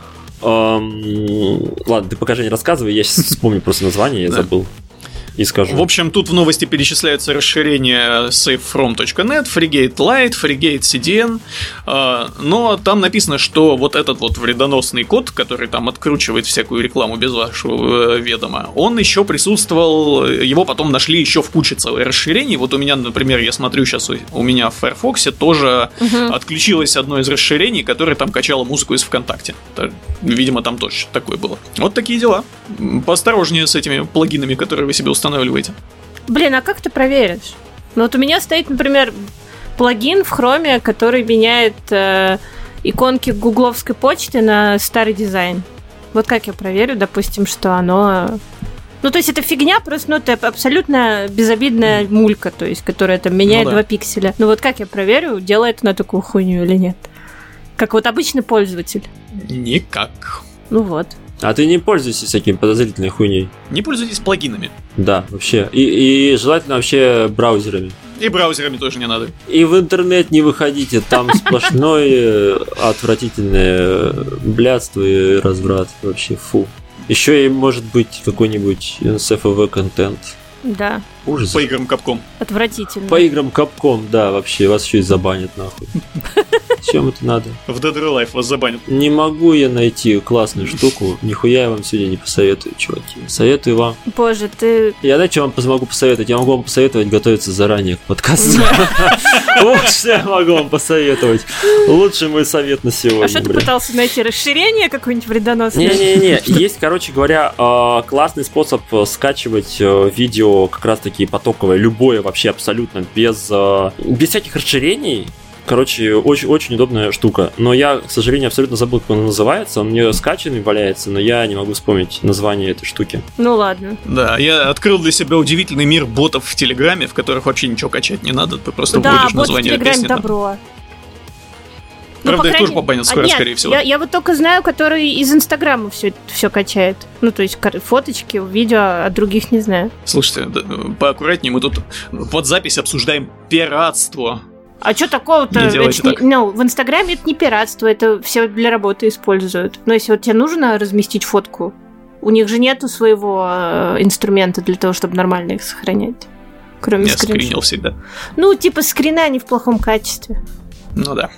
Um, ладно, ты пока же не рассказывай, я сейчас вспомню просто название, я забыл. И скажу. В общем, тут в новости перечисляются расширения savefrom точка нет, FreeGate Lite, FreeGate си ди эн, но там написано, что вот этот вот вредоносный код, который там откручивает всякую рекламу без вашего ведома, он еще присутствовал, его потом нашли еще в куче целых расширений. Вот у меня, например, я смотрю сейчас, у меня в Firefox тоже угу. отключилось одно из расширений, которое там качало музыку из ВКонтакте. Видимо, там тоже что-то такое было. Вот такие дела. Поосторожнее с этими плагинами, которые вы себе устанавливаете. Блин, а как ты проверишь? Ну вот у меня стоит, например, плагин в Chrome, который меняет э, иконки гугловской почты на старый дизайн. Вот как я проверю, допустим, что оно... Ну, то есть это фигня, просто ну, это абсолютно безобидная мулька, то есть, которая там меняет ну, да. два пикселя. Ну вот как я проверю, делает она такую хуйню или нет? Как вот обычный пользователь. Никак. Ну вот. А ты не пользуешься всякими подозрительной хуйней? Не пользуйтесь плагинами. Да, вообще. И, и желательно вообще браузерами. И браузерами тоже не надо. И в интернет не выходите, там сплошное отвратительное блядство и разврат. Вообще, фу. Еще и может быть какой-нибудь эн эс эф ви контент. Да. Ужас. По играм Capcom. Отвратительно. По играм Capcom, да, вообще, вас еще и забанят нахуй. Чем это надо? В Dead or Alive вас забанят. Не могу я найти классную штуку. Нихуя я вам сегодня не посоветую, чуваки. Советую вам. Боже, ты... Я знаете, что вам могу посоветовать? Я могу вам посоветовать готовиться заранее к подкасту. Вот что я могу вам посоветовать. Лучший мой совет на сегодня. А что ты пытался найти? Расширение какое-нибудь вредоносное? Не-не-не. Есть, короче говоря, классный способ скачивать видео как раз-таки такие потоковые, любое вообще абсолютно, без, без всяких расширений. Короче, очень, очень удобная штука. Но я, к сожалению, абсолютно забыл, как он называется. Он мне скачанный валяется, но я не могу вспомнить название этой штуки. Ну ладно. Да, я открыл для себя удивительный мир ботов в Телеграме, в которых вообще ничего качать не надо. Ты просто да, вводишь бот название в Телеграме песни. добро. Правда, ну, их крайней... тоже побанят скоро, а, нет, скорее всего. Я, я вот только знаю, который из Инстаграма все, все качает. Ну, то есть фоточки, видео, а других не знаю. Слушайте, да, поаккуратнее, мы тут под запись обсуждаем пиратство. А что такого-то? Не делайте это так. Не, ну, в Инстаграме это не пиратство, это все для работы используют. Но если вот тебе нужно разместить фотку, у них же нету своего э, инструмента для того, чтобы нормально их сохранять. Кроме Я скриншотов. скринил всегда. Ну, типа скрина не в плохом качестве. Ну да.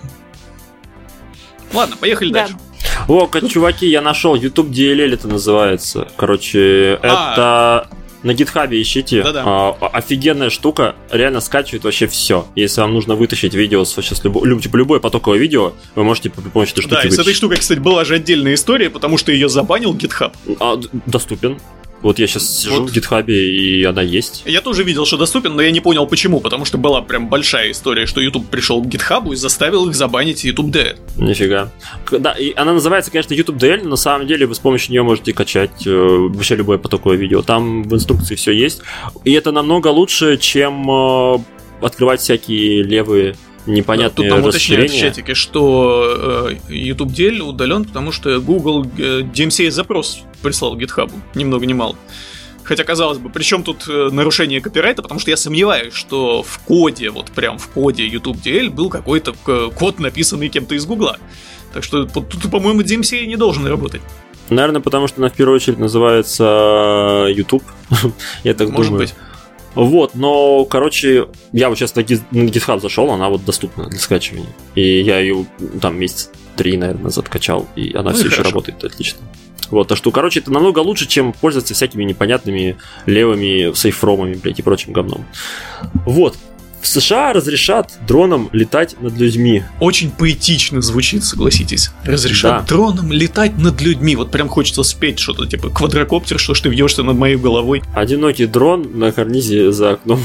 Ладно, поехали Да. дальше. О, как, чуваки, я нашел YouTube ди эл эл, это называется. Короче, А. это на гитхабе ищите. Да-да. А, офигенная штука, реально скачивает вообще все. Если вам нужно вытащить видео, сейчас любо, люб, типа, любое потоковое видео, вы можете при помощи этой штуки Да, и с этой вытащить. штукой, кстати, была же отдельная история, потому что ее забанил GitHub. А, д- доступен. Вот я сейчас сижу Вот. в гитхабе, и она есть. Я тоже видел, что доступен, но я не понял почему, потому что была прям большая история, что YouTube пришел к GitHub и заставил их забанить YouTube ди эл. Нифига. К- Да, и она называется, конечно, YouTube ди эл, но на самом деле вы с помощью нее можете качать э, вообще любое потоковое видео. Там в инструкции все есть. И это намного лучше, чем э, открывать всякие левые непонятные Тут нам уточняют в расширения. чатике, что э, YouTube ди эл удален, потому что Google э, ди эм си эй-запрос прислал GitHub, ни много ни мало. Хотя, казалось бы, при чем тут э, нарушение копирайта, потому что я сомневаюсь, что в коде, вот прям в коде YouTube ди эл был какой-то к- код, написанный кем-то из Гугла. Так что тут, тут, по-моему, ди эм си эй не должен работать. Наверное, потому что она в первую очередь называется YouTube. Я так Может думаю. быть. Вот, но, короче, я вот сейчас на Git- на GitHub зашел, она вот доступна для скачивания. И я ее там месяц три, наверное, назад качал, и она Ну и все еще хорошо. работает отлично. Вот, так что, короче, это намного лучше, чем пользоваться всякими непонятными левыми сейфромами, блядь, и прочим говном. Вот. В США разрешат дронам летать над людьми. Очень поэтично звучит, согласитесь. Разрешат Да. дронам летать над людьми. Вот прям хочется спеть что-то, типа квадрокоптер, что ж ты вьешься над моей головой. Одинокий дрон на карнизе за окном.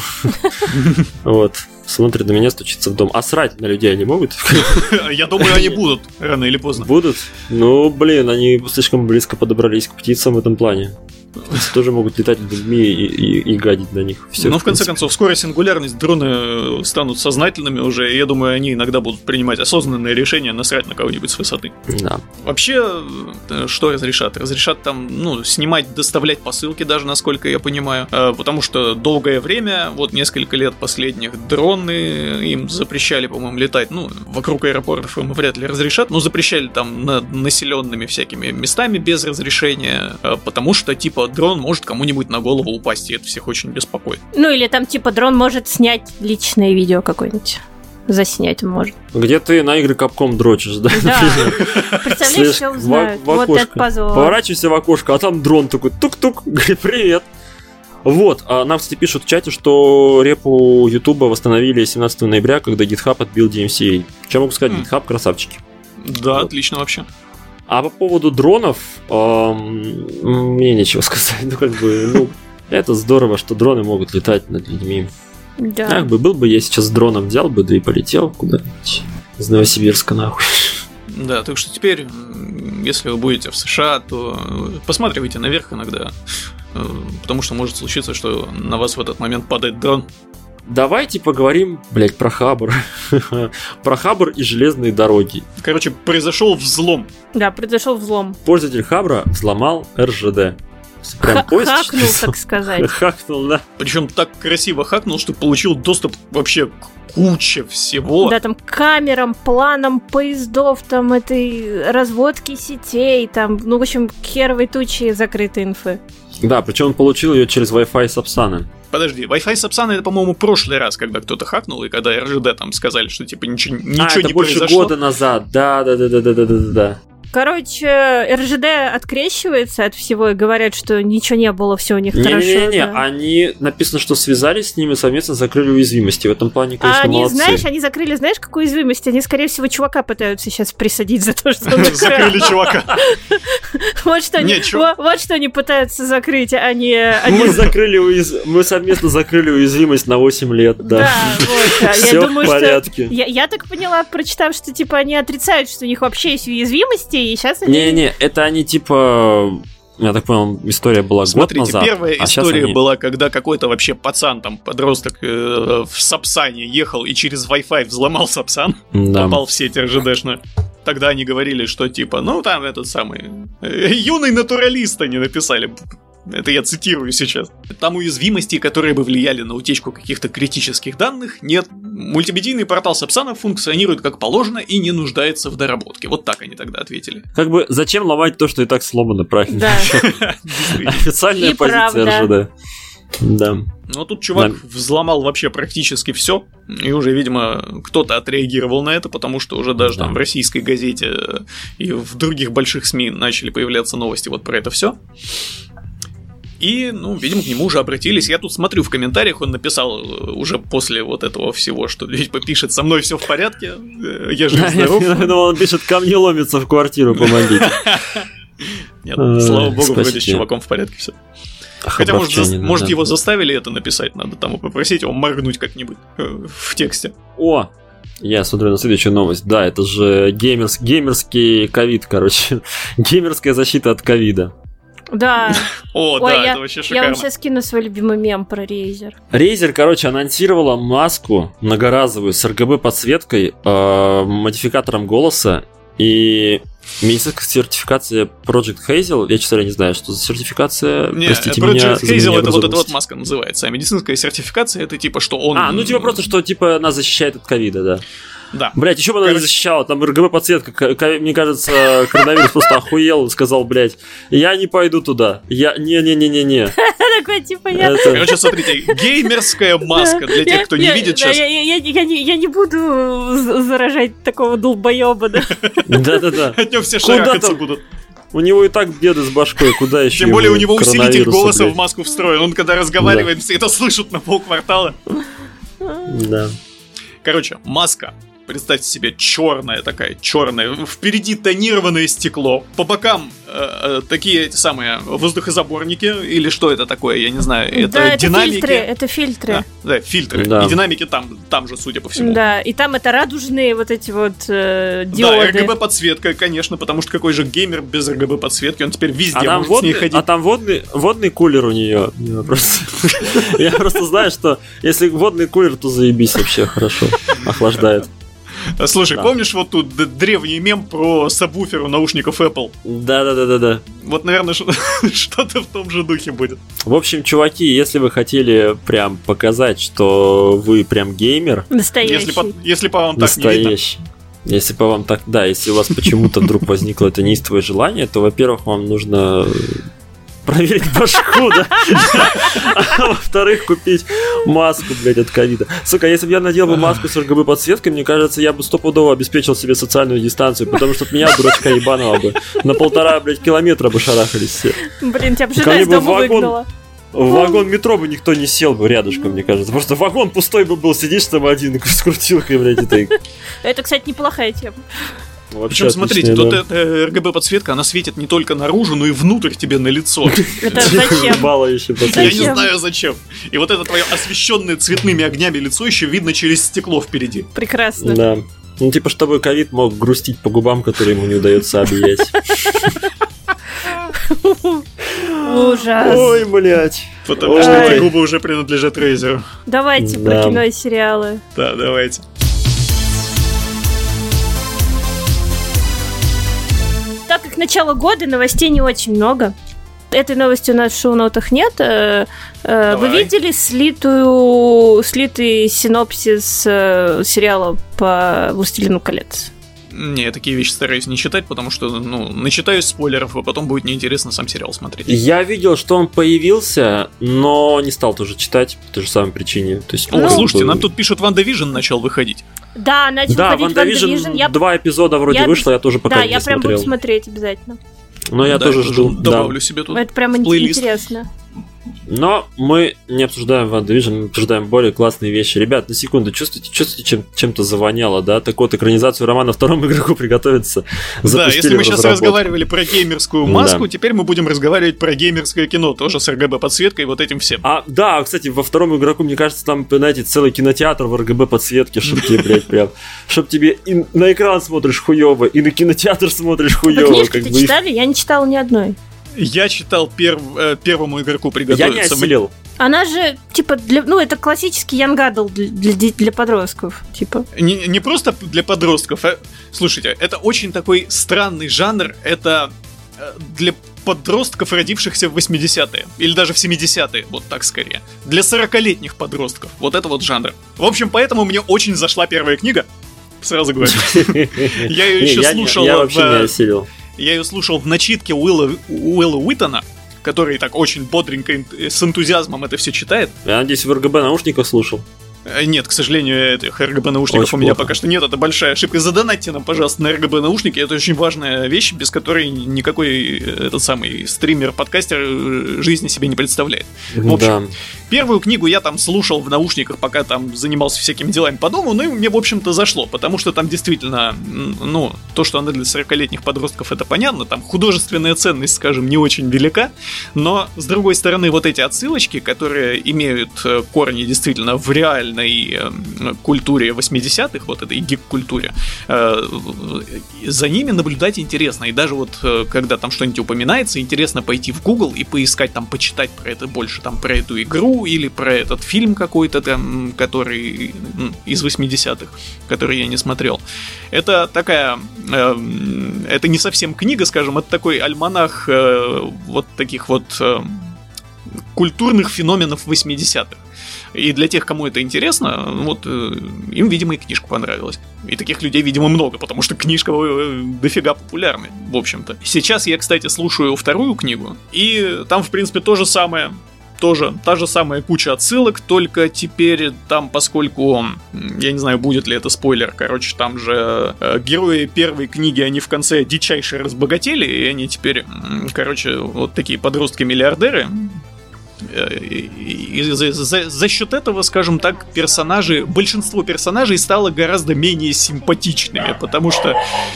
Вот. Смотрит на меня, стучится в дом. А срать на людей они могут? Я думаю, они будут рано или поздно. Будут? Ну, блин, они слишком близко подобрались к птицам в этом плане. Птицы тоже могут летать над людьми и, и, и гадить на них. Всё, Но в конце принципе. концов, скоро сингулярность, дроны станут сознательными уже, и я думаю, они иногда будут принимать осознанное решение насрать на кого-нибудь с высоты. Да. Вообще, э, что разрешат? Разрешат там, ну, снимать, доставлять посылки даже, насколько я понимаю, Э, потому что долгое время, вот несколько лет последних, дроны им запрещали, по-моему, летать, ну, вокруг аэропортов им вряд ли разрешат, но запрещали там над населенными всякими местами без разрешения, э, потому что, типа, дрон может кому-нибудь на голову упасть, и это всех очень беспокоит. Ну, или там, типа, дрон может снять личное видео какое-нибудь. Заснять он может. Где ты на игры капком дрочишь, да? Да. Представляешь, Слышь, все в- узнают. в Вот окошко. это позор. Поворачивайся в окошко, а там дрон такой тук-тук, говорит, привет. Вот, а нам, кстати, пишут в чате, что репу Ютуба восстановили семнадцатого ноября, когда GitHub отбил ди эм си эй. Что могу сказать, М. GitHub красавчики. Да, Вот. отлично вообще. А по поводу дронов, эм, мне нечего сказать. Ну, как бы, ну, это здорово, что дроны могут летать над людьми. Да. Как бы был бы я сейчас дроном взял бы, да и полетел куда-нибудь. Из Новосибирска, нахуй. Да, так что теперь, м, если вы будете в США, то э, посматривайте наверх иногда, э, потому что может случиться, что на вас в этот момент падает дрон. Давайте поговорим, блядь, про Хабр. Про Хабр и железные дороги. Короче, произошел взлом. Да, произошел взлом. Пользователь Хабра взломал эр жэ дэ. Прям Ха- поезд Хакнул, сейчас. так сказать. Хакнул, да. Причем так красиво хакнул, что получил доступ вообще к куче всего. Да, там к камерам, планам поездов, там этой разводки сетей, там, ну, в общем, к херовой туче закрытой инфы. Да, причем он получил ее через Wi-Fi Сапсана. Подожди, Wi-Fi Сапсана это, по-моему, прошлый раз, когда кто-то хакнул, и когда эр жэ дэ там сказали, что типа ничего, А, ничего это не больше произошло. года назад. Да, да, да, да, да, да, да, да. Короче, эр жэ дэ открещивается от всего и говорят, что ничего не было, все у них хорошо. Не-не-не, да. они написано, что связались с ними, совместно закрыли уязвимости. В этом плане, конечно, а они, молодцы. знаешь, они закрыли, знаешь, какую уязвимость? Они, скорее всего, чувака пытаются сейчас присадить за то, что он закрыли чувака. Вот что они, вот что они пытаются закрыть, а не... Мы закрыли мы совместно закрыли уязвимость на восемь лет, да. Да, вот. Все в порядке. Я так поняла, прочитав, что типа они отрицают, что у них вообще есть уязвимости, и сейчас они... Не-не, это они типа... Я так понял, история была Смотрите, год назад. первая а история они... была, когда какой-то вообще пацан, там, подросток э, в Сапсане ехал и через Wi-Fi взломал Сапсан, да. попал в сеть эр жэ дэшную. Тогда они говорили, что типа, ну там этот самый э, юный натуралист они написали. Это я цитирую сейчас. Там уязвимостей, которые бы влияли на утечку каких-то критических данных, нет. Мультимедийный портал Сапсана функционирует как положено и не нуждается в доработке. Вот так они тогда ответили. Как бы зачем ломать то, что и так сломано, правильно? Да. Официальная позиция эр жэ дэ. Да. Ну, тут чувак да. взломал вообще практически все, и уже, видимо, кто-то отреагировал на это, потому что уже даже да. там в российской газете и в других больших СМИ начали появляться новости вот про это все. И, ну, видимо, к нему уже обратились. Я тут смотрю в комментариях, он написал уже после вот этого всего, что видимо пишет: со мной все в порядке, я жив-здоров. Я думал, он пишет: ко мне ломится в квартиру, помогите. Нет, слава богу, вроде с чуваком в порядке все. Хотя, может, за... может его заставили это написать, надо там попросить его моргнуть как-нибудь в тексте. О, я смотрю на следующую новость. Да, это же геймерс... геймерский ковид, короче. Геймерская защита от ковида. Да. О, Ой, да, я, это вообще шикарно. Я вам сейчас скину свой любимый мем про Razer. Razer, короче, анонсировала маску многоразовую с эр джи би-подсветкой, э, модификатором голоса и медицинская сертификация Project Hazel. Я, честно, не знаю, что за сертификация. Не, простите Project меня. Hazel это вот эта вот маска называется, а медицинская сертификация это типа, что он... А, ну типа просто, что типа нас защищает от ковида, да. Да. Блять, еще бы она не защищала, там эр джи би-подсветка, мне кажется, коронавирус просто охуел, сказал, блять, я не пойду туда, я, не-не-не-не-не. Такой, типа, я... Короче, смотрите, геймерская маска, для тех, кто не видит сейчас. Я не буду заражать такого долбоеба, да. Да-да-да. От него все шарахаться будут. У него и так беды с башкой, куда еще? Тем более у него усилитель голоса в маску встроен, он когда разговаривает, все это слышат на полквартала. Да. Короче, маска. Представьте себе, черная такая, черная, впереди тонированное стекло, по бокам э, э, такие эти самые воздухозаборники, или что это такое, я не знаю, это да, динамики. Это фильтры, это фильтры. Да, да фильтры, да. И динамики там, там же, судя по всему. Да, и там это радужные вот эти вот э, диоды. Да, эр джи би-подсветка, конечно, потому что какой же геймер без эр джи би-подсветки, он теперь везде а может водный, с ней ходить. А там водный, водный кулер у нее. Я просто знаю, что если водный кулер, то заебись вообще, хорошо, охлаждает. Слушай, да. Помнишь вот тут древний мем про сабвуфер у наушников Apple? Да-да-да-да-да. Вот, наверное, что-то в том же духе будет. В общем, чуваки, если вы хотели прям показать, что вы прям геймер... Настоящий. Если по, если по вам так настоящий. не видно. Если по вам так... Да, если у вас почему-то вдруг возникло это неистовое желание, то, во-первых, вам нужно... проверить башку, да? А во-вторых, купить маску, блядь, от ковида. Сука, если бы я надел бы маску с эр джи би-подсветкой, мне кажется, я бы стопудово обеспечил себе социальную дистанцию, потому что от меня, дурачка ебаного, бы на полтора, блядь, километра бы шарахались все. Блин, тебя бы жена из дома выгнала. В вагон метро бы никто не сел бы рядышком, мне кажется. Просто вагон пустой бы был, сидишь там один с крутилкой, блядь, этой. Это, кстати, неплохая тема. Причем, смотрите, тут эта эр джи би-подсветка, она светит не только наружу, но и внутрь тебе на лицо. Это зачем? Я не знаю зачем. И вот это твое освещенное цветными огнями лицо еще видно через стекло впереди. Прекрасно. Да. Ну, типа, чтобы ковид мог грустить по губам, которые ему не удается объять. Ужас. Ой, блядь. Потому что эти губы уже принадлежат Razer. Давайте про кино и сериалы. Да, давайте. Так как начало года, новостей не очень много. Этой новости у нас в шоу-нотах нет. Вы видели слитую, слитый синопсис сериала по «Властелину колец»? Не, я такие вещи стараюсь не читать, потому что, ну, начитаюсь спойлеров, а потом будет неинтересно сам сериал смотреть. Я видел, что он появился, но не стал тоже читать по той же самой причине. То есть, О, ну, слушайте, нам тут пишут, Ванда Вижн начал выходить. Да, начал да, ходить Ванда Вижн, я... два эпизода вроде я... вышло, я тоже пока да, не я смотрел. прям буду смотреть обязательно. Но я да, тоже я жду. Добавлю да. себе тут. Это прям плейлист. Интересно. Но мы не обсуждаем Ванда Вижн, мы обсуждаем более классные вещи. Ребят, на секунду, чувствуете, чувствуете чем, чем-то завоняло, да? Так вот, экранизацию романа второму игроку приготовиться. Да, если мы сейчас разговаривали про геймерскую маску, да. Теперь мы будем разговаривать про геймерское кино, тоже с эр гэ бэ-подсветкой и вот этим всем. А, да, кстати, во втором игроку, мне кажется, там, знаете, целый кинотеатр в эр гэ бэ-подсветке, чтоб тебе, блядь, прям, чтоб тебе и на экран смотришь хуёво, и на кинотеатр смотришь хуёво. Книжки-то читали? Я не читала ни одной. Я читал перв, э, первому игроку приготовиться. Я не осилил. Она же, типа, для, ну, это классический young adult для, для, для подростков, типа. Не, не просто для подростков, а, слушайте, это очень такой странный жанр, это для подростков, родившихся в восьмидесятые, или даже в семидесятые, вот так скорее. Для сорокалетних подростков, вот это вот жанр. В общем, поэтому мне очень зашла первая книга, сразу говорю. Я ее еще слушал. Я вообще не осилил. Я ее слушал в начитке Уилла, Уилла Уитона, который так очень бодренько, с энтузиазмом это все читает. Я надеюсь, в эр гэ бэ наушниках слушал. Нет, к сожалению, этих эр гэ бэ наушников очень у меня плохо. Пока что нет, это большая ошибка. Задонатьте нам, пожалуйста, на эр гэ бэ наушники, это очень важная вещь, без которой никакой этот самый стример, подкастер жизни себе не представляет. В общем, да. Первую книгу я там слушал в наушниках, пока там занимался всякими делами по дому, ну и мне, в общем-то, зашло, потому что там действительно, ну, то, что она для сорокалетних подростков, это понятно, там художественная ценность, скажем, не очень велика, но, с другой стороны, вот эти отсылочки, которые имеют корни действительно в реальном культуре восьмидесятых, вот этой гик-культуре, за ними наблюдать интересно. И даже вот, когда там что-нибудь упоминается, интересно пойти в Google и поискать там, почитать про это больше, там, про эту игру или про этот фильм какой-то там, который из восьмидесятых, который я не смотрел. Это такая... Это не совсем книга, скажем, это такой альманах вот таких вот культурных феноменов восьмидесятых. И для тех, кому это интересно, вот им, видимо, и книжка понравилась. И таких людей, видимо, много, потому что книжка дофига популярна, в общем-то. Сейчас я, кстати, слушаю вторую книгу, и там, в принципе, то же самое. Тоже та же самая куча отсылок, только теперь там, поскольку, я не знаю, будет ли это спойлер, короче, там же э, герои первой книги, они в конце дичайше разбогатели, и они теперь, короче, вот такие подростки-миллиардеры. И, и, и за, за, за счет этого, скажем так, персонажи, большинство персонажей стало гораздо менее симпатичными, потому что...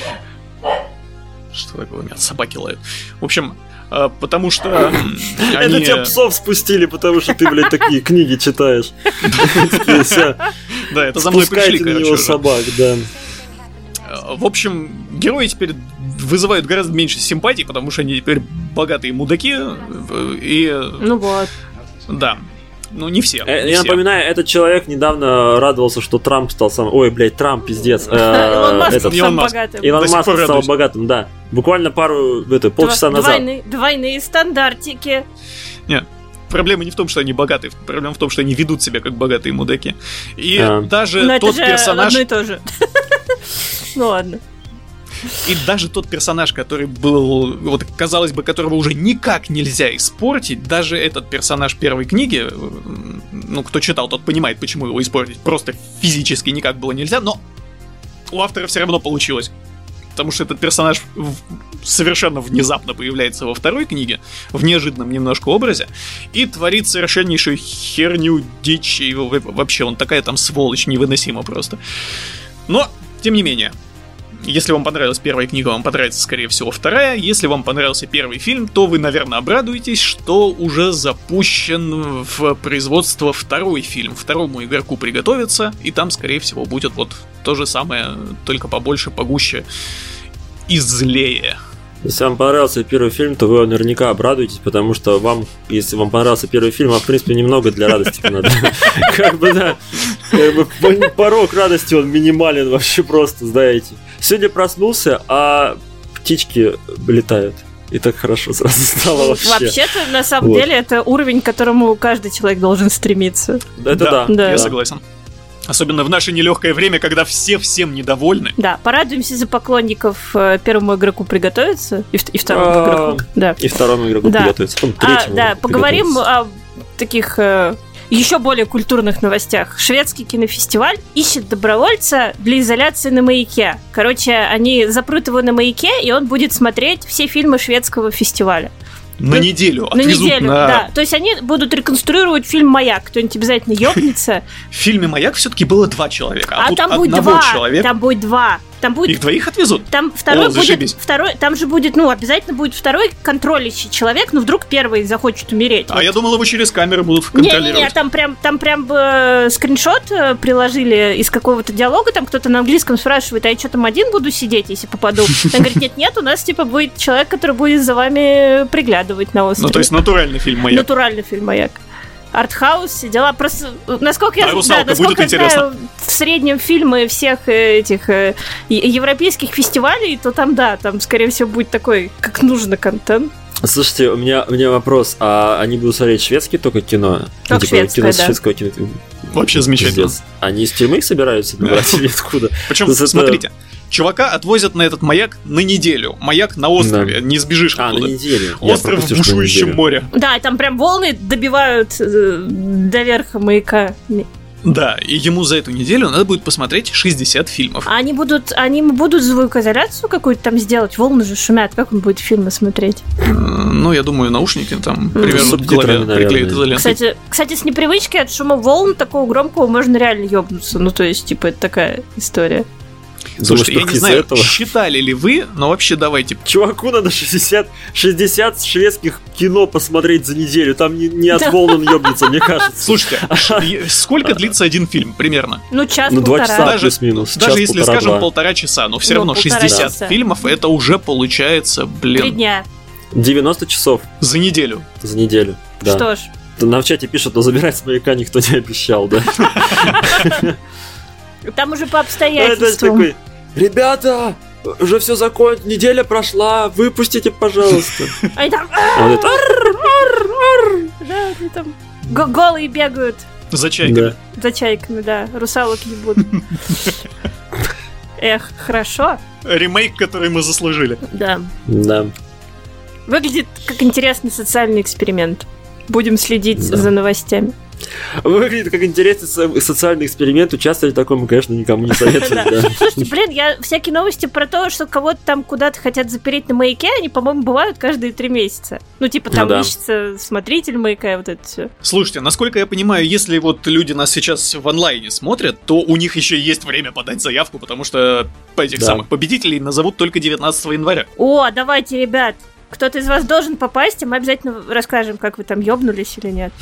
Что такое? У меня собаки лают. В общем, потому что они... Это тебя псов спустили, потому что ты, блядь, такие книги читаешь. Да, это за мной пришли, короче. Собак, да. В общем, герои теперь вызывают гораздо меньше симпатий, потому что они теперь богатые мудаки и... Ну вот. Да. Ну, не все. Я не напоминаю, все. этот человек недавно радовался, что Трамп стал самым... Ой, блядь, Трамп, пиздец. Илон Маск стал богатым. Илон Маск стал богатым, да. Буквально пару, это, полчаса назад. Двойные стандартики. Нет. Проблема не в том, что они богатые, проблема в том, что они ведут себя как богатые мудаки. И а. даже Но тот это же персонаж... одно и то же. Ну ладно. И даже тот персонаж, который был, вот, казалось бы, которого уже никак нельзя испортить, даже этот персонаж первой книги, ну, кто читал, тот понимает, почему его испортить просто физически никак было нельзя, но у автора все равно получилось. Потому что этот персонаж совершенно внезапно появляется во второй книге, в неожиданном немножко образе, и творит совершеннейшую херню, дичь, и вообще он такая там сволочь невыносима просто. Но, тем не менее, если вам понравилась первая книга, вам понравится, скорее всего, вторая. Если вам понравился первый фильм, то вы, наверное, обрадуетесь, что уже запущен в производство второй фильм. Второму игроку приготовиться, и там, скорее всего, будет вот то же самое, только побольше, погуще и злее. Если вам понравился первый фильм, то вы наверняка обрадуетесь, потому что вам, если вам понравился первый фильм, вам, в принципе, немного для радости надо. Как бы, да, как бы порог радости, он минимален вообще просто, знаете. Сегодня проснулся, а птички летают. И так хорошо сразу стало вообще. Вообще-то, на самом вот. деле, это уровень, к которому каждый человек должен стремиться. Это да, да. Я да. согласен. Особенно в наше нелегкое время, когда все всем недовольны. Да, порадуемся за поклонников первому игроку приготовиться и, и второму а, игроку. Да. И второму игроку да. приготовиться, потом третьему. А, да, поговорим о таких э, еще более культурных новостях. Шведский кинофестиваль ищет добровольца для изоляции на маяке. Короче, они запрут его на маяке, и он будет смотреть все фильмы шведского фестиваля. На ну, неделю На неделю, на... да. То есть они будут реконструировать фильм «Маяк». Кто-нибудь обязательно ёбнется. В фильме «Маяк» все-таки было два человека, а, а тут там будет одного два. человека. Там будет два. Там будет... Их двоих отвезут? Там второй О, будет... Второй, там же будет, ну, обязательно будет второй контролирующий человек, но вдруг первый захочет умереть. А вот. я думал, его через камеры будут контролировать. Не-не-не, там прям, там прям э, скриншот э, приложили из какого-то диалога, там кто-то на английском спрашивает, а я что, там один буду сидеть, если попаду? Он говорит, нет-нет, у нас, типа, будет человек, который будет за вами приглядывать на острове. Ну, то есть натуральный фильм «Маяк». Натуральный фильм «Маяк». Артхаус, все дела. Просто, насколько я, а да, насколько я знаю, в среднем фильмы всех этих э, европейских фестивалей, то там, да, там, скорее всего, будет такой, как нужно, контент. Слушайте, у меня, у меня вопрос. А они будут смотреть шведские только кино? Только ну, типа, шведское, кино да. шведского кино. Вообще замечательно. Пиздец. Они из тюрьмы собираются брать или откуда? Причем, смотрите, это... чувака отвозят на этот маяк на неделю. Маяк на острове, да. Не сбежишь а, оттуда. на неделю. Остров в бушующем море. Да, и там прям волны добивают э, до верха маяка. Да, и ему за эту неделю надо будет посмотреть шестьдесят фильмов. А они будут, они будут звукоизоляцию какую-то там сделать? Волны же шумят, как он будет фильмы смотреть? Ну, я думаю, наушники там привяжут к голове, приклеят изолентой. Кстати, кстати, с непривычки от шума волн такого громкого можно реально ёбнуться. Ну, то есть, типа, это такая история. Слушайте, я не знаю, этого? Считали ли вы, но вообще давайте. Чуваку надо шестьдесят, шестьдесят шведских кино посмотреть за неделю. Там не, не от волн он ёбнется, мне кажется. Слушайте, сколько длится один фильм примерно? Ну, час, ну, полтора. Два часа даже, плюс-минус. Даже час, если, полтора, скажем, два. полтора часа, но все ну, равно шестьдесят часа. Фильмов, это уже получается, блин. Три дня. девяносто часов. За неделю. За неделю, да. Что ж. Нам в чате пишут, но забирать с маяка никто не обещал, да? Там уже по обстоятельствам. Ребята, уже все закончилось, неделя прошла, выпустите, пожалуйста. Они там... там голые бегают. За чайками. За чайками, да. Русалок ебут. Эх, хорошо. Ремейк, который мы заслужили. Да. Да. Выглядит как интересный социальный эксперимент. Будем следить да. за новостями. Выглядит как интересный социальный эксперимент. Участвовать в таком мы, конечно, никому не советую. Слушайте, блин, я всякие новости про то, что кого-то там куда-то хотят запереть на маяке, они, по-моему, бывают каждые три месяца. Ну, типа, там ищется смотритель маяка, вот это все. Слушайте, насколько я понимаю, если вот люди нас сейчас в онлайне смотрят, то у них еще есть время подать заявку, потому что этих самых победителей назовут только девятнадцатого января. О, давайте, ребят. Кто-то из вас должен попасть, и мы обязательно расскажем, как вы там ёбнулись или нет.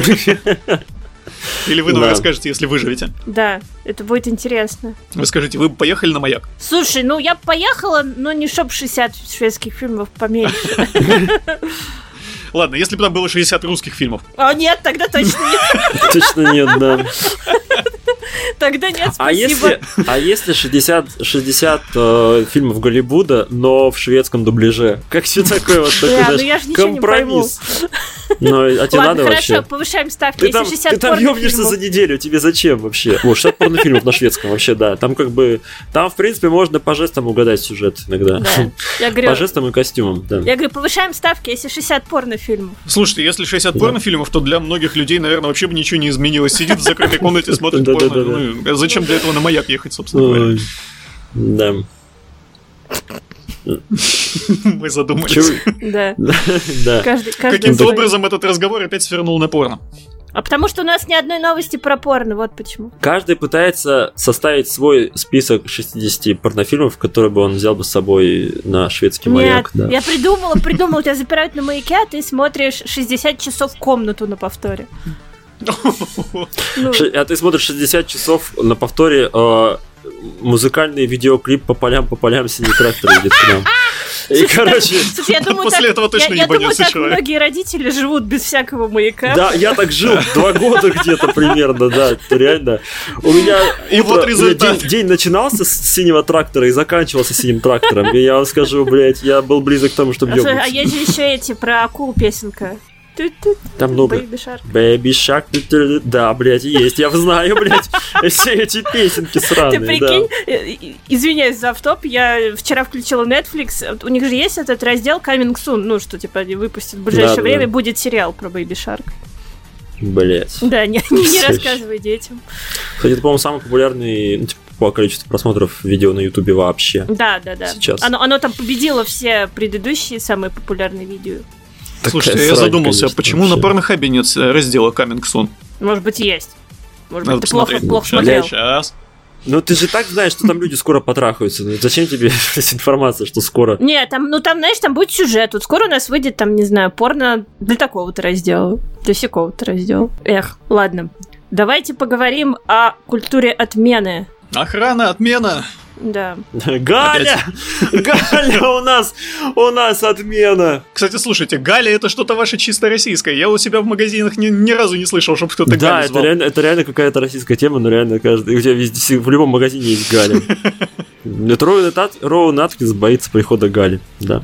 Или вы нам расскажете, если выживете. Да, это будет интересно. Вы скажите, вы поехали на маяк? Слушай, ну я поехала, но не чтоб шестьдесят шведских фильмов поменьше. Ладно, если бы там было шестьдесят русских фильмов. А нет, тогда точно нет. Точно нет, да. Тогда нет, спасибо. А если, а если шестьдесят, шестьдесят э, фильмов Голливуда, но в шведском дубляже? Как все такое вот такой, да, ну я же ничего компромисс? Не пойму. Ну, а тебе Ладно, надо хорошо, вообще? повышаем ставки. Ты там, ты там ёбнешься за неделю, тебе зачем вообще? О, шестьдесят порнофильмов на шведском вообще, да. Там как бы, там в принципе можно по жестам угадать сюжет иногда. Да. Я говорю, по жестам и костюмам, да. Я говорю, повышаем ставки, если шестьдесят порнофильмов. Слушайте, если шестьдесят да. порнофильмов, то для многих людей, наверное, вообще бы ничего не изменилось. Сидит в закрытой комнате, смотрит порно. Зачем для этого на маяк ехать, собственно говоря? Да. Мы задумались. Да. Да. Каким-то образом этот разговор опять свернул на порно. А потому что у нас ни одной новости про порно, вот почему. Каждый пытается составить свой список шестидесяти порнофильмов, которые бы он взял бы с собой на шведский маяк. Нет, да. Я придумала, придумала, тебя запирают на маяке, а ты смотришь шестьдесят часов комнату на повторе. Ну. А ты смотришь шестьдесят часов на повторе э, музыкальный видеоклип по полям, по полям синий трактор идет к нам. И, короче, слушай, я думаю, после так, этого точно я, я думаю, так человек. Многие родители живут без всякого маяка. Да, я так жил два года где-то примерно, да, это реально. У меня и утро, вот результат. День, день начинался с синего трактора и заканчивался синим трактором. И я вам скажу, блядь, я был близок к тому, чтобы ёбнуться. А есть же еще эти про акул песенка. Там много. Baby Shark. Baby Shark. Да, блядь, есть. Я знаю, блядь, все эти песенки сраные. Ты прикинь, да. Извиняюсь за автоп, я вчера включила Netflix, у них же есть этот раздел Coming Soon, ну, что, типа, они выпустят в ближайшее да, время, да. будет сериал про Baby Shark. Блять. Да, не, не, не рассказывай детям. Кстати, это, по-моему, самый популярный, ну, типа, по количеству просмотров видео на Ютубе вообще. Да, да, да. Сейчас. Оно, оно там победило все предыдущие самые популярные видео. Такая Слушайте, я задумался, конечно, почему вообще. На Порнохабе нет раздела Coming Soon? Может быть, есть. Может Надо быть, ты плохо, плохо сейчас, смотрел. Сейчас. Ну, ты же так знаешь, что там люди скоро потрахаются. Зачем тебе информация, что скоро? Не, там, ну там, знаешь, там будет сюжет. Вот скоро у нас выйдет, там, не знаю, порно для такого-то раздела, для всякого-то раздела. Эх, ладно. Давайте поговорим о культуре отмены. Охрана, отмена. Да. Галя! Галя у нас! У нас отмена! Кстати, слушайте, Галя это что-то ваше чисто российское. Я у себя в магазинах ни, ни разу не слышал, чтобы кто-то да, Галю звал. Да, это, это реально какая-то российская тема, но реально каждый, у тебя везде, в любом магазине есть Галя. Роуэн Аткинс боится прихода Гали. Да.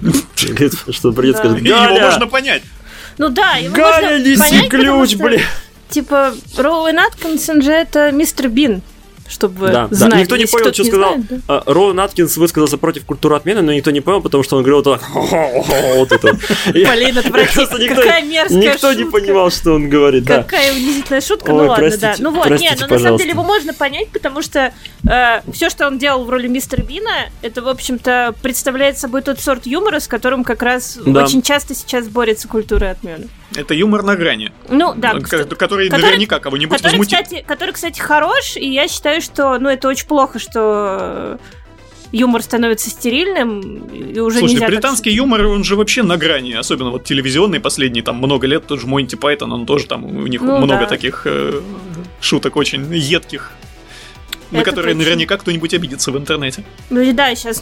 Что придется сказать, Галя! Его можно понять. Ну да, его Галя, неси ключ, блин! Типа, Роуэн Аткинсон же это мистер Бин. Чтобы да, знать, да. Никто не понял, что сказал. Знает, да? Роуэн Аткинс высказался против культуры отмены, но никто не понял, потому что он говорил так. Вот это. Блин, отвратительно. Какая мерзкая Никто не понимал, что он говорит. Какая унизительная шутка. Ну ладно, да. Ну вот, нет, но на самом деле его можно понять, потому что все, что он делал в роли мистера Бина, это, в общем-то, представляет собой тот сорт юмора, с которым как раз очень часто сейчас борется культура отмены. Это юмор на грани. Ну, да. Который, который наверняка кого-нибудь который, возмутит. Кстати, который, кстати, хорош, и я считаю, что, ну, это очень плохо, что юмор становится стерильным, и уже Слушай, нельзя... британский так... юмор, он же вообще на грани, особенно вот телевизионный последний, там, много лет, тот же Монти Пайтон, он тоже там, у них ну, много да. таких э, шуток очень едких, это на которые точно. Наверняка кто-нибудь обидится в интернете. Ну, и да, сейчас...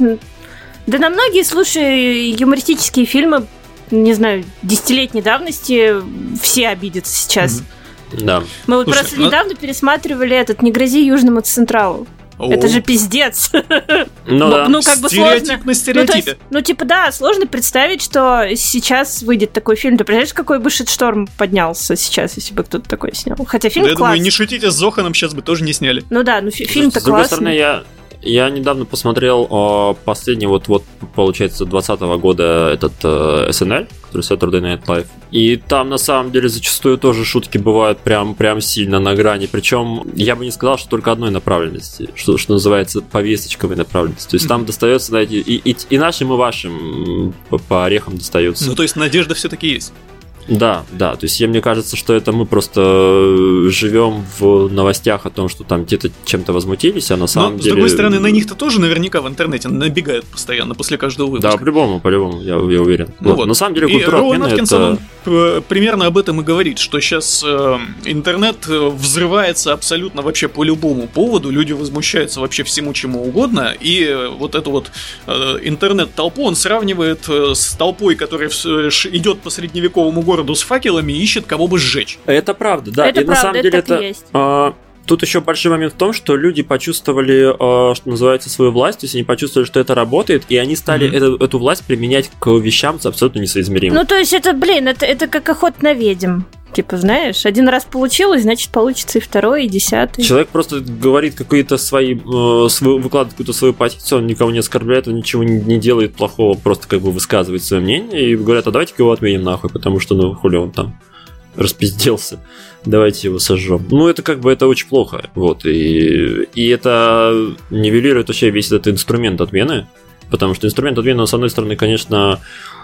Да на многие, слушай, юмористические фильмы, не знаю, десятилетней давности все обидятся сейчас. Mm-hmm. Да. Мы вот Слушай, просто ну... недавно пересматривали этот «Не грози Южному Централу». О. Это же пиздец. Ну, да. ну как бы стереотип сложно. на стереотипе. Ну, есть, ну, типа, да, сложно представить, что сейчас выйдет такой фильм. Ты представляешь, какой бы шит-шторм поднялся сейчас, если бы кто-то такой снял? Хотя фильм да, классный. Я думаю, не шутите с Зоханом, сейчас бы тоже не сняли. Ну да, ну фи- фильм-то классный. С другой стороны, я... Я недавно посмотрел э, последний, вот, вот, получается, двадцатого года этот э, эс эн эль, который Saturday Night Live. И там, на самом деле, зачастую тоже шутки бывают прям, прям сильно на грани. Причем, я бы не сказал, что только одной направленности, что, что называется повесточковой направленности. То есть там достается, знаете, и, и, и нашим, и вашим по, по орехам достается. Ну, то есть надежда все-таки есть. Да, да, то есть мне кажется, что это мы просто живем в новостях о том, что там где-то чем-то возмутились, а на самом Но, деле... с другой стороны, на них-то тоже наверняка в интернете набегают постоянно после каждого выпуска. Да, по-любому, по-любому, я, я уверен. Ну вот. Вот. На самом деле культура Роуэн отмены Аткинсон, это... он примерно об этом и говорит, что сейчас э, интернет взрывается абсолютно вообще по любому поводу, люди возмущаются вообще всему чему угодно, и вот эту вот э, интернет-толпу он сравнивает э, с толпой, которая э, идет по средневековому городу с факелами, ищет кого бы сжечь. Это правда, да. Это и правда, на самом это деле так это... и есть. А, тут еще большой момент в том, что люди почувствовали, а, что называется, свою власть, то есть они почувствовали, что это работает, и они стали mm-hmm. эту, эту власть применять к вещам абсолютно несоизмеримым. Ну, то есть это, блин, это, это как охота на ведьм. Типа, знаешь, один раз получилось, значит, получится и второй, и десятый. Человек просто говорит какие-то свои, э, свой, выкладывает какую-то свою позицию, он никого не оскорбляет, он ничего не, не делает плохого, просто как бы высказывает свое мнение, и говорят, а давайте-ка его отменим нахуй, потому что, ну, хули он там распизделся, давайте его сожжем. Ну, это как бы, это очень плохо, вот, и, и это нивелирует вообще весь этот инструмент отмены, потому что инструмент отмены, с одной стороны, конечно,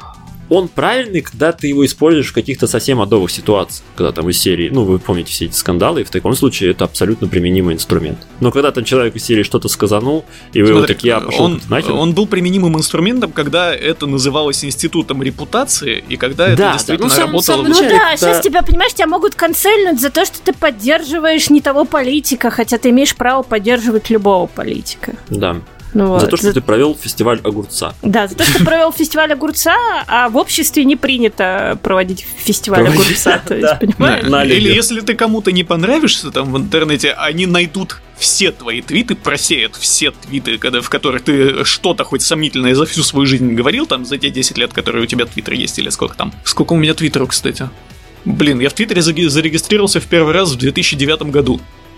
он правильный, когда ты его используешь в каких-то совсем адовых ситуациях, когда там из серии, ну, вы помните все эти скандалы, и в таком случае это абсолютно применимый инструмент. Но когда там человек из серии что-то сказанул, и вы Смотри, вот так, я пошел он, нахер. Он был применимым инструментом, когда это называлось институтом репутации, и когда да, это действительно да, ну, работало. Сам, сам, ну да, да, сейчас тебя, понимаешь, тебя могут канцельнуть за то, что ты поддерживаешь не того политика, хотя ты имеешь право поддерживать любого политика. Да. Ну, за вот. то, что за... ты провел фестиваль огурца. Да, за то, что провел фестиваль огурца, а в обществе не принято проводить фестиваль огурца. То есть, понимаешь? Или если ты кому-то не понравишься там в интернете, они найдут все твои твиты, просеют все твиты, когда, в которых ты что-то хоть сомнительное за всю свою жизнь говорил, там, за те десять лет, которые у тебя твиттер есть, или сколько там. Сколько у меня твиттеру, кстати? Блин, я в твиттере зарегистрировался в первый раз в две тысячи девятом году.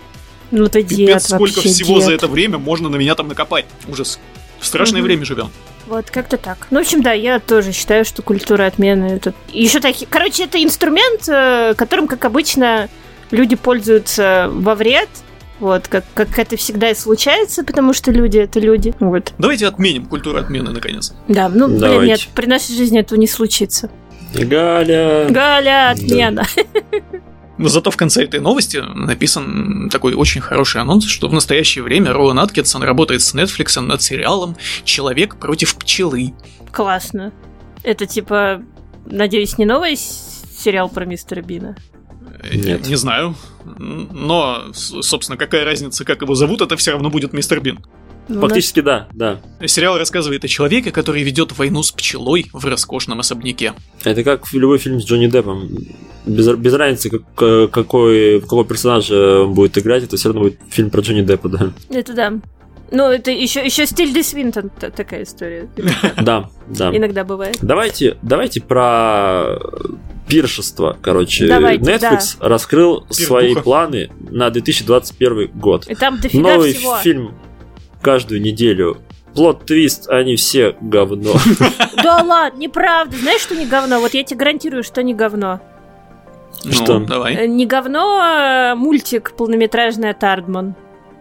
Ну ты дед, Пипец, сколько всего дед. За это время можно на меня там накопать. Ужас. В страшное угу. время живем. Вот, как-то так. Ну, в общем, да, я тоже считаю, что культура отмены это... Еще такие... Короче, это инструмент, которым, как обычно, люди пользуются во вред, вот, как, как это всегда и случается, потому что люди — это люди. Вот. Давайте отменим культуру отмены, наконец. Да, ну, блин, Давайте. нет, при нашей жизни этого не случится. Галя! Галя, отмена. Но зато в конце этой новости написан такой очень хороший анонс, что в настоящее время Роуэн Аткинсон работает с Netflix над сериалом «Человек против пчелы». Классно. Это типа, надеюсь, не новый сериал про мистера Бина? Нет. Не знаю. Но, собственно, какая разница, как его зовут, это все равно будет мистер Бин. Ну, Фактически да, да. Сериал рассказывает о человеке, который ведет войну с пчелой в роскошном особняке. Это как любой фильм с Джонни Деппом. Без, без разницы, как, какой, какого персонажа он будет играть, это все равно будет фильм про Джонни Деппа, да. Это да. Ну, это еще, еще стиль Де Свинтон, такая история. Да, да. Иногда бывает. Давайте, давайте про пиршество, короче. Давайте, Netflix да. раскрыл Пиртуха. свои планы на две тысячи двадцать первый год. И там дофига Новый всего. фильм каждую неделю. Плот-твист, они все говно. Да ладно, неправда. Знаешь, что не говно? Вот я тебе гарантирую, что не говно. Ну, Что? давай. Э, Не говно, а мультик полнометражный от Ардман.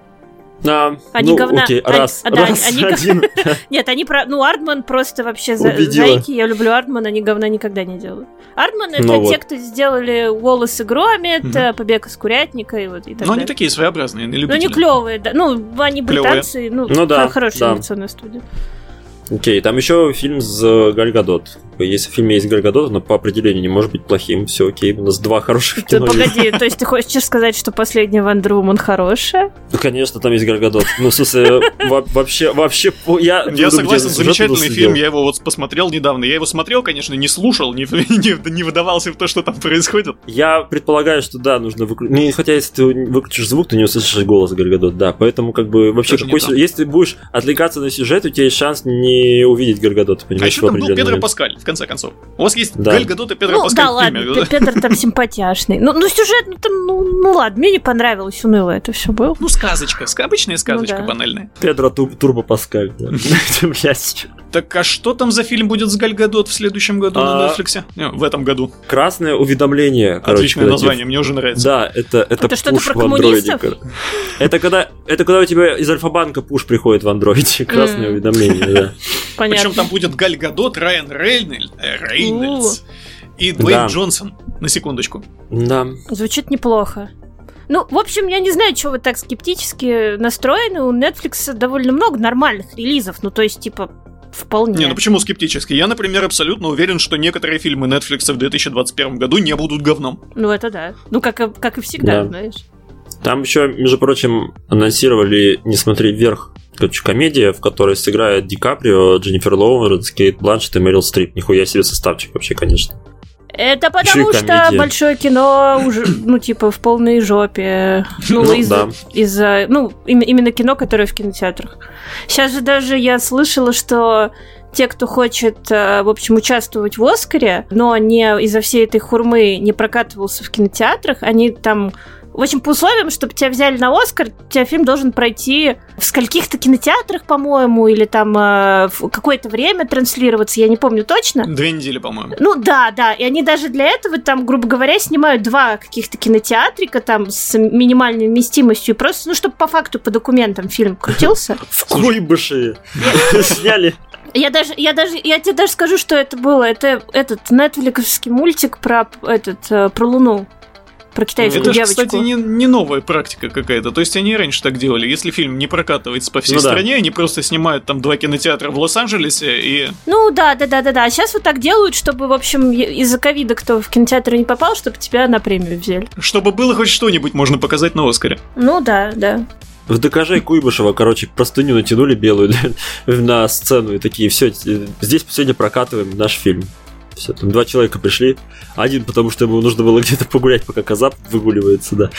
А, Они ну, говна. окей, Они- раз, а, да, раз, они гов- один. Нет, они про... Ну, Ардман просто вообще за... Убедила. зайки. Я люблю Ардман, они говна никогда не делают. Ардман — это Ну те, вот. кто сделали Уоллес и Громит, Мгм. Побег из Курятника и вот и так Но они далее. такие своеобразные, на Ну, любителя. они клевые, да. Ну, они Клёвые. британцы, ну, Ну да, хор- хорошая да. анимационная студия. Окей, там еще фильм с Галь Гадот. Если в фильме есть Галь Гадот, но по определению не может быть плохим. Все окей, у нас два хороших Ты, кино есть. погоди, то есть ты хочешь сказать, что последняя Вандер Вумен хорошая? Ну, конечно, там есть Галь Гадот. Ну, в смысле, во- вообще, вообще, по- я... Я буду согласен, где-то замечательный сюжет фильм, следил. я его вот посмотрел недавно. Я его смотрел, конечно, не слушал, не, не, не выдавался в то, что там происходит. Я предполагаю, что да, нужно выключить. Хотя, если ты выключишь звук, ты не услышишь голос Галь Гадот, да. Поэтому, как бы, вообще, Тоже не какой то. сю- если ты будешь отвлекаться на сюжет, у тебя есть шанс не увидеть Галь Гадот, А понимаешь, еще в там был определенный Педро момент. Паскаль, в конце концов. У вас есть Да. Галь Гадот и Педро Ну, Паскаль да в фильме. ладно, П- Педро там симпатяшный. Ну, ну, сюжет, ну, там, ну, ну ладно, мне не понравилось, уныло это все было. Ну, сказочка, ска- обычная сказочка да. банальная. Педро Ту- Турбо Паскаль. да. Блядь. Так а что там за фильм будет с Галь Гадот в следующем году на А, Netflix? Не, в этом году. Красное уведомление. короче, Отличное когда название, тебе- мне уже нравится. Да, это, это, Это что-то пуш про в андроиде. коммунистов? кор- Это когда, это когда у тебя из Альфа-банка пуш приходит в андроиде. Красное М. уведомление, да. Понятно. Причем там будет Галь Гадот, Райан Рейнольд, э, Рейнольдс и Дуэйн Да. Джонсон. На секундочку. Да. Звучит неплохо. Ну, в общем, я не знаю, чего вы так скептически настроены. У Netflix довольно много нормальных релизов. Ну, то есть, типа, вполне. Не, ну почему скептически? Я, например, абсолютно уверен, что некоторые фильмы Netflix в две тысячи двадцать первом году не будут говном. Ну, это да. Ну, как и, как и всегда, Да. знаешь. Там еще, между прочим, анонсировали «Не смотри вверх», короче, комедия, в которой сыграет Ди Каприо, Дженнифер Лоуренс, Кейт Бланшетт и Мэрил Стрип. Нихуя себе составчик вообще, конечно. Это Ещё потому и что комедия. большое кино уже, ну, типа, в полной жопе. Ну, Ну, из-за, да. из-за- ну, им- именно кино, которое в кинотеатрах. Сейчас же даже я слышала, что те, кто хочет, э, в общем, участвовать в «Оскаре», но не из-за всей этой хурмы не прокатывался в кинотеатрах, они там... В общем, по условиям, чтобы тебя взяли на «Оскар», у тебя фильм должен пройти в скольких-то кинотеатрах, по-моему, или там э, в какое-то время транслироваться, я не помню точно. Две недели, по-моему. Ну да, да, и они даже для этого там, грубо говоря, снимают два каких-то кинотеатрика там с минимальной вместимостью, просто, ну, чтобы по факту, по документам фильм крутился. В Куйбышеве сняли. Я даже, я даже, я тебе даже скажу, что это было. Это этот нетфликсовский мультик про этот, э, про Луну. Про китайскую Это же, девочку. кстати, не, не новая практика какая-то. То есть они и раньше так делали. Если фильм не прокатывается по всей Ну да. стране, они просто снимают там два кинотеатра в Лос-Анджелесе и... Ну да, да, да, да, да. А сейчас вот так делают, чтобы, в общем, е- из-за ковида кто в кинотеатр не попал, чтобы тебя на премию взяли. Чтобы было хоть что-нибудь можно показать на Оскаре. Ну да, да. В ДКЖ Куйбышева, короче, простыню натянули белую на сцену и такие, все, здесь сегодня прокатываем наш фильм. Все, там два человека пришли. Один, потому что ему нужно было где-то погулять, пока коза выгуливается, да.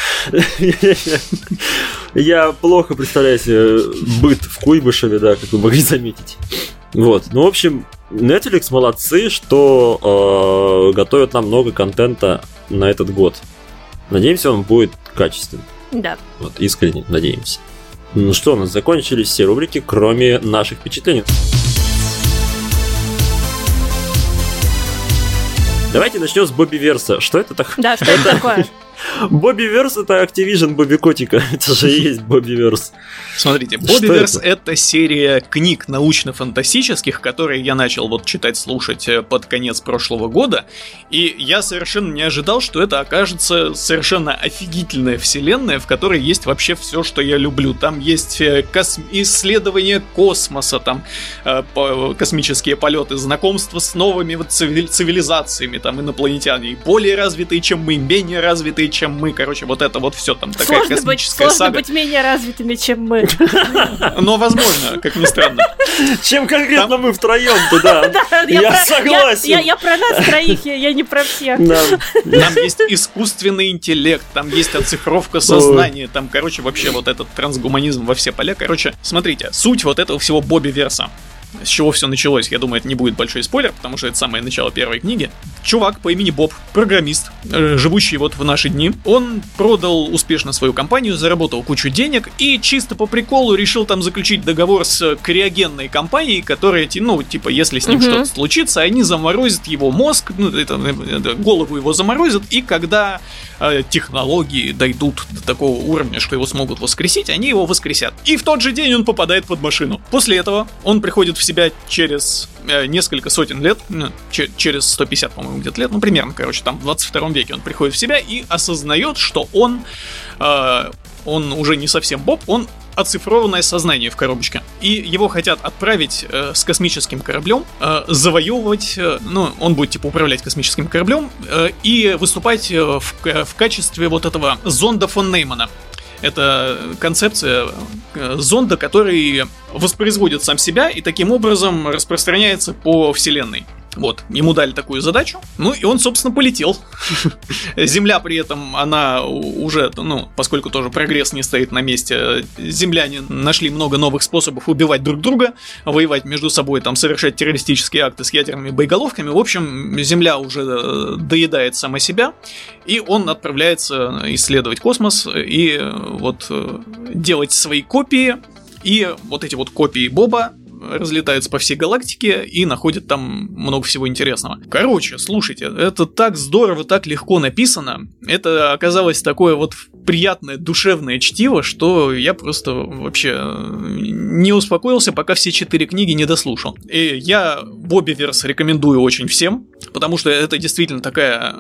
Я плохо представляю себе быт в Куйбышеве, да, как вы могли заметить. Вот, ну, в общем, Netflix молодцы, что э, готовят нам много контента на этот год. Надеемся, он будет качественным. Да. Вот, искренне надеемся. Ну что, у нас закончились все рубрики, кроме наших впечатлений. Давайте начнем с Бобби Верса. Что это так? Да, что это такое? Бобби-верс — это Activision Бобби Котика. Это же и есть Бобби-верс. Смотрите, Бобби-верс — это серия книг научно-фантастических, которые я начал вот читать, слушать под конец прошлого года, и я совершенно не ожидал, что это окажется совершенно офигительная вселенная, в которой есть вообще все, что я люблю. Там есть кос... исследование космоса, там э, космические полеты, знакомство с новыми вот цивилизациями, там инопланетяне, и более развитые, чем мы, менее развитые, чем мы, короче, вот это вот все там такая сложно космическая быть, сага. Сложно быть менее развитыми, чем мы. Но возможно, как ни странно. Чем конкретно мы втроем туда. Я согласен. Я про нас троих, я не про всех. Там есть искусственный интеллект, там есть оцифровка сознания, там, короче, вообще вот этот трансгуманизм во все поля. Короче, смотрите, суть вот этого всего Бобби-верса. С чего все началось, я думаю, это не будет большой спойлер, потому что это самое начало первой книги. Чувак по имени Боб, программист, живущий вот в наши дни, он продал успешно свою компанию, заработал кучу денег и чисто по приколу решил там заключить договор с криогенной компанией, которая, ну, типа, если с ним uh-huh. что-то случится, они заморозят его мозг, ну, это, это, голову его заморозят, и когда э, технологии дойдут до такого уровня, что его смогут воскресить, они его воскресят. И в тот же день он попадает под машину. После этого он приходит в себя через э, несколько сотен лет, ну, ч- через сто пятьдесят, по-моему, где-то лет, ну, примерно, короче, там в двадцать втором веке он приходит в себя и осознает, что он, э, он уже не совсем Боб, он оцифрованное сознание в коробочке. И его хотят отправить э, с космическим кораблем, э, завоевывать, э, ну, он будет, типа, управлять космическим кораблем э, и выступать э, в, в качестве вот этого зонда фон Неймана. Это концепция зонда, который воспроизводит сам себя и таким образом распространяется по вселенной. Вот, ему дали такую задачу, ну и он, собственно, полетел. Земля при этом, она уже, ну, поскольку тоже прогресс не стоит на месте, земляне нашли много новых способов убивать друг друга, воевать между собой, там, совершать террористические акты с ядерными боеголовками. В общем, Земля уже доедает сама себя, и он отправляется исследовать космос и вот делать свои копии, и вот эти вот копии Боба разлетаются по всей галактике и находят там много всего интересного. Короче, слушайте, это так здорово, так легко написано. Это оказалось такое вот приятное, душевное чтиво, что я просто вообще не успокоился, пока все четыре книги не дослушал. И я Бобби-верс рекомендую очень всем, потому что это действительно такая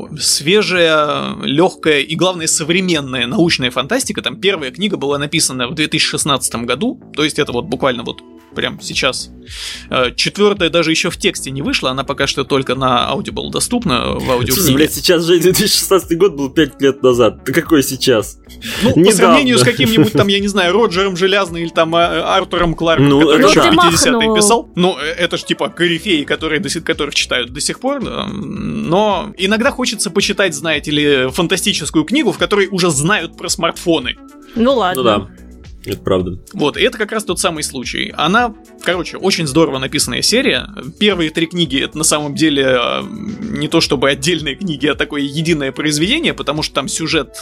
свежая, легкая и, главное, современная научная фантастика. Там первая книга была написана в две тысячи шестнадцатом году, то есть это вот буквально вот прям сейчас. Четвертая даже еще в тексте не вышла, она пока что только на Audible доступна, в аудиокниге. Блять, сейчас же две тысячи шестнадцатый год был пять лет назад. Ты какой сейчас? Ну, недавно. По сравнению с каким-нибудь там, я не знаю, Роджером Желязным или там Артуром Кларком, ну, который еще в пятидесятые махнул. писал. Ну, это ж типа корифеи, которые до сих, которых читают до сих пор. Но иногда хочется почитать, знаете ли, фантастическую книгу, в которой уже знают про смартфоны. Ну ладно. Ну да. Это правда. Вот, и это как раз тот самый случай. Она, короче, очень здорово написанная серия. Первые три книги — это на самом деле не то чтобы отдельные книги, а такое единое произведение, потому что там сюжет,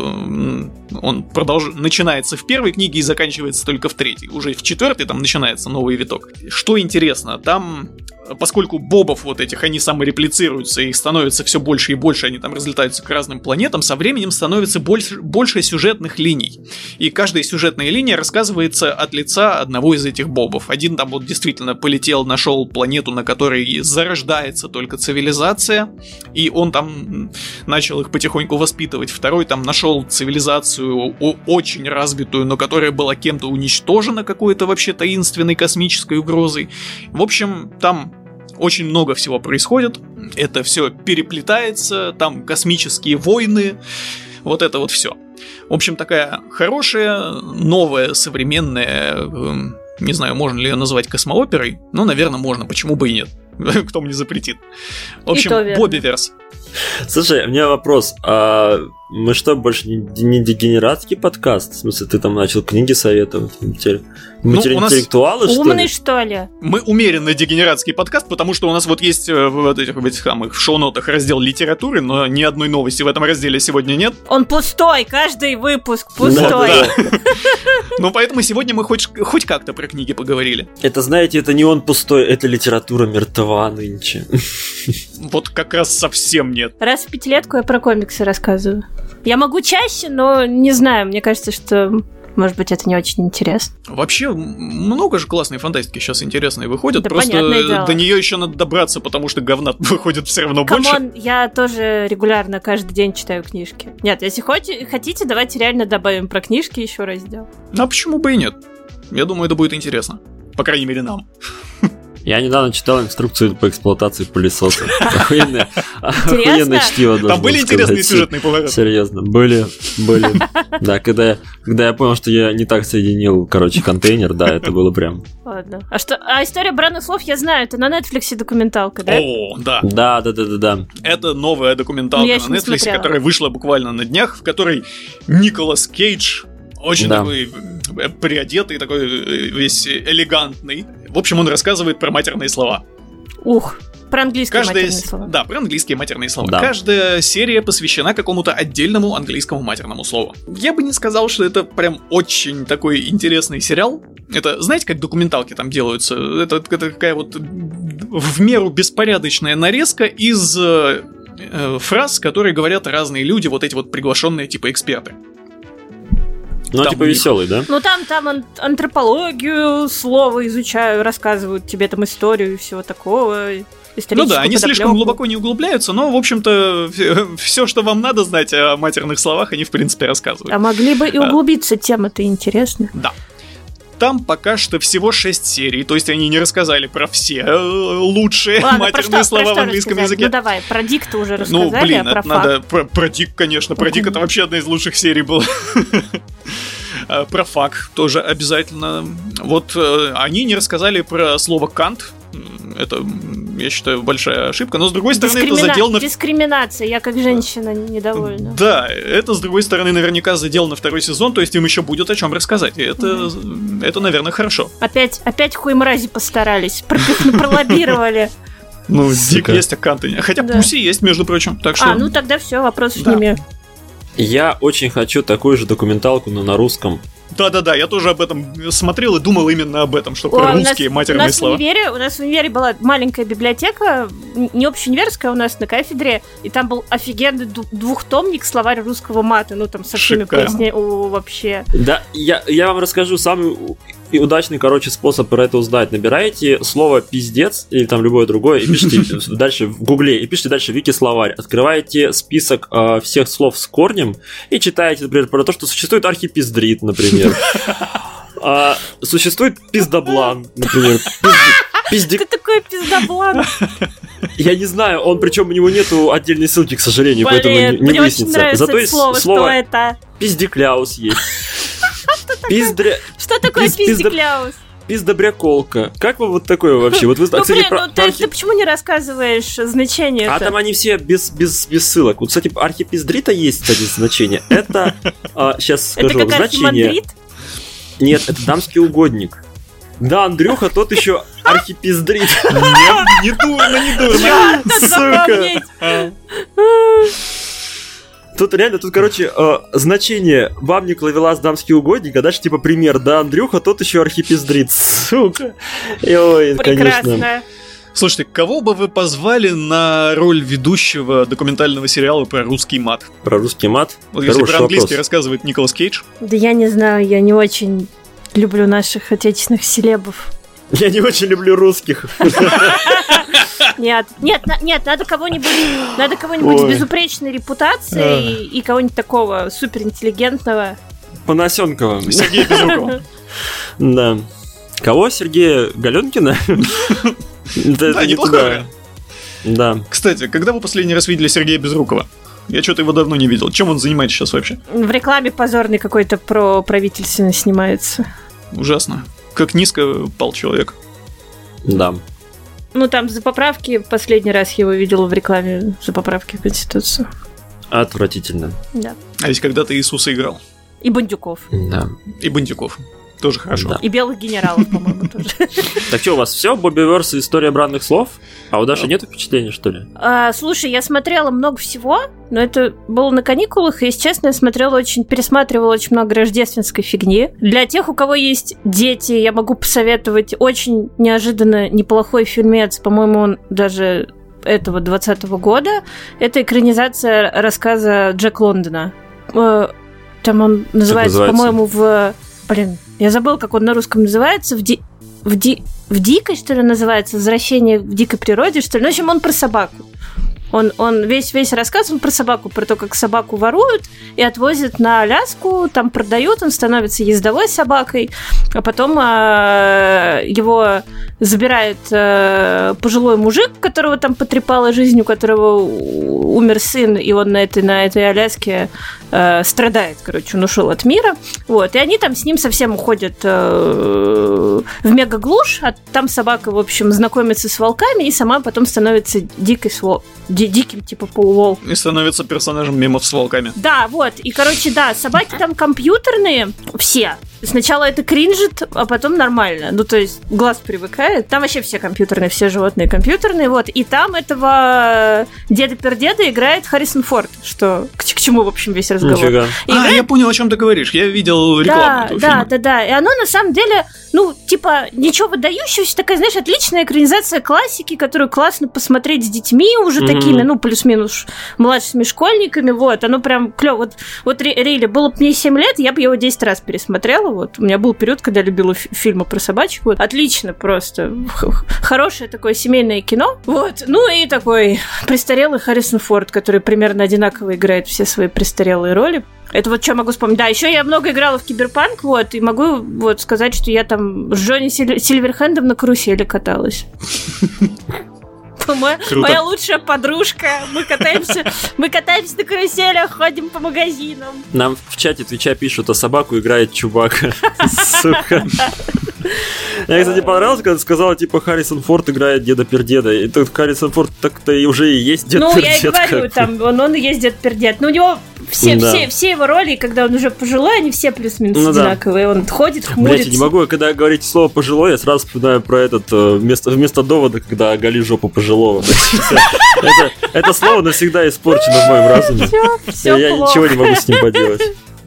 он продолж... начинается в первой книге и заканчивается только в третьей. Уже в четвертой там начинается новый виток. Что интересно, там, поскольку бобов вот этих, они самореплицируются, их становится все больше и больше, они там разлетаются к разным планетам, со временем становится больше, больше сюжетных линий. И каждая сюжетная линия рассказывается от лица одного из этих бобов. Один там вот действительно полетел, нашел планету, на которой зарождается только цивилизация, и он там начал их потихоньку воспитывать. Второй там нашел цивилизацию очень развитую, но которая была кем-то уничтожена какой-то вообще таинственной космической угрозой. В общем, там очень много всего происходит, это все переплетается, там космические войны, вот это вот все. В общем, такая хорошая, новая, современная, не знаю, можно ли ее назвать космооперой, но, наверное, можно, почему бы и нет. Кто мне запретит. В общем, Бобби-верс. Слушай, у меня вопрос. А мы что, больше не, не дегенератский подкаст? В смысле, ты там начал книги советовать? Мы теперь, мы ну, теперь у нас интеллектуалы, что умный, ли? что ли? Мы умеренно дегенератский подкаст, потому что у нас вот есть в, вот этих, в этих самых в шоу-нотах раздел литературы, но ни одной новости в этом разделе сегодня нет. Он пустой, каждый выпуск пустой. Да, да. Ну, поэтому сегодня мы хоть, хоть как-то про книги поговорили. Это, знаете, это не он пустой, это литература мертва нынче. Вот как раз совсем нет. Раз в пятилетку я про комиксы рассказываю. Я могу чаще, но не знаю, мне кажется, что, может быть, это не очень интересно. Вообще, много же классной фантастики сейчас интересной выходит, да, просто до нее еще надо добраться, потому что говна выходит все равно больше. Камон, я тоже регулярно каждый день читаю книжки. Нет, если хотите, давайте реально добавим про книжки еще раздел. А почему бы и нет? Я думаю, это будет интересно. По крайней мере, нам. Я недавно читал инструкцию по эксплуатации пылесоса. Охуенное, охуенное чтиво. Там были интересные сюжетные повороты. Серьезно, были, были. Да, когда я, когда я понял, что я не так соединил, короче, контейнер, да, это было прям... Ладно. А что? А история бранных слов я знаю, это на Netflix документалка, да? О, да. Да, да, да, да, да. Это новая документалка на Netflix, которая вышла буквально на днях, в которой Николас Кейдж, очень да. такой приодетый, такой весь элегантный. В общем, он рассказывает про матерные слова. Ух, про английские Каждая... матерные слова. Да, про английские матерные слова. Да. Каждая серия посвящена какому-то отдельному английскому матерному слову. Я бы не сказал, что это прям очень такой интересный сериал. Это, знаете, как документалки там делаются? Это, это такая вот в меру беспорядочная нарезка из э, э, фраз, которые говорят разные люди, вот эти вот приглашенные типа эксперты. Ну, типа веселый, да? Ну, там, там антропологию, слово изучаю, рассказывают тебе там историю и всего такого. Ну да, они слишком глубоко не углубляются, но, в общем-то, все, что вам надо знать о матерных словах, они, в принципе, рассказывают. А могли бы и углубиться, а... тема-то интересна. Да. Там пока что всего шесть серий, то есть они не рассказали про все лучшие Ладно, матерные что, слова в английском рассказать? языке. Ну давай, про дик-то уже рассказали, ну, блин, а про это надо, про, про дик, конечно, про дик это вообще одна из лучших серий была. Про фак тоже обязательно. Вот они не рассказали про слово «кант». Это, я считаю, большая ошибка. Но, с другой стороны, Дискримина... это заделано... Дискриминация. Я, как женщина, недовольна. Да, это, с другой стороны, наверняка заделано второй сезон, то есть им еще будет о чем рассказать. И это, mm-hmm. это наверное, хорошо. Опять, опять хуй мрази постарались. Пролоббировали. Ну, Дик есть, а Канты нет. Хотя Пуси есть, между прочим. А, ну тогда все, вопросов не имею. Я очень хочу такую же документалку, но на русском. Да-да-да, я тоже об этом смотрел и думал именно об этом, что про русские матерные слова. У нас в универе, у нас в универе была маленькая библиотека, не общеуниверская, у нас на кафедре, и там был офигенный двухтомник словарь русского мата, ну там со всеми пояснениями, вообще. Да, я, я вам расскажу самый удачный, короче, способ про это узнать. Набираете слово «пиздец» или там любое другое и пишите дальше в гугле, и пишите дальше вики-словарь. Открываете список э, всех слов с корнем и читаете, например, про то, что существует архипиздрит, например. А, существует пиздоблан, например. Пизди... Что такое пиздоблан? Я не знаю, он, причем у него нету отдельной ссылки, к сожалению, Блин, поэтому не, не выяснится. Зато есть слово, слово это? Пиздекляус есть. Пиздре... Что такое Пиз... пиздекляус? Пиздобряколка. Как вам вот такое вообще? Вот вы, ну, кстати, блин, про, ну про ты, архи... ты почему не рассказываешь значение? А там они все без, без, без ссылок. Вот, кстати, архипиздрита есть, кстати, значение. Это, а, сейчас скажу, это как значение... Нет, это дамский угодник. Да, Андрюха, тот еще архипиздрит. Нет, не дурно, не дурно. Сука. Тут реально, тут, короче, э, значение бабник ловелас дамский угодник, а дальше типа пример, да, Андрюха, тот еще архипиздрит. Сука. Ой, прекрасно. Конечно. Слушайте, кого бы вы позвали на роль ведущего документального сериала про русский мат? Про русский мат? Вот если про английский вопрос. Рассказывает Николас Кейдж. Да я не знаю, я не очень люблю наших отечественных селебов. Я не очень люблю русских. Нет, нет, нет, надо кого-нибудь, надо кого-нибудь с безупречной репутацией и кого-нибудь такого суперинтеллигентного. Понасенкова. Сергея Безрукова. Да. Кого? Сергея Галенкина? Да, неплохо. Да. Кстати, когда вы последний раз видели Сергея Безрукова? Я что-то его давно не видел. Чем он занимается сейчас вообще? В рекламе позорный какой-то про правительственно снимается. Ужасно. Как низко пал человек. Да. Ну, там за поправки, последний раз его видела в рекламе за поправки в Конституцию. Отвратительно. Да. А ведь когда-то Иисуса играл. И Бандюков. Да. И Бандюков. Тоже хорошо. Да. И белых генералов, по-моему, тоже. Так что, у вас все? Бобби Верс и история бранных слов? А у Даши нет впечатления, что ли? А, слушай, я смотрела много всего, но это было на каникулах, и, если честно, я смотрела очень, пересматривала очень много рождественской фигни. Для тех, у кого есть дети, я могу посоветовать очень неожиданно неплохой фильмец, по-моему, он даже этого двадцатого года. Это экранизация рассказа Джек Лондона. э, там он называется, называется, по-моему, в... Блин, я забыл, как он на русском называется. В, ди... в, ди... в дикой, что ли, называется? «Возвращение в дикой природе», что ли? Ну, в общем, он про собаку. Он, он весь, весь рассказ он про собаку, про то, как собаку воруют и отвозят на Аляску, там продают, он становится ездовой собакой, а потом э, его забирает э, пожилой мужик, которого там потрепала жизнь, у которого умер сын, и он на этой, на этой Аляске э, страдает, короче, он ушел от мира. Вот, и они там с ним совсем уходят э, в мегаглушь, а там собака, в общем, знакомится с волками и сама потом становится дикой свол... диким, типа, полуволк. И становится персонажем мемов с волками. Да, вот. И, короче, да, собаки там компьютерные все. Сначала это кринжит, а потом нормально. Ну, то есть глаз привыкает. Там вообще все компьютерные, все животные компьютерные. Вот. И там этого деда-пердеда играет Харрисон Форд. Что, к, к чему, в общем, весь разговор. Нифига. А, играет... я понял, о чем ты говоришь. Я видел рекламу да, этого да, фильма. Да, да, да. И оно, на самом деле, ну, типа, ничего выдающегося. Такая, знаешь, отличная экранизация классики, которую классно посмотреть с детьми уже mm-hmm. такими, ну, плюс-минус младшими школьниками. Вот. Оно прям клёво. Вот, вот Рейли, было бы мне семь лет, я бы его десять раз пересмотрела. Вот. У меня был период, когда я любила фи- фильмы про собачек. Вот. Отлично просто. Хорошее такое семейное кино. Вот. Ну и такой престарелый Харрисон Форд, который примерно одинаково играет все свои престарелые роли. Это вот что могу вспомнить. Да, еще я много играла в Киберпанк, вот, и могу вот сказать, что я там с Джонни Силь- Сильверхендом на карусели каталась. Моя, моя лучшая подружка. Мы катаемся, мы катаемся на каруселях, ходим по магазинам. Нам в чате Твича пишут, а собаку играет Чубака. Сука. Мне, кстати, понравилось, когда ты сказала, типа, Харрисон Форд играет деда-пердеда. И тут Харрисон Форд так-то и уже и есть дед-пердед. Ну, я и говорю, там, он, он и есть дед-пердед. Но у него все, да. все, все его роли, когда он уже пожилой, они все плюс-минус ну, одинаковые. Да. Он ходит, хмурится. Блять, я не могу, когда говорите слово «пожилой», я сразу вспоминаю про этот, вместо, вместо довода, когда оголи жопу пожилого. Это слово навсегда испорчено в моем разуме. Я ничего не могу с ним поделать.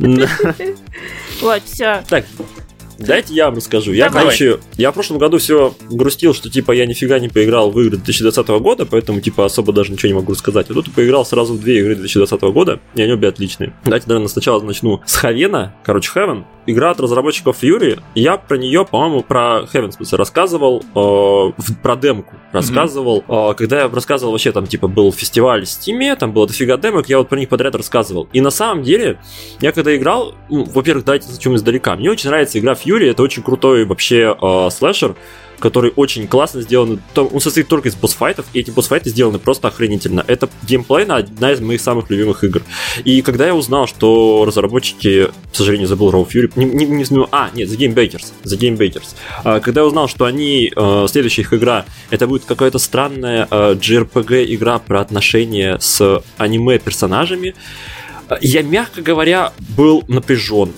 Вот, все. Так, дайте я вам расскажу. Я, Давай. короче, я в прошлом году все грустил, что, типа, я нифига не поиграл в игры две тысячи двадцатого года, поэтому, типа, особо даже ничего не могу рассказать. А тут я поиграл сразу в две игры две тысячи двадцатого года, и они обе отличные. Давайте, наверное, сначала начну с Хавена, короче, Heaven. Игра от разработчиков Fury. Я про нее, по-моему, про Heaven, в смысле, рассказывал, э, про демку рассказывал. Mm-hmm. Э, когда я рассказывал, вообще, там, типа, был фестиваль в Steam, там было дофига демок, я вот про них подряд рассказывал. И на самом деле, я когда играл, ну, во-первых, давайте начнем издалека. Мне очень нравится игра Fury, это очень крутой вообще э, слэшер, который очень классно сделан. Он состоит только из босс-файтов, и эти босс-файты сделаны просто охренительно. Это геймплейно одна из моих самых любимых игр. И когда я узнал, что разработчики, к сожалению, забыл Raw Fury, не, не, не, а, нет, The Game Bakers, The Game Bakers. А, когда я узнал, что они, э, следующая их игра, это будет какая-то странная э, джей ар пи джи-игра про отношения с аниме-персонажами, я, мягко говоря, был напряжен.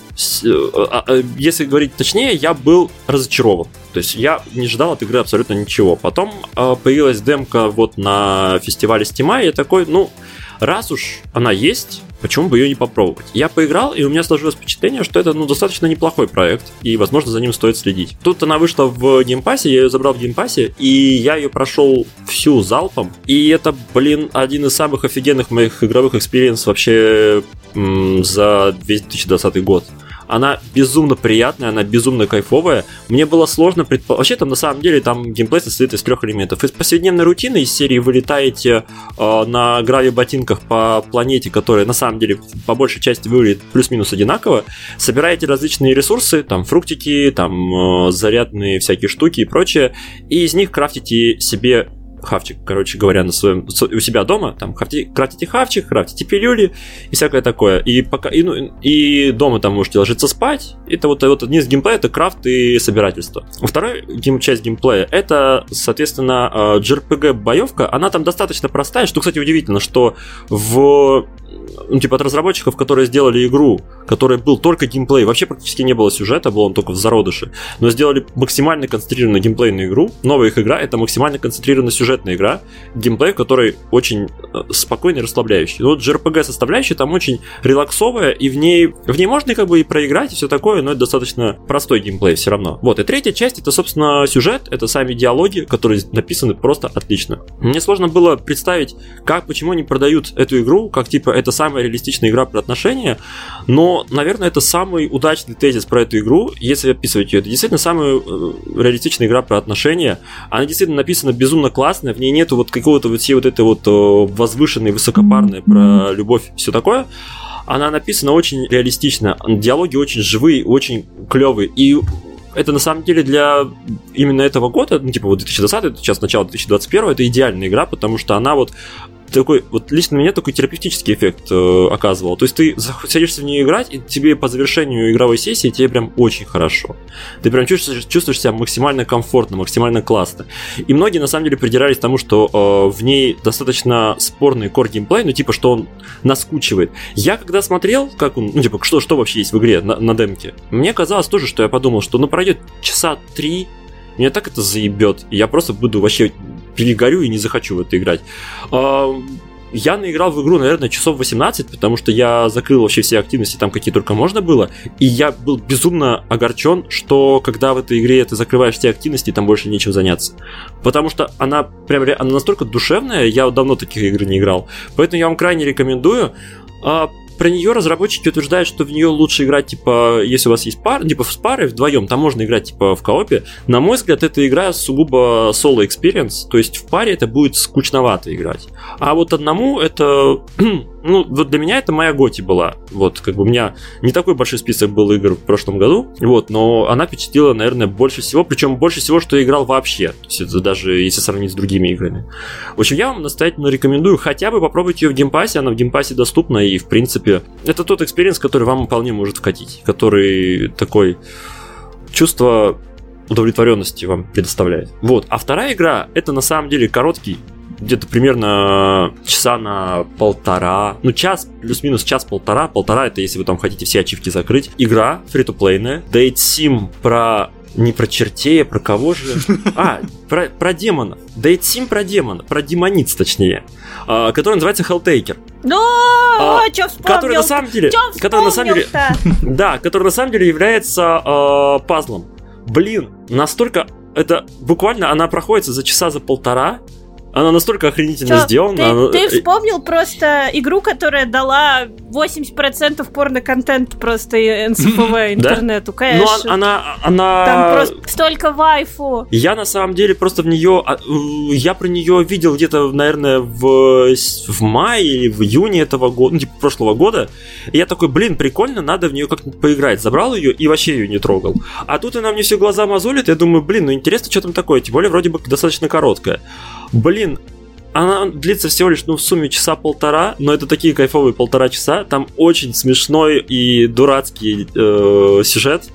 Если говорить точнее, я был разочарован. То есть я не ждал от игры абсолютно ничего. Потом появилась демка вот на фестивале Steam, и я такой, ну, раз уж она есть, почему бы ее не попробовать? Я поиграл, и у меня сложилось впечатление, что это, ну, достаточно неплохой проект, и, возможно, за ним стоит следить. Тут она вышла в геймпассе, я ее забрал в геймпассе, и я ее прошел всю залпом, и это, блин, один из самых офигенных моих игровых экспириенсов вообще м- за две тысячи двадцатый год. Она безумно приятная, она безумно кайфовая. Мне было сложно предположить... Вообще, там, на самом деле, там геймплей состоит из трех элементов. Из повседневной рутины, из серии вы летаете э, на грави-ботинках по планете, которая, на самом деле, по большей части выглядит плюс-минус одинаково. Собираете различные ресурсы, там, фруктики, там, э, зарядные всякие штуки и прочее. И из них крафтите себе... хавчик, короче говоря, на своем, у себя дома, там, крафтите, крафтите хавчик, крафтите пилюли и всякое такое. И, пока, и, ну, и дома там можете ложиться спать. Это вот, вот один из геймплея, это крафт и собирательство. Вторая гейм, часть геймплея, это, соответственно, джей ар пи джи-боевка. Она там достаточно простая, что, кстати, удивительно, что в... ну, типа, от разработчиков, которые сделали игру, которая был только геймплей, вообще практически не было сюжета, был он только в зародыше, но сделали максимально концентрированную геймплейную игру. Новая их игра — это максимально концентрированная сюжетная игра, геймплей, в которой очень спокойный и расслабляющий. Но вот джей ар пи джи-составляющая там очень релаксовая, и в ней, в ней можно как бы и проиграть, и все такое, но это достаточно простой геймплей все равно. Вот, и третья часть — это, собственно, сюжет, это сами диалоги, которые написаны просто отлично. Мне сложно было представить, как, почему они продают эту игру, как, типа, это самая реалистичная игра про отношения, но, наверное, это самый удачный тезис про эту игру, если описывать ее. Это действительно самая реалистичная игра про отношения. Она действительно написана безумно классно, в ней нету вот какого-то вот всей вот этой вот возвышенной, высокопарной про любовь, все такое. Она написана очень реалистично, диалоги очень живые, очень клевые, и это на самом деле для именно этого года, ну типа вот две тысячи двадцатый, сейчас начало две тысячи двадцать первого, это идеальная игра, потому что она вот такой, вот лично на меня такой терапевтический эффект э, оказывал. То есть ты садишься в нее играть, и тебе по завершению игровой сессии тебе прям очень хорошо. Ты прям чувствуешь, чувствуешь себя максимально комфортно, максимально классно. И многие на самом деле придирались к тому, что э, в ней достаточно спорный кор-геймплей, ну типа, что он наскучивает. Я когда смотрел, как он, ну типа, что, что вообще есть в игре на, на демке, мне казалось тоже, что я подумал, что ну пройдет часа три, меня так это заебет, и я просто буду вообще перегорю и не захочу в это играть. Я наиграл в игру, наверное, часов восемнадцать, потому что я закрыл вообще все активности там, какие только можно было, и я был безумно огорчен, что когда в этой игре ты закрываешь все активности, там больше нечем заняться. Потому что она прям она настолько душевная, я давно таких игр не играл, поэтому я вам крайне рекомендую. Про нее разработчики утверждают, что в нее лучше играть, типа, если у вас есть пара, типа, с парой вдвоем, там можно играть, типа, в коопе. На мой взгляд, эта игра сугубо соло-экспириенс, то есть в паре это будет скучновато играть. А вот одному это... Ну, вот для меня это моя готи была. Вот, как бы у меня не такой большой список был игр в прошлом году, вот, но она впечатлила, наверное, больше всего, причем больше всего, что я играл вообще. То есть это даже если сравнить с другими играми. В общем, я вам настоятельно рекомендую хотя бы попробовать ее в геймпассе, она в геймпассе доступна, и, в принципе, это тот экспириенс, который вам вполне может вкатить, который такой чувство удовлетворенности вам предоставляет. Вот, а вторая игра, это на самом деле короткий, где-то примерно часа на полтора, ну час, плюс-минус час-полтора, полтора это если вы там хотите все ачивки закрыть. Игра фри-то-плейная, Date Sim про... не про чертей, а про кого же? А, про, про демонов. Date Sim про демона, про демониц точнее, а, который называется Helltaker. Ну, а, чё вспомнил? Который на самом деле, который на самом деле, да, который на самом деле является а, пазлом. Блин, настолько это буквально она проходится за часа за полтора. Она настолько охренительно Чё, сделана. Ты, она... ты вспомнил просто игру, которая дала восемьдесят процентов порно-контента просто эн эс эф ви интернету, конечно. Ну, она, она... Там просто столько вайфу. Я на самом деле просто в нее... Я про нее видел где-то, наверное, в, в мае или в июне этого года, ну, типа прошлого года. И я такой, блин, прикольно, надо в нее как-то поиграть. Забрал ее и вообще ее не трогал. А тут она мне все глаза мозолит, я думаю, блин, ну интересно, что там такое. Тем более, вроде бы достаточно короткая. Блин, она длится всего лишь, ну, в сумме часа полтора, но это такие кайфовые полтора часа. Там очень смешной и дурацкий э, сюжет.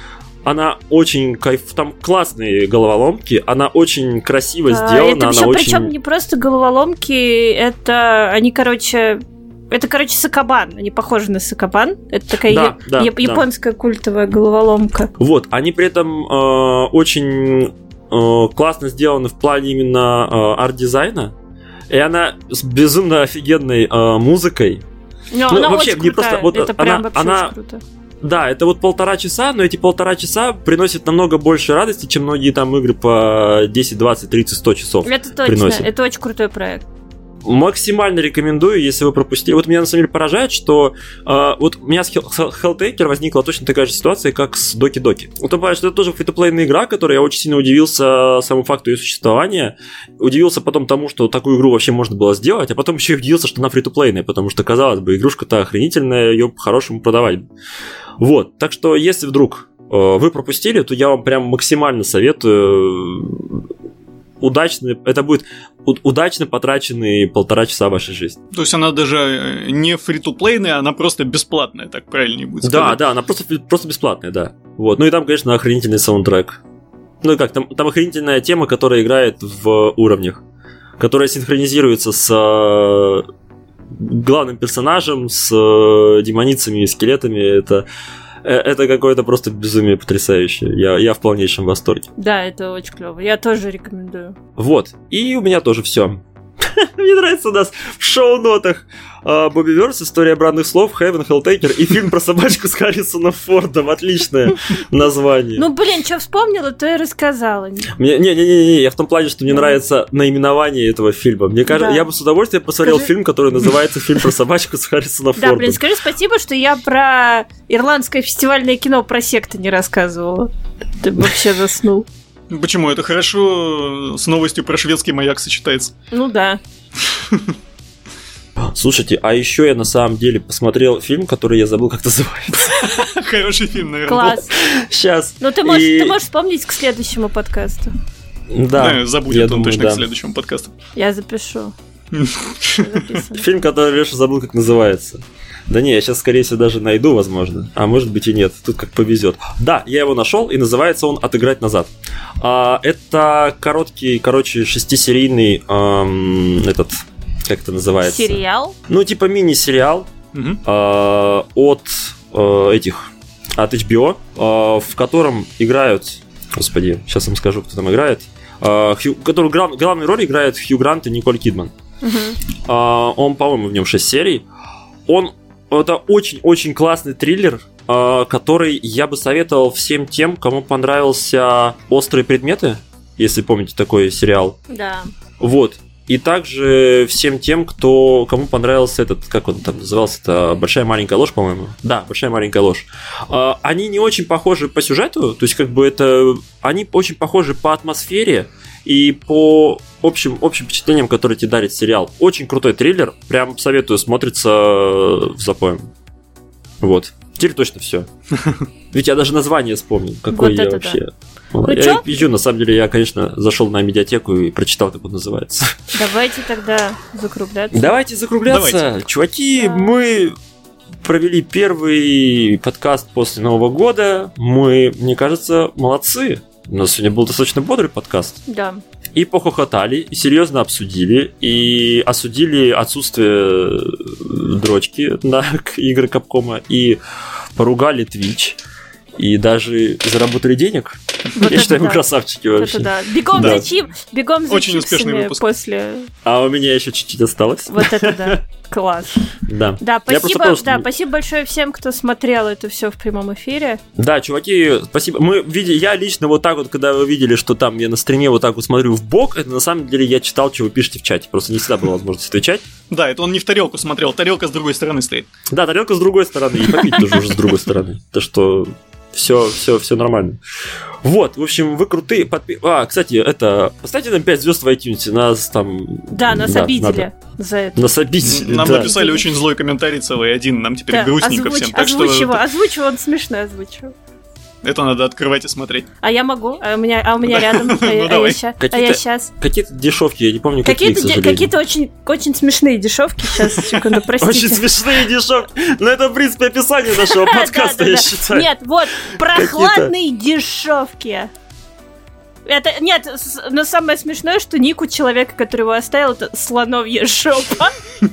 Она очень кайф... Там классные головоломки, она очень красиво да, сделана. Это она очень... Причем не просто головоломки, это они, короче... Это, короче, Сакабан. Они похожи на Сакабан. Это такая да, я... да, японская да. культовая головоломка. Вот, они при этом э, очень... классно сделаны в плане именно э, арт-дизайна, и она с безумно офигенной э, музыкой. Но ну, она вообще, очень не крутая. просто, вот, это она, прям вообще она, очень круто. Да, это вот полтора часа, но эти полтора часа приносят намного больше радости, чем многие там игры по десять, двадцать, тридцать, сто часов. Это точно, приносят. Это очень крутой проект. Максимально рекомендую, если вы пропустили. Вот меня на самом деле поражает, что э, вот у меня с Helltaker возникла точно такая же ситуация, как с Доки Доки. Вот он понимает, что это тоже фри-то-плейная игра, которая я очень сильно удивился самому факту ее существования. Удивился потом тому, что такую игру вообще можно было сделать, а потом еще и удивился, что она фри-то-плейная, потому что, казалось бы, игрушка-то охренительная, ее по-хорошему продавать. Вот, так что если вдруг э, вы пропустили, то я вам прям максимально советую. Удачно, это будет удачно потраченные полтора часа вашей жизни. То есть она даже не фри-то-плейная, она просто бесплатная, так правильнее будет сказать. Да, да, она просто, просто бесплатная, да. Вот. Ну и там, конечно, охренительный саундтрек. Ну и как, там, там охренительная тема, которая играет в уровнях, которая синхронизируется с э, главным персонажем, с э, демоницами и скелетами. Это... Это какое-то просто безумие потрясающее. Я, я в полнейшем восторге. Да, это очень клево. Я тоже рекомендую. Вот. И у меня тоже все. Мне нравится у нас в шоу-нотах Бобби Верс, история бранных слов, Heaven, Helltaker и фильм про собачку с Харрисоном Фордом. Отличное название. Ну, блин, что вспомнила, то и рассказала. Не-не-не, я в том плане, что мне нравится наименование этого фильма. Мне кажется, я бы с удовольствием посмотрел фильм, который называется «Фильм про собачку с Харрисоном Фордом». Да, блин, скажи спасибо, что я про ирландское фестивальное кино про секты не рассказывала. Ты вообще заснул. Почему? Это хорошо с новостью про шведский маяк сочетается. Ну да. Слушайте, а еще я на самом деле посмотрел фильм, который я забыл, как называется. Хороший фильм, наверное. Класс. Сейчас. Ну ты можешь, и... ты можешь вспомнить к следующему подкасту. Да. да забудет он думаю, точно да. к следующему подкасту. Я запишу. Фильм, который Леша забыл, как называется. Да не, я сейчас, скорее всего, даже найду, возможно. А может быть и нет. Тут как повезет. Да, я его нашел, и называется он «Отыграть назад». А, это короткий, короче, шестисерийный эм, этот... Как это называется? Сериал? Ну, типа мини-сериал угу. э, от э, этих, от эйч би о, э, в котором играют, господи, сейчас вам скажу, кто там играет, э, Хью, который глав, главную роль играет Хью Грант и Николь Кидман. Угу. Э, он, по-моему, в нем шесть серий. Он, это очень-очень классный триллер, э, который я бы советовал всем тем, кому понравился «Острые предметы», если помните такой сериал. Да. Вот. И также всем тем, кто, кому понравился этот, как он там назывался, это «Большая маленькая ложь», по-моему. Да, «Большая маленькая ложь». Они не очень похожи по сюжету, то есть как бы это... Они очень похожи по атмосфере и по общим, общим впечатлениям, которые тебе дарит сериал. Очень крутой триллер, прям советую, смотрится в запоем. Вот. Теперь точно все. Ведь я даже название вспомнил, какой вот я вообще... Да. Ну, я вижу, на самом деле, я, конечно, зашел на медиатеку и прочитал, как он называется. Давайте тогда закругляться. Давайте закругляться. Давайте. Чуваки, да. Мы провели первый подкаст после Нового года. Мы, мне кажется, молодцы. У нас сегодня был достаточно бодрый подкаст. Да. И похохотали, и серьезно обсудили, и осудили отсутствие дрочки на игры Капкома, и поругали Twitch. И даже заработали денег. Вот Я считаю, да. мы красавчики вообще. Это да. Бегом да. за чип, бегом за Очень успешный выпуск. После... А у меня еще чуть-чуть осталось. Вот это да. Класс. Да. Да, спасибо, просто... да, спасибо большое всем, кто смотрел это все в прямом эфире. Да, чуваки, спасибо. Мы видели, я лично вот так вот, когда вы видели, что там я на стриме вот так вот смотрю в бок, это на самом деле я читал, что вы пишете в чате. Просто не всегда была возможность отвечать. Да, это он не в тарелку смотрел, тарелка с другой стороны стоит. Да, тарелка с другой стороны, и попить тоже уже с другой стороны. То что все, все, все нормально. Вот, в общем, вы крутые. Подпи... А, кстати, это поставьте нам пять звезд в iTunes, нас там. Да, нас да, обидели надо. За это. Нас обидели. Нам да. написали очень злой комментарий целый один, нам теперь да, грустненько озвуч... всем. Так озвучивал, что... озвучивал, он смешно озвучивал. Это надо открывать и смотреть. А я могу, а у меня, а у меня рядом. А я сейчас. Какие-то дешевки, я не помню, какие, к сожалению. Какие-то очень, очень смешные дешевки. Сейчас, секунду, простите. Очень смешные дешевки. Но это, в принципе, описание нашего подкаста, я считаю. Нет, вот, прохладные дешевки. Это, нет, но самое смешное, что ник у человека, который его оставил, это слоновья жопа.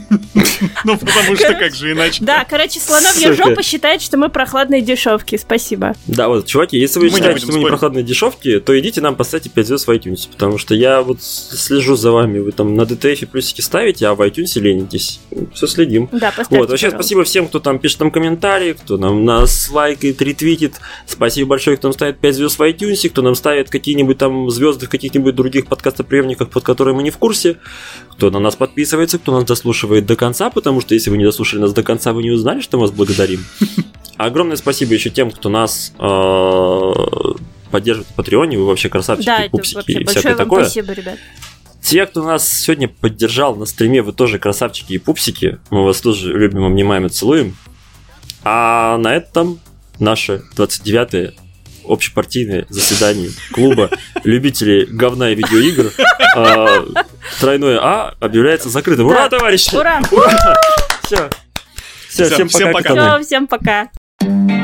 Ну, потому что как же иначе. Да, короче, слоновья жопа считает, что мы прохладные дешевки. Спасибо. Да, вот, чуваки, если вы считаете, что мы не прохладные дешевки, то идите нам поставьте пять звезд в iTunes, потому что я вот слежу за вами. Вы там на ди ти эф плюсики ставите, а в iTunes ленитесь. Все следим. Да, поставьте. Вот, вообще спасибо всем, кто там пишет нам комментарии, кто нам нас лайкает, ретвитит. Спасибо большое, кто нам ставит пять звезд в iTunes, кто нам ставит какие-нибудь там звезды в каких-нибудь других подкастоприемниках, под которые мы не в курсе, кто на нас подписывается, кто нас дослушивает до конца, потому что если вы не дослушали нас до конца, вы не узнали, что мы вас благодарим. Огромное спасибо еще тем, кто нас поддерживает в Патреоне, вы вообще красавчики, да, пупсики и всякое вам такое. Спасибо, ребят. Те, кто нас сегодня поддержал на стриме, вы тоже красавчики и пупсики, мы вас тоже любим, обнимаем и целуем. А на этом наше двадцать девятое общепартийное заседание клуба любителей говна и видеоигр э, тройное А объявляется закрытым. Ура, да. Товарищи! Ура! Ура! Все. Все, всем, всем пока. пока. Всем пока.